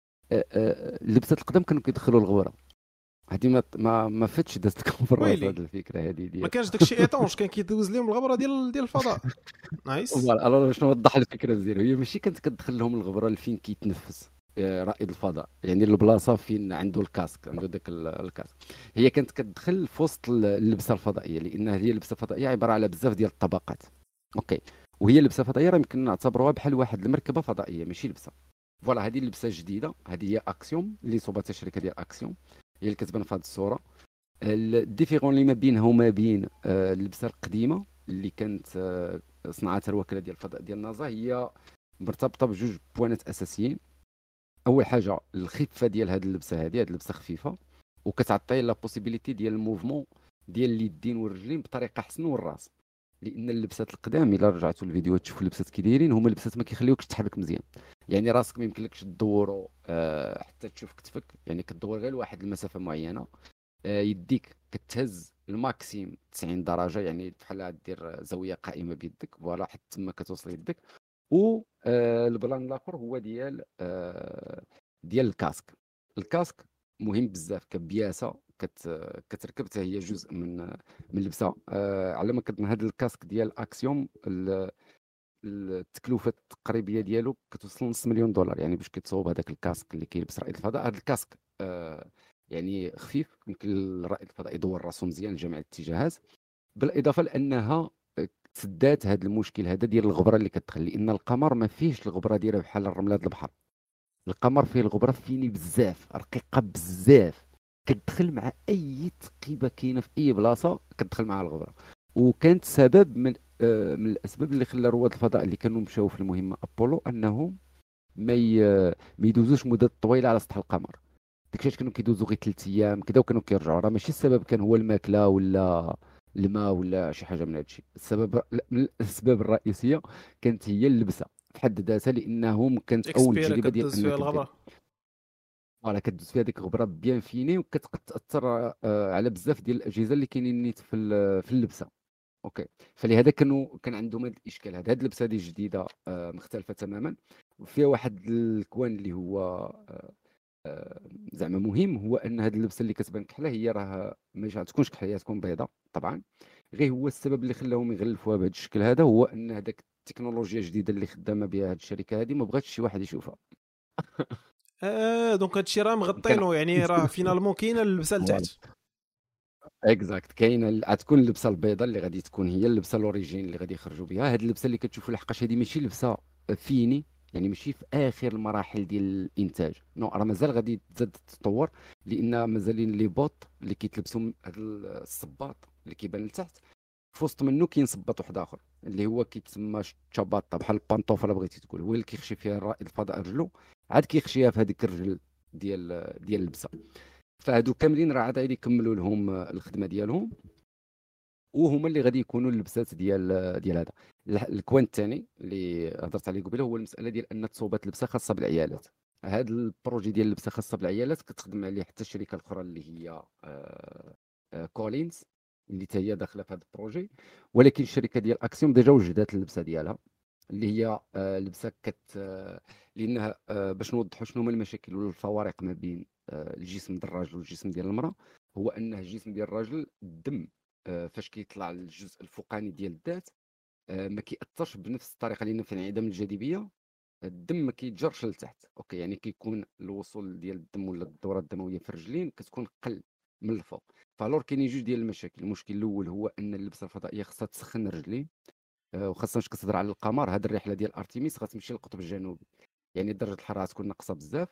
اللبسات القدام كانوا كيدخلوا الغوره. هذه ما ما ما فاتش دازتكم في الراس هذه الفكره هذه ديال ما كانش داكشي ايطونج كان كيدوز لهم الغبره ديال ديال الفضاء. نايس. فوالا الو باش نوضح الفكره مزيان، هي ماشي كانت كتدخل لهم الغبره لفين كيتنفس رائد الفضاء، يعني البلاصه فين عنده الكاسك عنده داك الكاسك، هي كانت كتدخل في وسط اللبسه الفضائيه، لان هي اللبسه الفضائيه عباره على بزاف ديال الطبقات. اوكي وهي اللبسه الفضائيه راه يمكن نعتبروها بحال واحد المركبه فضائيه ماشي لبسه. فوالا هذه اللبسه الجديده، هذه هي اكسيوم اللي صوبتها الشركه ديال اكسيوم، هي اللي كتبان في هذه الصوره. الديفيرون اللي ما بينها وما بين اللبسه القديمه اللي كانت صنعتها الوكاله ديال الفضاء ديال نازا هي مرتبطه بجوج بوانات اساسيين. اول حاجه الخفه ديال هذه اللبسه، هذه هذه اللبسه خفيفه وكتعطي لا بوسيبيليتي ديال الموفمون ديال اليدين والرجلين بطريقه احسن والراس، لان اللبسات القدام الا رجعتوا الفيديو تشوفوا اللبسات كي دايرين هما اللبسات ما كيخليوكش تحرك مزيان، يعني راسك ما يمكنلكش تدورو أه حتى تشوف كتفك، يعني كتدور غير لواحد المسافه معينه. أه يديك كتهز الماكسيم تسعين درجه، يعني بحال دير زاويه قائمه بيدك فوالا حتى تما كتوصل يدك. و أه البلان الاخر هو ديال أه ديال الكاسك. الكاسك مهم بزاف كبياسه كت كتركب حتى هي جزء من من اللبسه. أه على ما كنظن هذا الكاسك ديال اكسيوم التكلفه التقريبيه ديالو كتوصل نص مليون دولار، يعني باش كيتصوب هذاك الكاسك اللي كيلبس رائد الفضاء. هذا الكاسك أه يعني خفيف يمكن الرائد الفضاء يدور راسو مزيان لجميع الاتجاهات، بالاضافه لانها سدات هذا المشكل هذا ديال الغبره اللي كتدخل، لان القمر ما فيهش الغبره ديالها بحال الرمله ديال البحر. القمر فيه الغبره فيني بزاف رقيقه بزاف، كتدخل مع اي تقيبه كاينه في اي بلاصه كتدخل معها الغبره، وكانت سبب من من الاسباب اللي خلى رواد الفضاء اللي كانوا مشاو في المهمه ابولو انهم ما ما يدوزوش مدة طويله على سطح القمر. داكشي كانوا كيدوزوا غير ثلاث ايام كذا وكانوا كيرجعوا. راه ماشي السبب كان هو الماكله ولا الماء ولا شي حاجه من هادشي. السبب من الاسباب الرئيسيه كانت هي اللبسه في حد ذاتها، لانهم كانت اول تجربه ديال انك الغبره فوالا كدوز فيها ديك الغبره بيان فيني، وكتقد تاثر على بزاف ديال الاجهزه اللي كاينين نيت في في اللبسه. اوكي، فلهذا كانوا كان عندهم هذا الاشكال. هذه اللبسه دي جديده مختلفه تماما، وفيها واحد الكوان اللي هو زعما مهم، هو ان هذه اللبسه اللي كتبان كحله هي راه ما تكونش كحله، تكون بيضاء طبعا. غير هو السبب اللي خلاهم يغلفوها بهذا الشكل هذا هو ان هذاك التكنولوجيا الجديده اللي خدامه بها هذه الشركه هذه ما بغاتش شي واحد يشوفها. اه دونك هادشي راه مغطينو، يعني راه فينالمون كاينه اللبسه لتحت. اكزاكت، كاينه غتكون اللبسه البيضاء اللي غادي تكون هي اللبسه الاوريجين اللي غادي يخرجوا بها. هذه اللبسه اللي كتشوفوا لحقاش هذه ماشي لبسه فيني، يعني ماشي في اخر المراحل ديال الانتاج، نو راه مازال غادي تزاد تتطور، لان مازالين لي بوط اللي كيتلبسوا هذا الصباط اللي كيبان لتحت، في وسط منه كاين صباط واحد اخر اللي هو كيتسمى تشاباطه، بحال البانطوفه بغيتي تقول، هو اللي كيخشي فيها الرائد الفضاء رجلو، عاد كيخشيها في هذيك الرجل ديال ديال اللبسه. فهادو كاملين راه عاد غادي يكملوا لهم الخدمه ديالهم، وهما اللي غادي يكونوا اللبسات ديال ديال هذا الكوان الثاني اللي هضرت عليه قبيله. هو المساله ديال ان تصوبات اللبسه خاصه بالعيالات. هذا البروجي ديال اللبسه خاصه بالعيالات كتخدم عليه حتى الشركه الاخرى اللي هي آه آه كولينز اللي حتى هي داخله في هذا البروجي، ولكن الشركه ديال اكسيوم ديجا وجدات اللبسه ديالها اللي هي آه لبسه كت آه لانها آه باش نوضحوا شنو هما المشاكل ولا الفوارق ما بين آه الجسم ديال الراجل والجسم ديال المراه. هو انه الجسم ديال الراجل الدم آه فاش كيطلع للجزء الفوقاني ديال الذات آه ما كيأثرش بنفس الطريقه، لان في انعدام الجاذبيه الدم ما كيتجرش لتحت. اوكي، يعني كيكون الوصول ديال الدم ولا الدوره الدمويه في الرجلين كتكون قل من الفوق. فالور كاينين جوج ديال المشاكل. المشكل الاول هو ان اللبسه الفضائيه خصها تسخن الرجلين، وخاصه فاش كتهضر على القمر. هذه الرحله ديال ارتيميس غتمشي للقطب الجنوبي، يعني درجه الحراره تكون ناقصه بزاف،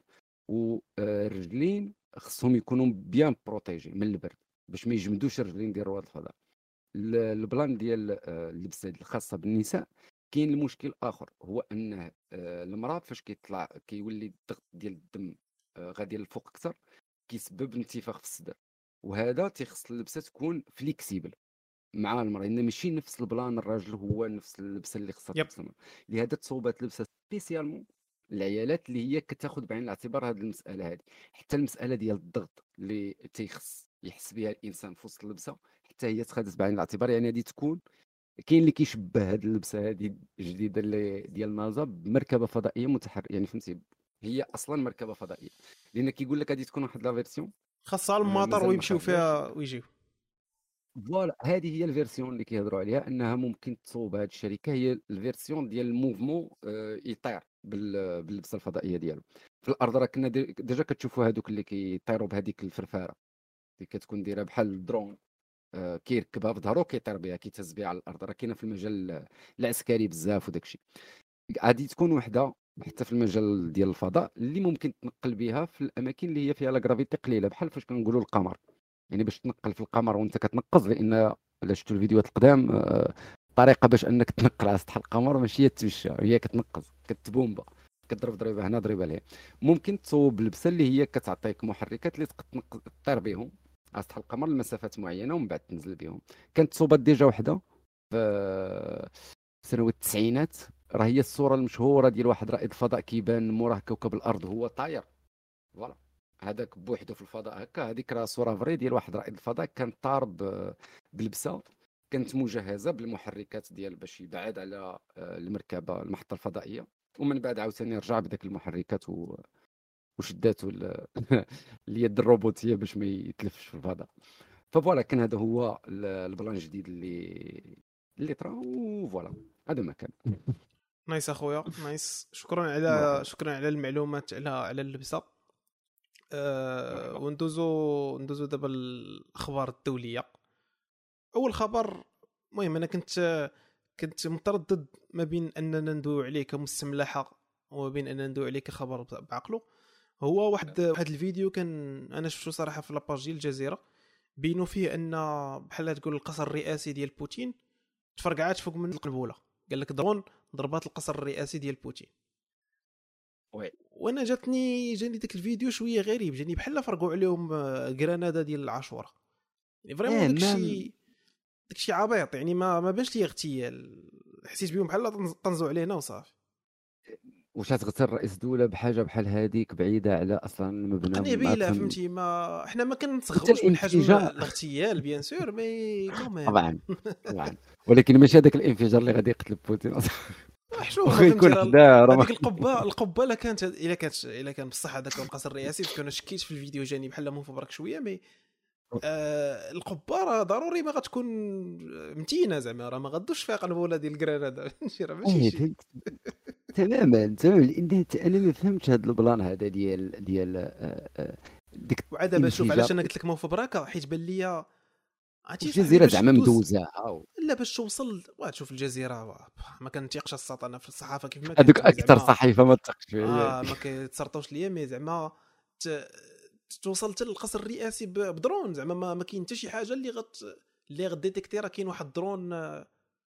والرجلين خصهم يكونوا بيان بروتيجي من البرد باش ما يجمدوش الرجلين ديال رواد الفضاء. البلان ديال اللبسه الخاصه بالنساء كاين المشكل اخر، هو ان المراه فاش كيطلع كيولي الضغط ديال الدم غادي للفوق اكثر كيسبب انتفاخ في الصدر، وهذا تيخص اللبسه تكون فليكسيبل مع المراه، لان ماشي نفس البلان الراجل هو نفس اللبسه اللي خصها تلبسها. لهذا تصوبات لبسه سبيسيالمون العيالات اللي هي كتاخذ بعين الاعتبار هذه المساله هذه. حتى المساله ديال الضغط اللي تيخص يحس بها الانسان في وسط اللبسه حتى هي تخدس بعين الاعتبار. يعني هذه تكون كاين اللي كيشبه هذه اللبسه هذه الجديده اللي ديال نازا بمركبه فضائيه متحركه، يعني فهمتي هي اصلا مركبه فضائيه، لان كيقول لك غادي تكون واحد لا فيرسيون خاصها المطار ويمشيو فيها ويجيو. فوالا هذه هي الفيرسيون اللي كيهضروا عليها، انها ممكن تصوب هذه الشركه هي الفيرسيون ديال الموفمون آه يطير باللبسه الفضائيه ديالو في الارض. راه كنا ديجا كتشوفوا هذوك اللي كيطيروا بهذيك الفرفاره اللي كتكون دايره بحال الدرون آه كيركبها في ظهرو كيطير بها كيتهز بها على الارض. راه كاينه في المجال العسكري بزاف وداك الشيء. غادي تكون وحده حتى في المجال ديال الفضاء اللي ممكن تنقل بها في الاماكن اللي هي فيها لا غرافيتي قليله، بحال فاش كنقولوا القمر. يعني باش تنقل في القمر وانت كتنقز، لان الا شفتوا الفيديوهات القدام الطريقه باش انك تنقل على سطح القمر ماشي هي تمشى، هي كتنقز كتبومبا كتضرب ضريبه هنا ضريبه لهنا. ممكن تصوب لبسه اللي هي كتعطيك محركات اللي تقدر تطير بهم على سطح القمر لمسافات معينه ومن بعد تنزل بهم. كانت تصوبات ديجا وحده في سنوات التسعينات، راه هي الصوره المشهوره ديال واحد رائد الفضاء كيبان موراه كوكب الارض هو طاير، فوالا هذاك بوحده في الفضاء هكا. هذيك راه صوره فري ديال واحد رائد الفضاء كان طارب بلبسه كانت مجهزه بالمحركات ديال باش يبعد على المركبه المحطه الفضائيه، ومن بعد عاوتاني رجع بداك المحركات و... وشداتو اليد الروبوتيه باش ما يتلفش في الفضاء. فوالا كان هذا هو البلان الجديد اللي اللي طرا وفوالا هذا ما كان. نايس اخويا نايس، شكرا على شكرا على المعلومات على على اللبسه. أه وندوزو ندوزو دابا الاخبار الدوليه. اول خبر المهم انا كنت كنت متردد ما بين اننا ندوي عليه كمستملحه وما بين اننا ندوي عليه كخبر بعقله. هو واحد واحد الفيديو كان انا شفتو صراحه في لاباج ديال الجزيره، بينوا فيه ان بحال تقول القصر الرئاسي ديال بوتين تفرقعات فوق من القنبله، قال لك درون ضربات القصر الرئاسي ديال بوتين. وي وانا جاتني جاني داك الفيديو شويه غريب، جاني بحال فرقوا عليهم غرانادا ديال العاشوره، يعني فريمون إيه، داكشي داكشي عبيط، يعني ما ما بانش لي اغتيال، حسيت بهم بحال طنزوا علينا وصافي. واش تغتر رئيس دوله بحاجه بحال هذيك بعيده على اصلا المبنى نبيله معكم؟ فهمتي، ما احنا ما كنصغروش من حجم الانفجار. الاغتيال بيان سور، مي كوميم طبعا طبعا، ولكن ماشي هذاك الانفجار اللي غادي يقتل بوتين شوف واخا يكون فهمتي حدا راه هذيك القبه القبه لا كانت الا كانت الا كان بصح هذاك القصر الرئاسي، كنا شكيت في الفيديو جاني بحال مفبرك شويه، مي آه القبه راه ضروري ما غتكون متينه زعما، راه ما غدوش فيها قنبله ديال الكرانادا راه ماشي شي تماما تماما. لان انا ما فهمتش هذا البلان هذا ديال ديال آه، آه، ديك وعاد دابا شوف الانفجار. علاش انا قلت لك مفبركه، حيت بان ليا عرفتي الجزيره باش زعما دوز- مدوزه لا باش توصل واه تشوف الجزيره ما كنتيقش السطانه في الصحافه كيف ما هذوك كانت، مي اكثر زعما- صحيفه ما تثقش فيها. اه ما كيتصرطوش ليا، مي زعما ت- توصل حتى للقصر الرئاسي ب- بدرون، زعما ما, ما كاين حتى شي حاجه اللي غت اللي غديتيكتي راه كاين واحد درون آه،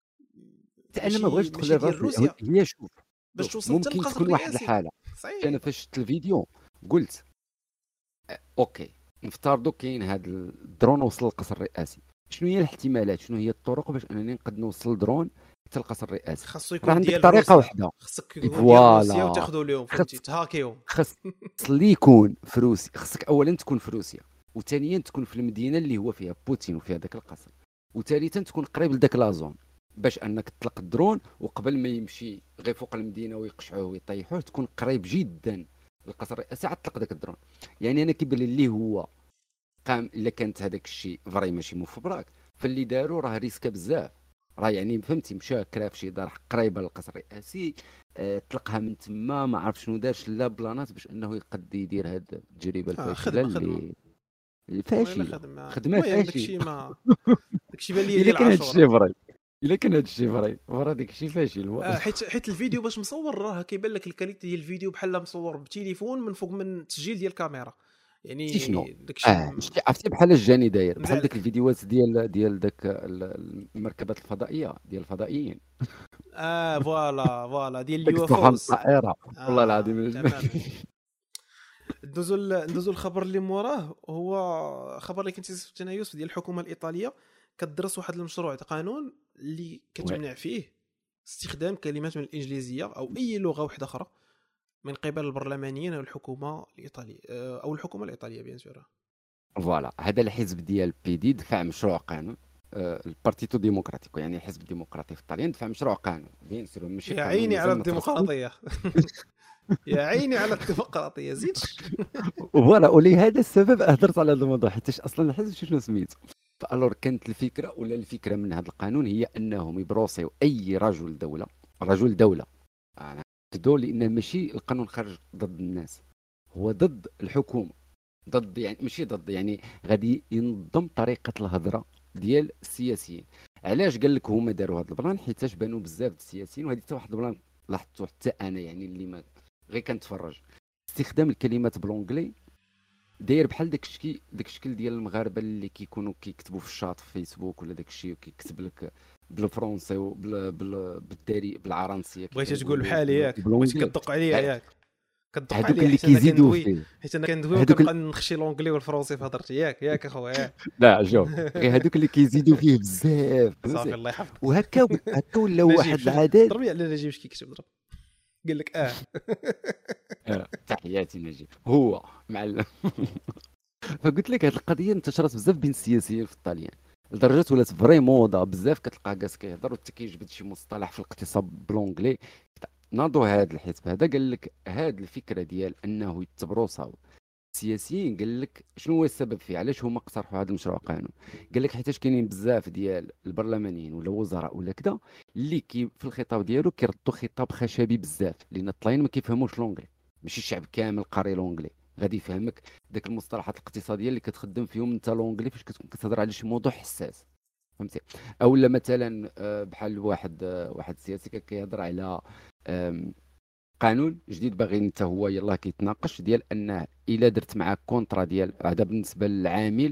انا ما بغيتش تدخل ماشي ديال لراسي. روسيا هي شوف باش شوف، توصل حتى ممكن للقصر تكون واحد الرئاسي. الحاله. صحيح انا فاش شفت الفيديو قلت آه، اوكي نفترضوا كاين هذا الدرون وصل للقصر الرئاسي، شنو هي الاحتمالات، شنو هي الطرق باش انني نقد نوصل درون حتى القصر الرئاسي؟ خاصو راه يكون عندك ديال طريقه روسيا. واحده، خصك يكون ديال فوالا. روسيا وتاخذوا لهم فهمتي، خص- تهاكيهم. خص اللي يكون في روسيا، خصك اولا تكون في روسيا، وثانيا تكون في المدينه اللي هو فيها بوتين وفيها ذاك القصر، وثالثا تكون قريب لذاك لازون باش انك تطلق الدرون، وقبل ما يمشي غير فوق المدينه ويقشعوه ويطيحوه تكون قريب جدا للقصر الرئاسي عاد تطلق ذاك الدرون. يعني انا كيبان لي اللي هو قام الا كانت هذاك الشيء فري ماشي مفبرك، فاللي داروا راه ريسكا بزاف، راه يعني فهمتي مشى كرا في شي دار قريبه للقصر الرئاسي، أه طلقها من تما، ما عرف شنو دارش لا بلانات باش انه يقد يدير هذه التجربه آه، الفاشله خدمة- خدمة. اللي اللي فاشله خدمه خدمه المهم فاشله. داكشي ما داكشي بان لي الا ديال كان هذا العاشوره. الشيء فري، الا كان هذا الشيء فري راه داك الشيء فاشل. آه حيت حيت الفيديو باش مصور راه كيبان لك الكاليتي ديال الفيديو بحال مصور بتليفون من فوق من التسجيل ديال الكاميرا، يعني شتي شنو؟ داكشي اه شتي عرفتي بحال الجاني داير بحال مزعل. داك الفيديوهات ديال ديال داك المركبات الفضائيه ديال الفضائيين، اه فوالا فوالا ديال داك اليو الطوفان فوز. الطائره والله العظيم. تماما. ندوزو ل- ندوزو الخبر اللي موراه، هو خبر اللي كنت شفتنا يوسف ديال الحكومه الايطاليه كتدرس واحد المشروع قانون اللي كتمنع فيه استخدام كلمات من الانجليزيه او اي لغه واحده اخرى من قبل البرلمانيين او الحكومه الايطاليه او الحكومه الايطاليه بيان سور. فوالا هذا الحزب ديال بي دي دفع مشروع قانون، آه، البارتيتو ديموكراتيكو يعني الحزب الديمقراطي في الطاليان دفع مشروع قانون بيان سور ماشي يا قانون عيني على مازال ما ترسمش. الديمقراطيه. يا عيني على الديمقراطيه زيدش. فوالا ولهذا السبب هضرت على هذا الموضوع حيت اصلا الحزب شنو سميتو. فالور كانت الفكره ولا الفكره من هذا القانون هي انهم يبروسيو اي رجل دوله رجل دوله انا كدو لان ماشي القانون خارج ضد الناس، هو ضد الحكومه، ضد يعني ماشي ضد يعني غادي ينظم طريقه الهضره ديال السياسيين. علاش قال لك هما داروا هذا البلان؟ حيتاش بانوا بزاف د السياسيين، وهذه حتى واحد البلان لاحظته حتى انا يعني اللي ما غير كنتفرج، استخدام الكلمات بالونجلي داير بحال داك الشكل داك الشكل ديال المغاربه اللي كيكونوا كيكتبوا في الشاط في فيسبوك ولا داك الشيء وكيكتب لك بالفرنسي وبال بال بالداري بالعرنسيه. بغيتي تقول بحالي ياك، بغيتي كتدق عليا ياك، كتدق هذوك عليا اللي حيت انا كيزيدوا كندوي فيه، حيت انا كندوي هذوك وكنبقى نخشي لونجلي والفرنسي في هضرتي ياك ياك اخويا ياك. لا شوف غير هذوك اللي كيزيدوا فيه بزاف صافي الله يحفظك. وهكا هكا ولا واحد العدد. ضربي على نجيب اش كيكتب ضرب قال لك اه آه، تحياتي نجيب هو معلم. فقلت لك هذه القضيه انتشرت بزاف بين السياسيين في الطاليان لدرجه ولات فري موضه بزاف، كتلقى كاس كيهضر وحتى كيجبد شي مصطلح في الاقتصاد بالونجلي. ناضوا هذا الحزب هذا قال لك هذه الفكره ديال انه يتبروصاو السياسيين، قال لك شنو هو السبب فيه، علاش هما اقترحوا هذا المشروع قانون؟ قال لك حيتاش كاينين بزاف ديال البرلمانيين ولا وزراء ولا كذا اللي كي في الخطاب ديالو كيردوا خطاب خشبي بزاف، لان الطلايين ما كيفهموش لونجلي، ماشي الشعب كامل قاري لونجلي غادي يفهمك داك المصطلحات الاقتصاديه اللي كتخدم فيهم انت لونجلي فاش كتكون كتهضر على شي موضوع حساس، فهمتي؟ او لا مثلا آه، بحال واحد آه، واحد سياسي كان كيهضر على آم، قانون جديد باغي حتى هو يلاه كيتناقش ديال انه الا درت معاك كونطرا ديال هذا بالنسبه للعامل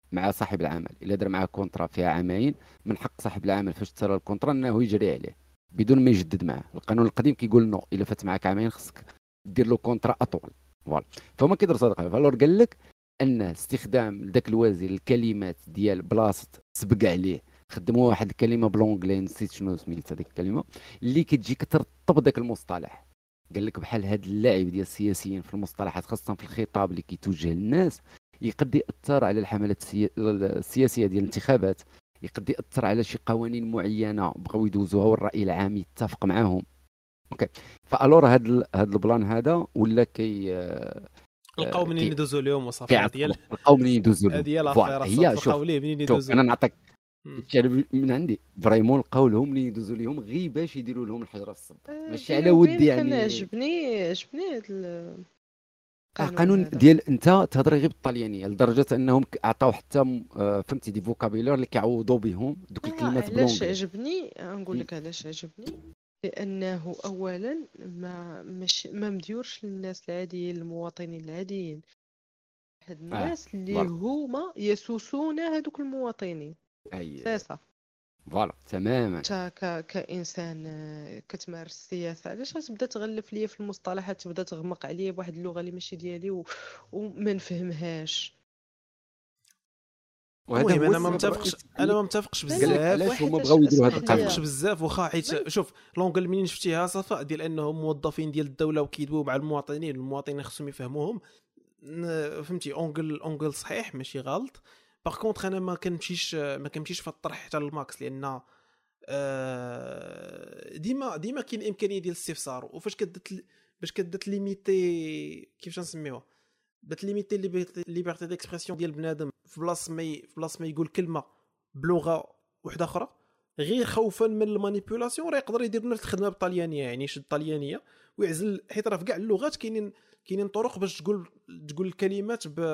مع صاحب العمل. الا دار معاه كونترا فيها عامين، من حق صاحب العمل فاش ترى الكونترا انه يجري عليه بدون ما يجدد معاه. القانون القديم كيقول نو، الا فات معاك عامين خصك دير له كونترا اطول. فوالا، فهما كيدرسوا هذا القانون. فالور قال لك ان استخدام ذاك الوزير الكلمات ديال بلاصه سبق عليه، خدموا واحد الكلمه بالونجلي نسيت شنو سميت هذيك الكلمه اللي كتجي كترطب ذاك المصطلح. قال لك بحال هاد اللاعب ديال السياسيين في المصطلحات، خاصه في الخطاب اللي كيتوجه للناس، يقد ياثر على الحملات السياسيه ديال الانتخابات، يقد ياثر على شي قوانين معينه بغاو يدوزوها والراي العام يتفق معاهم. اوكي، فالور هاد هاد البلان هذا ولا كي لقاو منين يدوزوا لهم وصافي ديال لقاو منين يدوزوا لهم. هذه هي لافير، هي لقاو ليه منين شوف يدوزوا. انا نعطيك من عندي فريمون، لقاو لهم منين يدوزوا لهم غير باش يديروا لهم الحجره الصب، ماشي على ود يعني. عجبني عجبني هذا القانون ديال انت تهضر غير بالطليانيه لدرجه انهم عطاو حتى فهمتي دي فوكابيلور اللي كيعوضوا بهم دوك الكلمات بلونغ. علاش عجبني نقول لك علاش عجبني، لانه اولا ما مش ما مديورش للناس العاديين المواطنين العاديين، هاد الناس آه. اللي هما يسوسون هذوك المواطنين. اي ساسا فوالا تماما. انت ك... كانسان كتمارس السياسه، علاش غتبدا تغلف ليا في المصطلحات، تبدا تغمق عليا بواحد اللغه اللي ماشي ديالي و... وما نفهمهاش. المهم انا ما متفقش انا ما متفقش بزاف. علاش هما بغاو يديروا هذا القانون؟ ما متفقش بزاف واخا، حيت شوف لونغل منين شفتيها صفاء ديال انهم موظفين ديال الدوله وكيدويو مع المواطنين، المواطنين خصهم يفهموهم، فهمتي؟ اونغل اونغل صحيح ماشي غلط. باغ كونطخ انا ما كنمشيش ما كنمشيش في الطرح حتى للماكس، لان ديما ديما كاين امكانيه ديال الاستفسار. وفاش كدت باش كدت ليميتي كيفاش نسميوها، بات ليميتي ليبرتي ديكسبرسيون ديال بنادم في بلاصه ما في بلاصه ما يقول كلمه بلغه واحده اخرى غير خوفا من المانيبيولاسيون، راه يقدر يدير نفس الخدمه بالطليانيه، يعني يشد الطليانيه ويعزل. حيت راه في كاع اللغات كاينين كاينين طرق باش تقول تقول الكلمات ب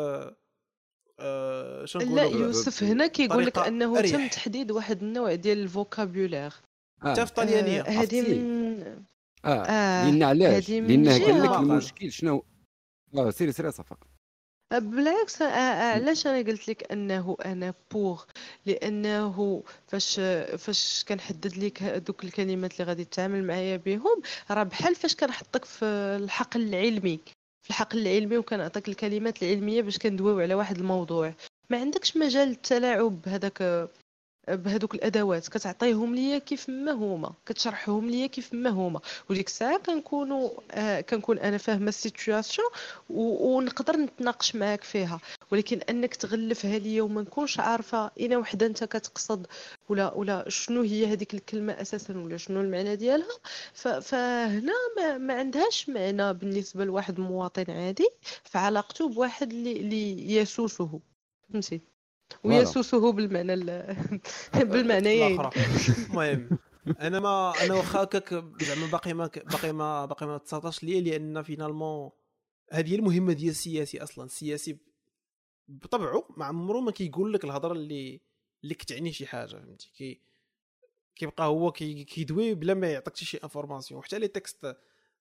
أه لا يوسف هنا كيقول لك انه أريح. تم تحديد واحد النوع ديال الفوكابولير حتى آه. في الطليانيه هذه آه من اه, آه. لان علاش لان قال لك المشكل شنو. اه سيري سيري صفا. بالعكس علاش انا قلت لك انه انا بوغ، لانه فاش فاش كنحدد لك دوك الكلمات اللي غادي تتعامل معايا بهم، راه بحال فاش كنحطك في الحقل العلمي في الحقل العلمي وكنعطيك الكلمات العلميه باش كندويو على واحد الموضوع، ما عندكش مجال للتلاعب بهذاك بهذوك الادوات، كتعطيهم ليا كيف ما هما، كتشرحهم ليا كيف ما هما، وديك الساعه كنكونوا آه كنكون انا فاهمه السيتوياسيون ونقدر نتناقش معاك فيها. ولكن انك تغلفها ليا وما نكونش عارفه اين وحده انت كتقصد ولا ولا شنو هي هذيك الكلمه اساسا ولا شنو المعنى ديالها، فهنا ما, ما عندهاش معنى بالنسبه لواحد مواطن عادي في علاقته بواحد اللي يسوسه، فهمتي؟ ويسوسه بالمعنى بالمعنيين. المهم انا ما انا واخا هكاك زعما باقي ما باقي ما باقي ما تساطاش ليا، لان فينالمون هذه المهمه ديال السياسي. اصلا السياسي بطبعه ما عمره ما كيقول لك الهضره اللي اللي كتعني شي حاجه، فهمتي؟ كي كيبقى هو كيدوي بلا ما يعطيك شي انفورماسيون. وحتى لي تكست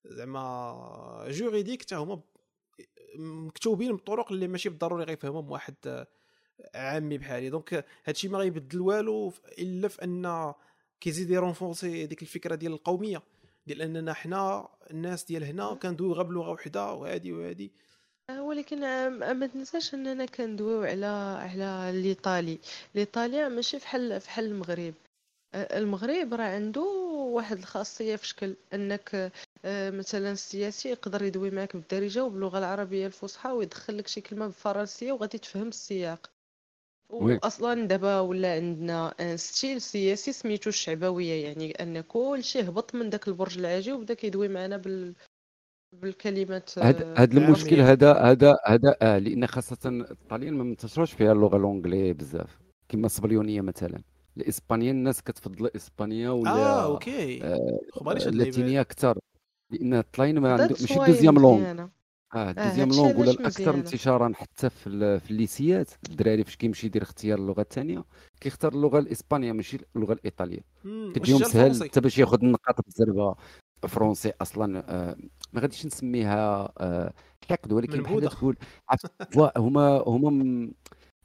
زعما جوريديك حتى هما مكتوبين بطرق اللي ماشي بالضروري غيفهمهم واحد عامي بحالي. دونك هادشي ما غيبدل والو الا في ان كيزيد يرونفونسي ديك الفكره ديال القوميه، ديال اننا حنا الناس ديال هنا كندويو غير بلغه وحده وهادي وهادي. ولكن ما تنساش اننا كندويو على على الايطالي. الايطاليا ماشي فحال فحال المغرب. المغرب راه عنده واحد الخاصيه في شكل انك مثلا السياسي يقدر يدوي معك بالدارجه وباللغه العربيه الفصحى ويدخل لك شي كلمه بالفرنسيه وغادي تفهم السياق. واصلا دابا ولا عندنا ان ستيل سياسي سميتو الشعبويه، يعني ان كل شيء هبط من داك البرج العاجي وبدا كيدوي معنا بال بالكلمات. هذا هذا المشكل هذا هذا هذا آه لان خاصه الطاليان ما منتشروش فيها اللغه الانجليزيه بزاف كما الصبليونيه مثلا. الاسبانيه الناس كتفضل الاسبانيه ولا اه اوكي آه اللاتينيه اكثر، لان الطلاين ما عنده ماشي دوزيام دوزيام لونغ. لونغ اه دوزيام هادشي لونغ ولا علاش الاكثر مزيانة. انتشارا حتى في في الليسيات. الدراري فاش كيمشي يدير اختيار اللغه الثانيه كيختار اللغه الاسبانيه ماشي اللغه الايطاليه، كتجيهم سهل حتى باش ياخذ النقاط بالزربه. فرونسي اصلا آه ما غاديش نسميها آه حقد، ولكن بحال تقول هما هما م...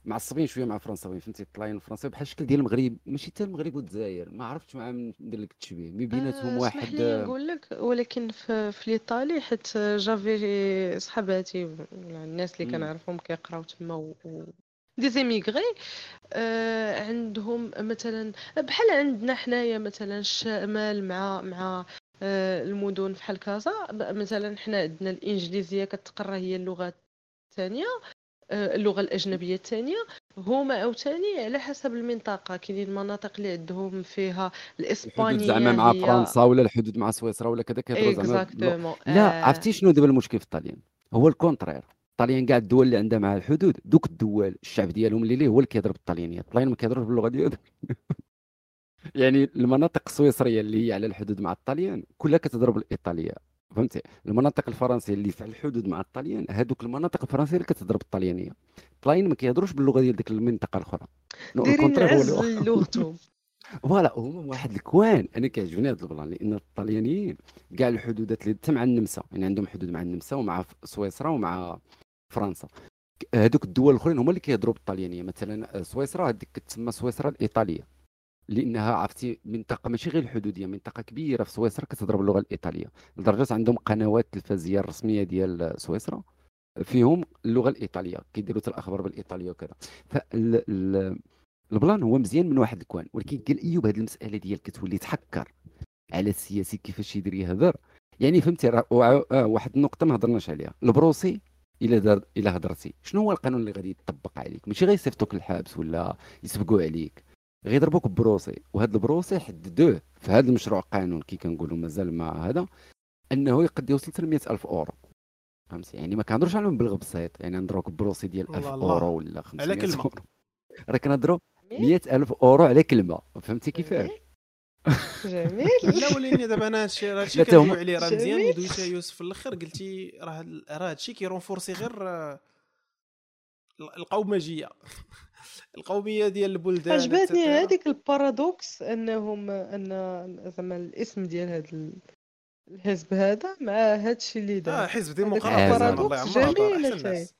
معصبين شويه مع فرنساويين، فهمتي الطلايين الفرنساوي بحال الشكل ديال المغرب، ماشي حتى المغرب والجزائر، ما عرفتش مع من ندير لك التشبيه مي بيناتهم آه، واحد. اسمح لي نقول لك، ولكن في في الايطالي، حيت جافي صحاباتي ولا الناس اللي مم. كنعرفهم كيقراو تما و و- دي زيميغري، آه عندهم مثلا بحال عندنا حنايا مثلا الشمال مع مع آه المدن بحال كازا، ب- مثلا حنا عندنا الانجليزيه كتقرا هي اللغه الثانيه، آه اللغه الاجنبيه الثانيه. هما عاوتاني على حسب المنطقه، كاينين المناطق اللي عندهم فيها الحدود زعما الاسبانيه مع هي فرنسا ولا الحدود مع سويسرا ولا كذا كيهضروا زعما بلغ... اكزاكتومون. لا آه. عرفتي شنو دابا المشكل في الطاليان؟ هو الكونترير. الطاليان كاع الدول اللي عندها مع الحدود، دوك الدول الشعب ديالهم اللي ليه هو اللي كيهضر بالطليانيه، الطاليان ما كيهضروش باللغه ديالهم. يعني المناطق السويسريه اللي هي على الحدود مع الطليان كلها كتهضر بالايطاليه، فهمتي؟ المناطق الفرنسيه اللي في الحدود مع الطليان، هذوك المناطق الفرنسيه اللي كتهضر بالطليانيه. الطلايين ما كيهضروش باللغه ديال ديك المنطقه الاخرى. نو دايرين الكونترير هو اللي العز واخا. للغتهم. فوالا هما واحد الكوان. انا كيعجبني هذا البلان لان الطليانيين كاع الحدودات اللي حتى مع النمسا، يعني عندهم حدود مع النمسا ومع ف- سويسرا ومع فرنسا. ك- هذوك الدول الاخرين هما اللي كيهضروا بالطليانيه. مثلا سويسرا هذيك كتسمى سويسرا الايطاليه، لانها عرفتي منطقه ماشي غير الحدوديه، منطقه كبيره في سويسرا كتهضر باللغه الايطاليه، لدرجه عندهم قنوات تلفزيونيه الرسميه ديال سويسرا فيهم اللغه الايطاليه، كيديروا حتى الاخبار بالايطاليه وكذا. فالبلان هو مزيان من واحد الكوان، ولكن قال ايوب هذه المساله ديال كتولي تحكر على السياسي كيفاش يدير يهضر. يعني فهمتي راه وع- آه، واحد النقطه ما هضرناش عليها، البروسي الا دار الا هضرتي شنو هو القانون اللي غادي يطبق عليك؟ ماشي غير يصيفطوك للحبس ولا يسبقوا عليك، غيضربوك ببروسي. وهذا البروسي حددوه في هذا المشروع قانون كي كنقولوا مازال مع هذا، انه يقد يوصل حتى ل مئة ألف اورو. فهمتي؟ يعني ما كنهضروش على مبلغ بسيط، يعني نضربوك ببروسي ديال ألف الله الله. اورو ولا على خمسمائة كلمة. اورو، راه كنهضروا جميل مئة ألف اورو على كلمه. فهمتي كيفاش؟ جميل لا وليني دابا انا هادشي راه هادشي لا، تا هما- كندوي عليه راه مزيان جميل. اللي دويتها يوسف في الاخر، قلتي راه راه هادشي كيرونفورسي غير آه، القومجيه. القوميه ديال البلدان عجبتني اتسيتيرا. هذيك البارادوكس انهم ان زعما الاسم ديال هذا ال- الحزب هذا مع هادشي اللي اه دار. حزب هذاك ديمقراطي آه، زعما زعما. الله البارادوكس يعمرها دار جميل احسن شيء. ناس.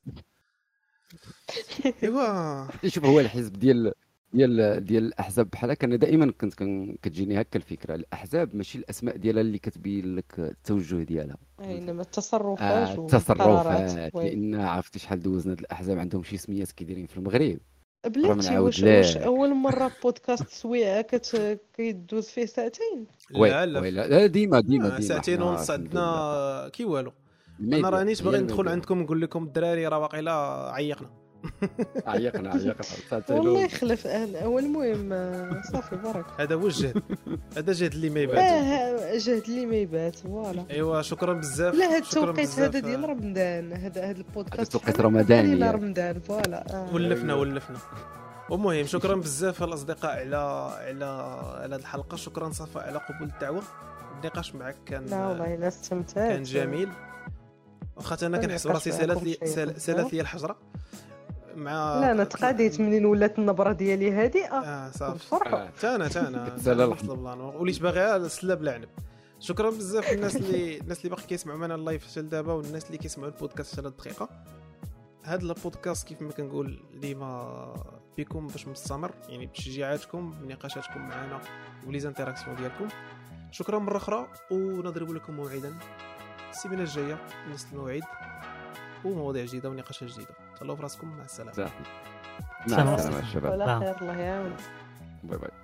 ايوا شوف هو الحزب ديال ديال ديال الاحزاب بحال هكا، انا دائما كنت كن- كتجيني هكا الفكره، الاحزاب ماشي الاسماء ديالها اللي كتبين لك التوجه ديالها، انما آه التصرفات والقرارات. التصرفات. وي لان عرفتي شحال دوزنا هاد الاحزاب عندهم شي سميات كيديرين في المغرب، راه ما بلاتي، نعاود واش واش لك. اول مره بودكاست سويعه كت كيدوز فيه ساعتين؟ وي لا لا وي لا لا، ديما ديما آه، ديما ساعتين حنا ونص الحمد لله عندنا كي والو. انا الميديا رانيش هي باغي ندخل الميديا. عندكم نقول لكم الدراري راه واقيلا عيقنا. عيقنا عيقنا ساعتين والله ونص. يخلف اهل. هو المهم آه، صافي برك. هذا هو الجهد، هذا جهد اللي ما يبات. اه جهد اللي ما يبات. فوالا. ايوا شكرا بزاف. لا هاد شكرا التوقيت بزاف. هذا ديال رمضان، هذا هذا البودكاست هذا توقيت بحال رمضاني خلينا ياك. رمضان. فوالا. آه. ولفنا ولفنا. المهم شكرا بزاف الاصدقاء على على على هذه الحلقه. شكرا صفاء على قبول الدعوه. النقاش معك كان لا والله الا استمتعت. كان جميل. واخا انا كنحس النقاش براسي معكم سالت لي شيق سال- سالت لي الحجره مع لا انا تقاديت منين ولات النبره ديالي هادئه. اه صافي. بصراحه آه. تا انا تا انا سال الحجرة. نوصل البلان وليت باغي السله بلا عنب. شكرا بزاف الناس اللي الناس اللي باقي كيسمعوا معنا اللايف حتى لدابا، والناس اللي كيسمعوا البودكاست حتى للدقيقه. هذا البودكاست كيف ما كنقول ديما بكم باش مستمر، يعني بتشجيعاتكم بنقاشاتكم معنا ولي زانتيراكسيون ديالكم. شكرا مره اخرى، ونضرب لكم موعدا السيمانه الجايه نفس الموعد ومواضيع جديده ونقاشات جديده. تهلاو في راسكم. مع السلامه. مع سلام. السلامه الشباب. ولا آه. خير الله يعاون. باي باي.